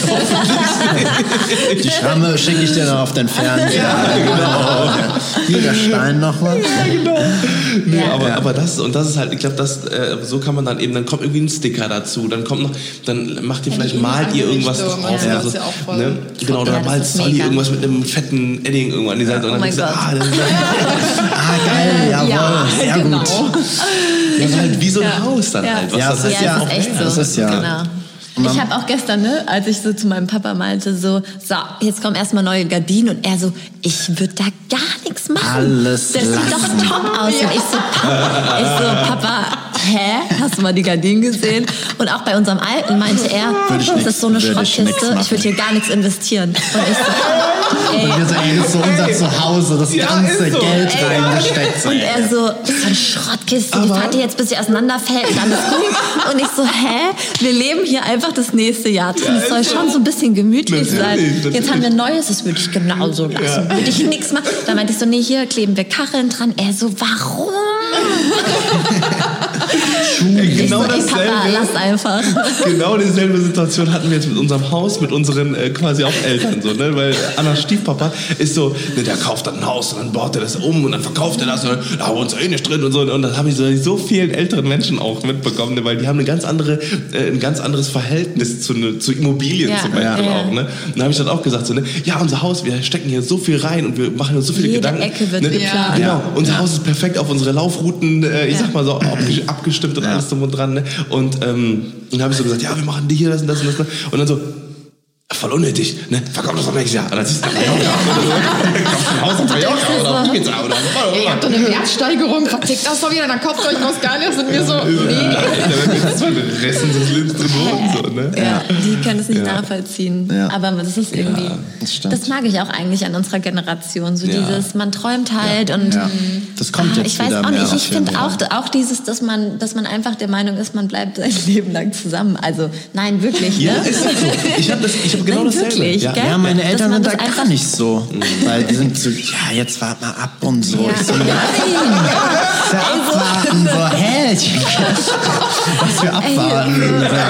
Die Schramme schicke ich dir noch auf den Fernseher. Ja, genau. Hier der Stein nochmal. Nee, Ja. aber, Ja. aber das, und das ist halt, ich glaube, das, äh, so kann man dann eben, dann kommt irgendwie ein Sticker dazu, dann kommt noch, dann macht ihr vielleicht, die malt ihr irgendwas Richtung, drauf. ja, oder das so, ist ja auch voll- ne? Genau, oder Ja, das malt ist Solly mega. irgendwas mit einem fetten Edding irgendwo an die Seite, und Oh dann mein denkst du, Gott. ah, das ist Ah, geil, jawohl, Ja, sehr genau. gut. das ist halt wie so ein Haus dann Ja. halt. Was Ja, das es halt ist Ja, ja es auch- ist echt so. das ist ja- Genau. Ich habe auch gestern, ne, als ich so zu meinem Papa meinte, so, so, jetzt kommen erstmal neue Gardinen, und er so, ich würde da gar nichts machen. Alles Das sieht lassen. doch top aus. Und ich so, Papa, ich so, Papa, hä? Hast du mal die Gardinen gesehen? Und auch bei unserem Alten meinte er, Würde ich das nix- ist so eine würde ich Schrottkiste, nix ich, machen. würde hier gar nichts investieren. Und ich so, ey, Und wir so, ey, das ist so unser Zuhause, das Ja, ganze ist so. Geld Ey, reingesteckt. und er so, das ist so eine Schrottkiste, die fahrt ihr jetzt, bis sie auseinanderfällt, und dann ist gut. Und ich so, hä? Wir leben hier einfach das nächste Jahr. Das soll schon so ein bisschen gemütlich Natürlich, sein. natürlich. Jetzt haben wir ein neues, das würde ich genauso lassen. Würde ich nichts machen. Da meinte ich so, nee, hier kleben wir Kacheln dran. Er so, warum? Ich Genau so, ey, Papa, dasselbe. lass einfach. Genau dieselbe Situation hatten wir jetzt mit unserem Haus, mit unseren äh, quasi auch Eltern, so, ne? Weil Annas Stiefpapa ist so, ne, der kauft dann ein Haus, und dann baut er das um, und dann verkauft er das, und da haben wir uns eh nicht drin und so. Und das habe ich so so vielen älteren Menschen auch mitbekommen, ne? Weil die haben eine ganz andere, äh, ein ganz anderes Verhältnis zu, ne, zu Immobilien Ja, zum Beispiel ja. auch, ne? Und da habe ich dann auch gesagt, so, ne, ja, unser Haus, wir stecken hier so viel rein, und wir machen uns so viele Jede Gedanken. Ecke wird ne? geplant. Genau, unser Haus ist perfekt auf unsere Laufrouten, äh, ich sag mal so, abge- abgestimmt und alles drum und dran, ne? Und ähm, dann habe ich so gesagt, ja, wir machen die hier, das und das und das. Und dann so, voll unnötig, ne? Verkauf das doch nächstes Jahr. Und dann siehst du, kaufst ein Haus auf Mallorca oder auf Ibiza oder Ihr habt doch eine Wertsteigerung, vertickt das doch wieder, dann kauft euch was Geiles, und wir so, nee. Resten des Lebens drin wohnen, so, ne? Ja, die können es nicht nachvollziehen. Ja. Aber das ist irgendwie, das stimmt. das mag ich auch eigentlich an unserer Generation. So Ja. dieses, man träumt halt und Ja. Das kommt Ah, jetzt ich weiß wieder auch mehr, nicht. Ich finde finde auch, auch dieses, dass man, dass man einfach der Meinung ist, man bleibt sein Leben lang zusammen. Also nein, wirklich. Ja, ne? ist das so. Ich habe genau Nein, dasselbe. wirklich, Ja. gell? Ja, meine Dass Eltern man sind da das gar einfach- nicht so. Weil die sind so, ja, jetzt wart mal ab und so. Ja. Ich so, nein! Was für abwarten, so, hä? Was für abwarten.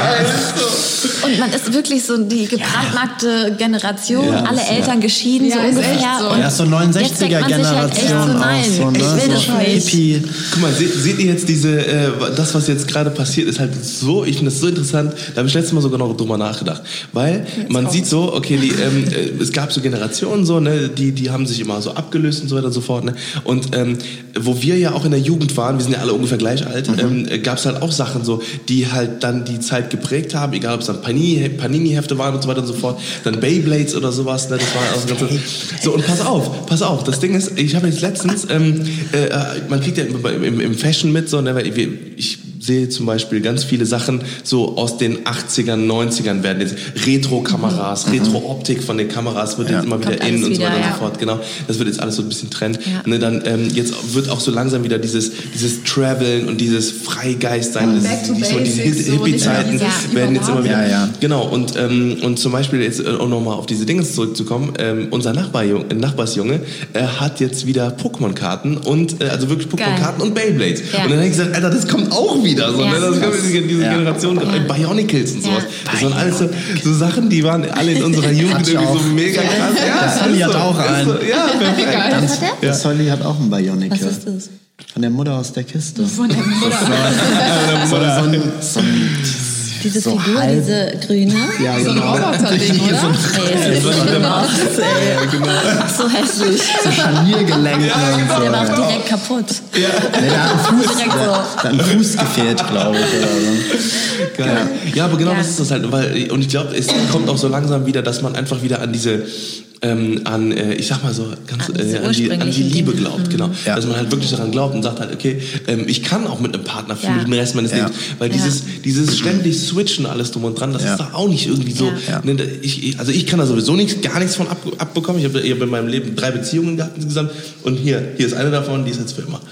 Und man ist wirklich so die gebrandmarkte Generation, Ja, alle ja. Eltern geschieden, Ja, so ist ungefähr. echt so. Und Ja, so jetzt neunundsechziger denkt man sich halt echt Generation so, auch nein, so, ne? ich will das so nicht. Hippie. Guck mal, seht, seht ihr jetzt diese, äh, das, was jetzt gerade passiert, ist halt so, ich finde das so interessant, da habe ich letztes Mal sogar noch drüber nachgedacht. Weil man kommt's. sieht so, okay, die, ähm, äh, es gab so Generationen so, ne, die, die haben sich immer so abgelöst und so weiter und so fort. Ne? Und ähm, wo wir ja auch in der Jugend waren, wir sind ja alle ungefähr gleich alt, ähm, gab es halt auch Sachen so, die halt dann die Zeit geprägt haben, egal ob es dann Panini, Panini-Hefte waren und so weiter und so fort, dann Beyblades oder sowas, ne, das war auch so ganz, so, und pass auf, pass auf, das Ding ist, ich habe jetzt letztens, ähm, äh, man kriegt ja im, im, im Fashion mit, so, ne, weil ich, ich sehe zum Beispiel ganz viele Sachen so aus den achtzigern, neunzigern werden jetzt Retro-Kameras, mhm. Retro-Optik von den Kameras wird Ja. jetzt immer wieder Kommt in alles und so weiter wieder, und ja. so fort, genau, das wird jetzt alles so ein bisschen Trend. Ja. Ne, dann ähm, jetzt wird auch so langsam wieder dieses, dieses Traveln und dieses Freigeist sein, Mhm. das, Back to die, so diese basics, so Hippie-Zeiten nicht mehr werden jetzt immer wieder, Ja, ja. genau, und, ähm, und zum Beispiel jetzt äh, auch nochmal auf diese Dinge zurückzukommen, ähm, unser Nachbarjunge, äh, Nachbarsjunge äh, hat jetzt wieder Pokémon-Karten und, äh, also wirklich Pokémon-Karten und Beyblades. Ja. Und dann habe ich gesagt, Alter, das kommt auch wieder, so, Ja. ne? Das kommt diese, diese Ja. Generation, Ja. äh, Bionicles und sowas. Ja. Das waren alles so, so Sachen, die waren alle in unserer Jugend Hat ich irgendwie so auch. mega krass. Ja, Der Solly ist hat so, auch ist einen. So, ja, perfekt. Geil. Der Solly hat auch einen Bionicle. Was ist das? Von der Mutter aus der Kiste. Von der Mutter. So, so, ein, so ein, Diese so Figur, halb- diese grüne. Ja, So ein genau. Roboter-Ding, oder? Ey, es sieht schlimm aus, ey. So hässlich. So Scharniergelenke und so. Der war auch Ja. direkt kaputt. Nee, der hat einen Fuß, Direkt der, so. der hat einen Fuß gefehlt, glaube ich. Oder so. Geil. Ja, aber genau Ja. das ist das halt. Weil, und ich glaube, es kommt auch so langsam wieder, dass man einfach wieder an diese, ähm, an, äh, ich sag mal so, ganz, An diese äh, an, die, an die ursprünglichen Liebe Dinge. glaubt, genau. Ja. Dass man halt wirklich daran glaubt und sagt halt, okay, ähm, ich kann auch mit einem Partner für Ja. den Rest meines Ja. Lebens. Weil Ja. dieses, dieses ständig Switchen, alles drum und dran, das Ja. ist doch auch nicht irgendwie so. Ja. Ne, ich, ich- also ich kann da sowieso nichts, gar nichts von ab, abbekommen. Ich habe hab in meinem Leben drei Beziehungen gehabt insgesamt. Und hier, hier ist eine davon, die ist jetzt für immer.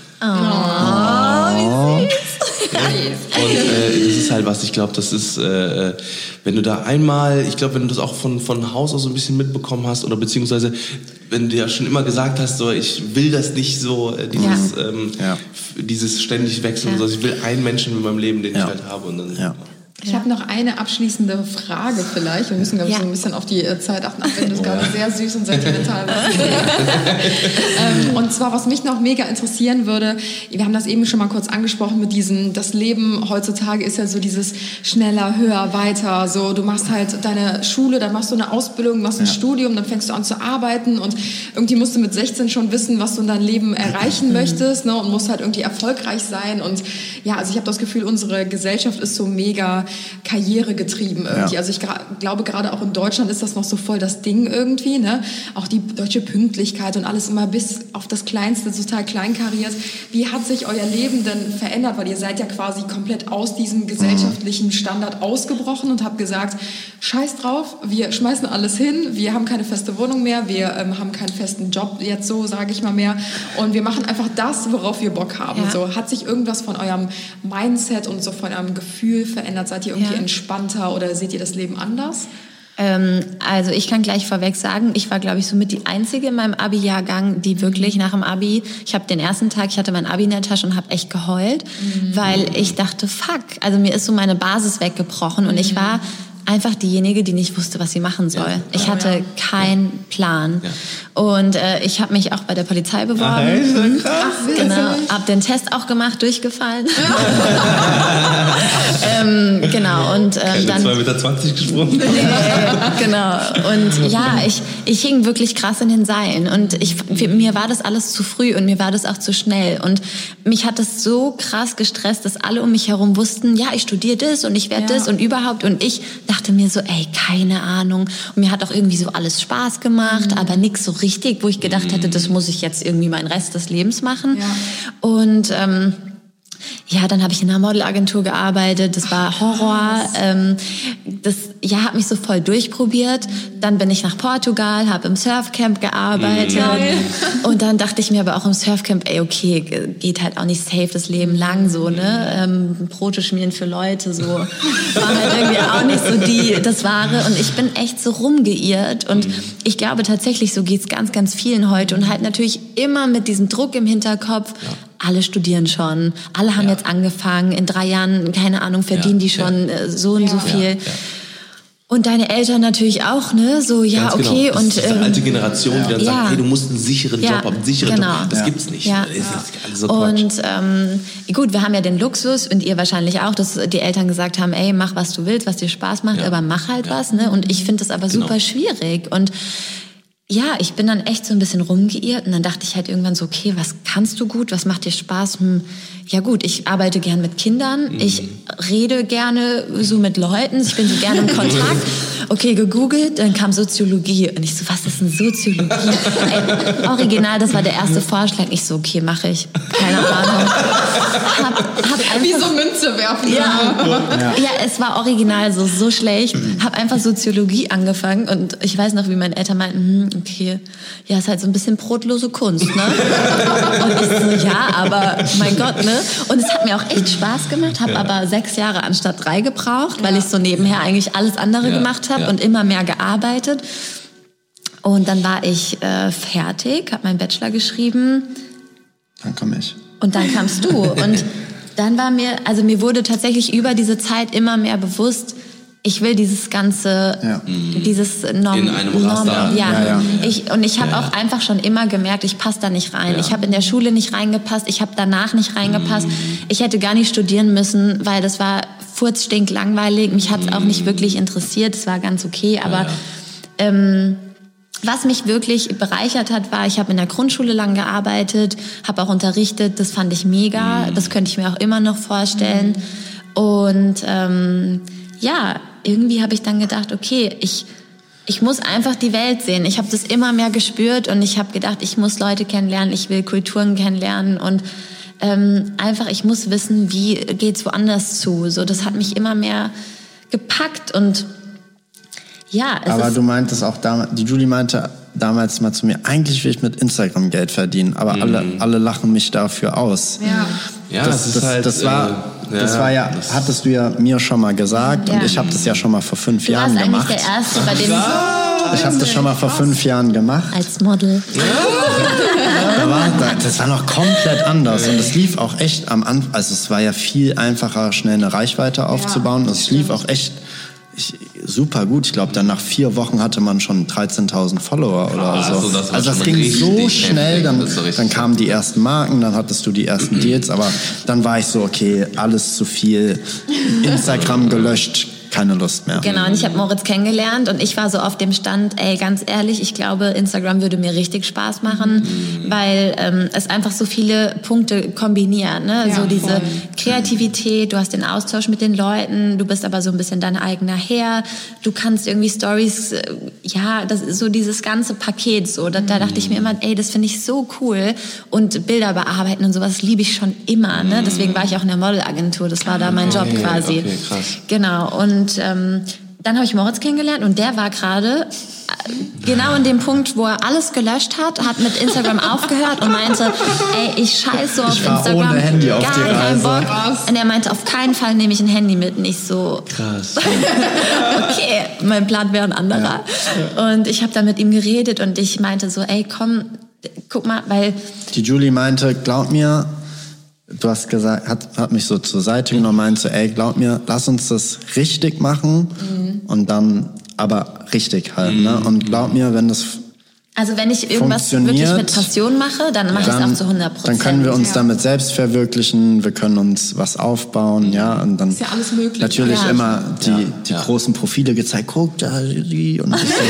Und äh, das ist halt was, ich glaube, das ist, äh, wenn du da einmal, ich glaube, wenn du das auch von, von Haus aus so ein bisschen mitbekommen hast oder beziehungsweise, wenn du ja schon immer gesagt hast, so, ich will das nicht so, äh, dieses, Ja. ähm, Ja. f- dieses ständig Wechseln, Ja. so, ich will einen Menschen in meinem Leben, den Ja. ich halt habe und dann, Ja. Ich habe noch eine abschließende Frage vielleicht. Wir müssen, glaube ich, Ja. so ein bisschen auf die äh, Zeit achten, auch wenn das gerade sehr süß und sentimental war. ähm, und zwar, was mich noch mega interessieren würde, wir haben das eben schon mal kurz angesprochen mit diesem, das Leben heutzutage ist ja so dieses schneller, höher, weiter. So, du machst halt deine Schule, dann machst du eine Ausbildung, machst ein Ja. Studium, dann fängst du an zu arbeiten und irgendwie musst du mit sechzehn schon wissen, was du in deinem Leben erreichen möchtest, ne, und musst halt irgendwie erfolgreich sein. Und ja, also ich habe das Gefühl, unsere Gesellschaft ist so mega karrieregetrieben irgendwie. Ja. Also ich gra- glaube, gerade auch in Deutschland ist das noch so voll das Ding irgendwie, ne? Auch die deutsche Pünktlichkeit und alles immer bis auf das Kleinste total kleinkariert. Wie hat sich euer Leben denn verändert? Weil ihr seid ja quasi komplett aus diesem gesellschaftlichen Standard ausgebrochen und habt gesagt, scheiß drauf, wir schmeißen alles hin, wir haben keine feste Wohnung mehr, wir ähm, haben keinen festen Job jetzt so, sage ich mal mehr, und wir machen einfach das, worauf wir Bock haben. Ja. So, hat sich irgendwas von eurem Mindset und so von eurem Gefühl verändert? Seid ihr irgendwie Ja. entspannter oder seht ihr das Leben anders? Ähm, also ich kann gleich vorweg sagen, ich war, glaube ich, somit die Einzige in meinem Abi-Jahrgang, die wirklich nach dem Abi, ich habe den ersten Tag, ich hatte mein Abi in der Tasche und habe echt geheult, weil ich dachte, fuck, also mir ist so meine Basis weggebrochen und ich war einfach diejenige, die nicht wusste, was sie machen soll. Ich hatte keinen Plan. Und äh, ich habe mich auch bei der Polizei beworben. Genau, hab den Test auch gemacht, durchgefallen. ähm, genau, und ähm, dann... zwei Meter zwanzig gesprungen. Genau. Und ja, ich, ich hing wirklich krass in den Seilen. Und ich, für, mir war das alles zu früh und mir war das auch zu schnell. Und mich hat das so krass gestresst, dass alle um mich herum wussten, ja, ich studiere das und ich werde Ja. das und überhaupt. Und ich dachte mir so, ey, keine Ahnung. Und mir hat auch irgendwie so alles Spaß gemacht, aber nichts so richtig, wo ich gedacht hätte, das muss ich jetzt irgendwie meinen Rest des Lebens machen. Ja. Und... Ähm, Ja, dann habe ich in einer Modelagentur gearbeitet. Das war Horror. Ähm, das ja, hat mich so voll durchprobiert. Dann bin ich nach Portugal, habe im Surfcamp gearbeitet. Mhm. Und dann dachte ich mir aber auch im Surfcamp, ey, okay, geht halt auch nicht safe das Leben lang so, ne? Ähm, Brote schmieren für Leute, so. War halt irgendwie auch nicht so die, das Wahre. Und ich bin echt so rumgeirrt. Und ich glaube tatsächlich, so geht's ganz, ganz vielen heute. Und halt natürlich immer mit diesem Druck im Hinterkopf. Ja. Alle studieren schon, alle haben ja. jetzt angefangen, in drei Jahren, keine Ahnung, verdienen ja, die schon ja. so und ja, so viel. Ja, ja. Und deine Eltern natürlich auch, ne? So, ja, Ganz okay. Genau. Das und ist diese ähm, alte Generation, die dann ja. sagt, hey, du musst einen sicheren ja, Job haben, einen sicheren genau. Job. Das ja. gibt's nicht. Ja. Das ist alles so und ähm, gut, wir haben ja den Luxus und ihr wahrscheinlich auch, dass die Eltern gesagt haben, ey, mach was du willst, was dir Spaß macht, ja. aber mach halt ja. was, ne? Und ich finde das aber genau. super schwierig. Und ja, ich bin dann echt so ein bisschen rumgeirrt und dann dachte ich halt irgendwann so, okay, was kannst du gut, was macht dir Spaß? Hm, ja gut, ich arbeite gern mit Kindern, mhm. ich rede gerne so mit Leuten, ich bin so gerne im Kontakt. Okay, gegoogelt, dann kam Soziologie und ich so, was ist denn Soziologie? Ey, original, das war der erste Vorschlag. Ich so, okay, mache ich, keine Ahnung. Hab, hab einfach, wie so Münze werfen. Ja, ja. ja, es war original so, so schlecht. Hab einfach Soziologie angefangen und ich weiß noch, wie meine Eltern meinten, hm, okay, ja, ist halt so ein bisschen brotlose Kunst, ne? Und ich so, ja, aber mein Gott, ne? Und es hat mir auch echt Spaß gemacht, habe ja. aber sechs Jahre anstatt drei gebraucht, weil ja. ich so nebenher eigentlich alles andere ja. gemacht habe ja. und immer mehr gearbeitet. Und dann war ich äh, fertig, habe meinen Bachelor geschrieben. Dann komme ich. Und dann kamst du. Und dann war mir, also mir wurde tatsächlich über diese Zeit immer mehr bewusst, ich will dieses ganze, ja. dieses Norm, in einem Raster. Norm, ja. Ja, ja. Ich, und ich habe ja. auch einfach schon immer gemerkt, ich passe da nicht rein. Ja. Ich habe in der Schule nicht reingepasst, ich habe danach nicht reingepasst. Mhm. Ich hätte gar nicht studieren müssen, weil das war furzstink langweilig. Mich hat es mhm. auch nicht wirklich interessiert. Es war ganz okay, aber ja, ja. Ähm, was mich wirklich bereichert hat, war, ich habe in der Grundschule lang gearbeitet, habe auch unterrichtet. Das fand ich mega. Mhm. Das könnte ich mir auch immer noch vorstellen. Mhm. Und ähm, ja, irgendwie habe ich dann gedacht, okay, ich, ich muss einfach die Welt sehen. Ich habe das immer mehr gespürt und ich habe gedacht, ich muss Leute kennenlernen, ich will Kulturen kennenlernen und ähm, einfach, ich muss wissen, wie geht's woanders zu. So, das hat mich immer mehr gepackt und ja. Es aber ist du meintest auch damals, die Julie meinte damals mal zu mir, eigentlich will ich mit Instagram Geld verdienen, aber mhm. alle, alle lachen mich dafür aus. Ja. Ja, das, das, ist das, halt, das war, äh, das ja, war ja, das hattest du ja mir schon mal gesagt ja. und ich habe das ja schon mal vor fünf du Jahren warst gemacht. Eigentlich der Erste, bei dem ich habe das schon mal vor fünf Jahren gemacht. Als Model. Ja. da war, das war noch komplett anders und es lief auch echt am Anfang, also es war ja viel einfacher, schnell eine Reichweite aufzubauen. Ja, es lief auch echt ich, super gut. Ich glaube, dann nach vier Wochen hatte man schon dreizehntausend Follower oder Krass, so. Also das, also das ging so schnell, dann, dann kamen die ersten Marken, dann hattest du die ersten Deals, aber dann war ich so, okay, alles zu viel, Instagram gelöscht, keine Lust mehr. Genau, und ich habe Moritz kennengelernt und ich war so auf dem Stand, ey, ganz ehrlich, ich glaube, Instagram würde mir richtig Spaß machen, mhm. weil ähm, es einfach so viele Punkte kombiniert, ne? Ja, so diese voll. Kreativität, du hast den Austausch mit den Leuten, du bist aber so ein bisschen dein eigener Herr, du kannst irgendwie Stories, äh, ja, das ist so dieses ganze Paket so, da, da dachte ich mir immer, ey, das finde ich so cool und Bilder bearbeiten und sowas liebe ich schon immer, ne? Deswegen war ich auch in der Modelagentur, das war da mein Job okay, quasi. Okay, krass. Genau, und Und ähm, dann habe ich Moritz kennengelernt und der war gerade genau in dem Punkt, wo er alles gelöscht hat, hat mit Instagram aufgehört und meinte, ey, ich scheiße so auf ich war Instagram, ohne Handy auf gar die keinen Reise. Bock. Und er meinte, auf keinen Fall nehme ich ein Handy mit. Und ich so, krass. Okay, mein Plan wäre ein anderer. Ja. Und ich habe dann mit ihm geredet und ich meinte so, ey, komm, guck mal, weil... Die Julie meinte, glaub mir, du hast gesagt, hat, hat mich so zur Seite genommen, meinte so, ey, glaub mir, lass uns das richtig machen mhm. und dann aber richtig halt, mhm. ne? Und glaub mir, wenn das Also wenn ich irgendwas wirklich mit Passion mache, dann mache ich es auch zu hundert Prozent. Dann können wir uns ja. damit selbst verwirklichen, wir können uns was aufbauen, ja, und dann ist ja alles möglich. natürlich ja. immer die, ja. die ja. großen Profile gezeigt, guck da die und ich so,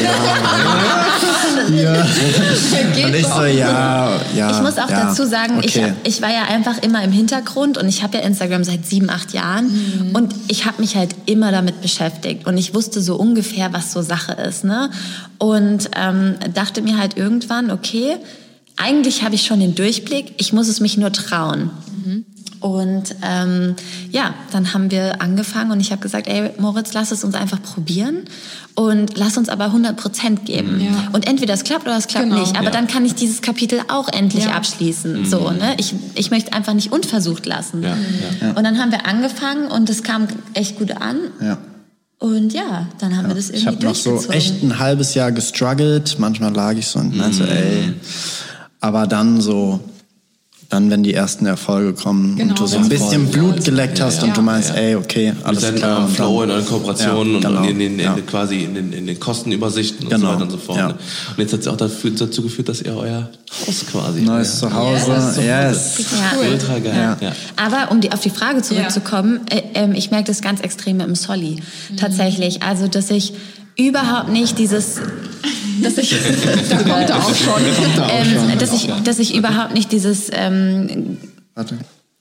ja, ja. und ich so, ja, ja. Ich muss auch ja, dazu sagen, okay. ich, ich war ja einfach immer im Hintergrund und ich habe ja Instagram seit sieben, acht Jahren mhm. und ich habe mich halt immer damit beschäftigt und ich wusste so ungefähr, was so Sache ist, ne? Und ähm, dachte mir halt irgendwann, okay, eigentlich habe ich schon den Durchblick, ich muss es mich nur trauen. Mhm. Und ähm, ja, dann haben wir angefangen und ich habe gesagt, ey Moritz, lass es uns einfach probieren und lass uns aber hundert Prozent geben. Ja. Und entweder es klappt oder es klappt genau. nicht. Aber ja. dann kann ich dieses Kapitel auch endlich ja. abschließen. Mhm. So, ne? ich, ich möchte einfach nicht unversucht lassen. Ja. Ja. Und dann haben wir angefangen und es kam echt gut an. Ja. Und ja, dann haben ja. wir das irgendwie durchgezogen. Ich habe noch so echt ein halbes Jahr gestruggelt. Manchmal lag ich so und meinte, mhm. ey. Aber dann so... Dann, wenn die ersten Erfolge kommen genau, und du so ein bisschen voll, Blut geleckt hast ja, und du meinst, ja. ey, okay, alles mit klar. Mit Flow in euren Kooperationen ja, genau, und in den, in ja. quasi in den, in den Kostenübersichten und genau, so weiter und so fort. Ja. Und jetzt hat es auch dafür, dazu geführt, dass ihr euer Haus quasi... Neues Zuhause, yes. yes. Ja. Cool. Ultra geil. Ja. Ja. Aber um die, auf die Frage zurückzukommen, ja. äh, ich merke das ganz extrem mit dem Solly. Mhm. Tatsächlich. Also, dass ich überhaupt nicht dieses... Dass ich, da kommt er auch schon. Ähm, dass ich, dass ich überhaupt nicht dieses, ähm, Warte.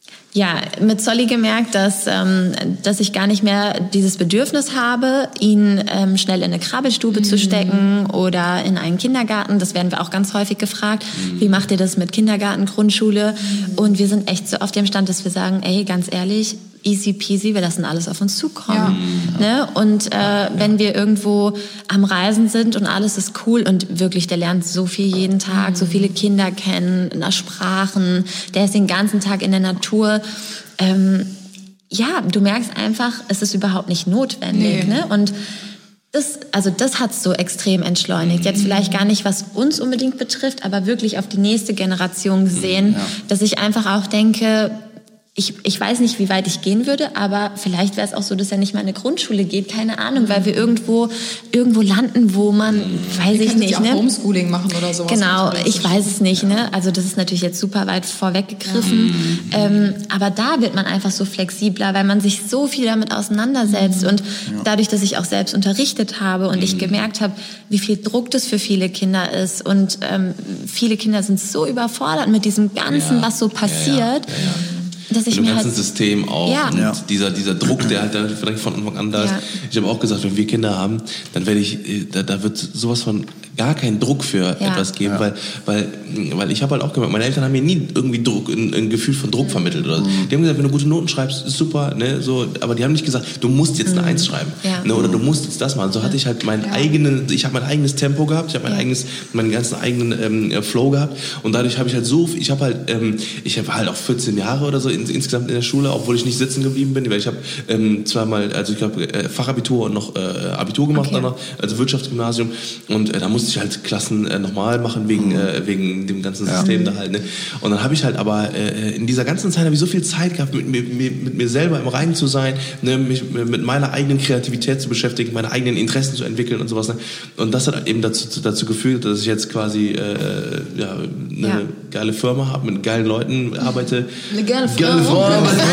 Ja, mit Solly gemerkt, dass, ähm, dass ich gar nicht mehr dieses Bedürfnis habe, ihn ähm, schnell in eine Krabbelstube mhm. zu stecken oder in einen Kindergarten. Das werden wir auch ganz häufig gefragt. Mhm. Wie macht ihr das mit Kindergarten, Grundschule? Mhm. Und wir sind echt so auf dem Stand, dass wir sagen, ey, ganz ehrlich, easy peasy, wir lassen alles auf uns zukommen. Ja. Ne? Und äh, wenn wir irgendwo am Reisen sind und alles ist cool und wirklich, der lernt so viel jeden Tag, mhm. so viele Kinder kennen, Sprachen, der ist den ganzen Tag in der Natur. Ähm, ja, du merkst einfach, es ist überhaupt nicht notwendig. Nee. Ne? Und das, also das hat's so extrem entschleunigt. Jetzt vielleicht gar nicht, was uns unbedingt betrifft, aber wirklich auf die nächste Generation gesehen, ja. dass ich einfach auch denke, Ich, ich weiß nicht, wie weit ich gehen würde, aber vielleicht wäre es auch so, dass er nicht mal in eine Grundschule geht, keine Ahnung, weil wir irgendwo irgendwo landen, wo man, weiß ich nicht, ne? Auch Homeschooling machen oder sowas. Genau, ich weiß es nicht, ne? Also das ist natürlich jetzt super weit vorweggegriffen, mhm. ähm, aber da wird man einfach so flexibler, weil man sich so viel damit auseinandersetzt mhm. und ja. dadurch, dass ich auch selbst unterrichtet habe und mhm. ich gemerkt habe, wie viel Druck das für viele Kinder ist und ähm, viele Kinder sind so überfordert mit diesem Ganzen, ja. was so passiert. Ja, ja. Ja, ja. Dass ich mit dem mir ganzen halt, System auch ja. und ja. dieser dieser Druck, der halt da vielleicht von Anfang an da ist. Ja. Ich habe auch gesagt, wenn wir Kinder haben, dann werde ich, da, da wird sowas von gar keinen Druck für ja. etwas geben, ja. weil weil weil ich habe halt auch gemerkt, meine Eltern haben mir nie irgendwie Druck, ein, ein Gefühl von Druck vermittelt oder so. Mhm. Die haben gesagt, wenn du gute Noten schreibst, ist super, ne, so, aber die haben nicht gesagt, du musst jetzt eine mhm. Eins schreiben, ja. ne, oder du musst jetzt das machen. So hatte ich halt meinen ja. eigenen, ich habe mein eigenes Tempo gehabt, ich habe mein ja. eigenes, meinen ganzen eigenen ähm, Flow gehabt und dadurch habe ich halt so, ich habe halt, ähm, ich habe halt auch vierzehn Jahre oder so in, insgesamt in der Schule, obwohl ich nicht sitzen geblieben bin, weil ich habe ähm, zweimal, also ich glaube äh, Fachabitur und noch äh, Abitur gemacht okay. danach, also Wirtschaftsgymnasium und äh, da musste ich halt Klassen äh, nochmal machen wegen äh, wegen dem ganzen ja. System da halt, ne? Und dann habe ich halt aber äh, in dieser ganzen Zeit habe ich so viel Zeit gehabt, mit mir, mit mir selber im Reinen zu sein, ne? Mich mit meiner eigenen Kreativität zu beschäftigen, meine eigenen Interessen zu entwickeln und sowas, ne? Und das hat eben dazu dazu geführt, dass ich jetzt quasi äh, ja, eine ja. geile Firma habe, mit geilen Leuten arbeite. Eine geile Firma. Geile Firma.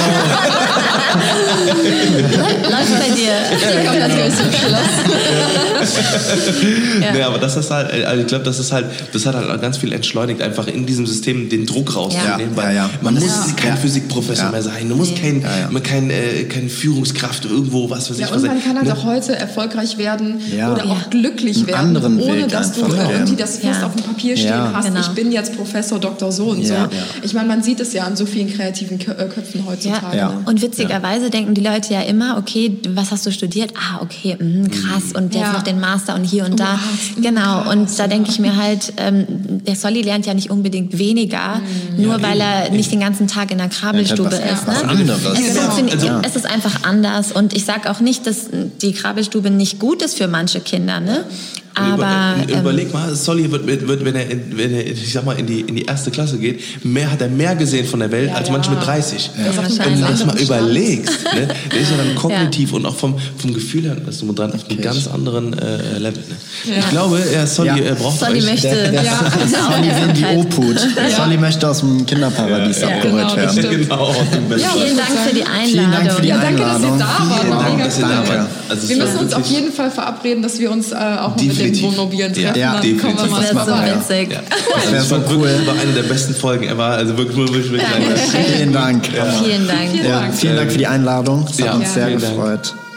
Läuft bei dir. Die kommt natürlich zum Schluss. Ja. Ja, aber das ist halt, also ich glaube, das ist halt, das hat halt ganz viel entschleunigt, einfach in diesem System den Druck rauszunehmen, ja. weil ja, ja. man muss ja. kein Physikprofessor ja. mehr sein, du musst nee. kein, ja, ja. kein, äh, kein Führungskraft irgendwo, was weiß ich. Ja, und man kann halt ne? auch heute erfolgreich werden ja. oder auch glücklich werden, ohne Weg dass du einfach, irgendwie das fest ja. auf dem Papier stehen ja. hast. Genau. Ich bin jetzt Professor Doktor so und ja. so. Ja. Ich meine, man sieht es ja an so vielen kreativen Köpfen heutzutage. Ja. Ja. Und witzigerweise ja. denken die Leute ja immer, okay, was hast du studiert? Ah, okay, mh, krass. Und jetzt ja. noch den Master und hier und da. Oh, genau. Und da denke ich mir halt, ähm, der Solly lernt ja nicht unbedingt weniger, mhm. nur ja, weil er nicht den ganzen Tag in der Krabbelstube was, ist. Was ne? anderes. Es, ist, genau. also, ja. es ist einfach anders. Und ich sage auch nicht, dass die Krabbelstube nicht gut ist für manche Kinder, ne? Aber Über, überleg mal, Solly wird, wird wenn er, wenn er, ich sag mal, in die in die erste Klasse geht, mehr hat er mehr gesehen von der Welt ja, als manche ja. mit dreißig. Ja. Ja, wenn du das mal überlegst, ne, der ist ja dann kognitiv ja. und auch vom vom Gefühl her, das ist dran, auf einem ganz anderen äh, Level. Ne? Ja. Ich glaube, ja, Solly ja. braucht Solly euch. möchte, der, der, ja. Solly sind die Obhut. Ja. Solly möchte aus dem Kinderparadies ja. abgeholt genau, werden. Genau. Ja, vielen Dank für die Einladung. Vielen Dank für die ja, danke, Einladung. dass ihr da wart. Vielen Dank, Mega dass ihr da wart. Also wir müssen uns auf jeden Fall verabreden, dass wir uns äh, auch mal mit dem Wohnmobilen treffen. Ja, ja, definitiv. Das wäre so witzig. Ja. Das wäre so cool. Das war eine der besten Folgen ever. Also wirklich, wirklich, wirklich. Vielen Dank. Ja. Vielen Dank. Ja, vielen Dank für die Einladung. Es hat ja, uns sehr vielen gefreut. Dank.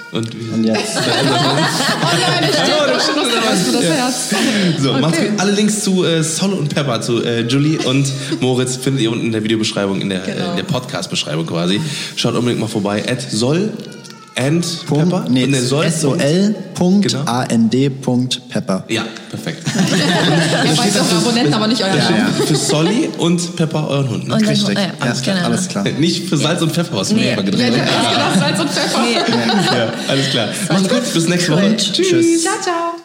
Und, wie Und jetzt. Oh nein, ich stehe doch schon was für das Herz. So, Okay. macht's gut. Alle Links zu äh, Sol und Pepper, zu äh, Julie und Moritz findet ihr unten in der Videobeschreibung, in der, Genau. äh, in der Podcast-Beschreibung quasi. Schaut unbedingt mal vorbei. At Sol and Pepper. Nee, Und der Sol- S O L Punkt Genau. A N D Punkt Pepper. Ja, perfekt. Ihr weiß eure Abonnenten, aber nicht euer Ja, Name. Für Solly und Pepper euren Hund. Ne? Und dann- Richtig. ja, Alles klar. genau. Alles klar. Nicht für Salz und Pfeffer, was wir Nee. immer Ja, gedreht du haben. hast gedacht, Salz und Pfeffer. Nee. Ja, alles klar. Macht's gut, bis nächste Woche. Tschüss. Tschüss. Ciao, ciao.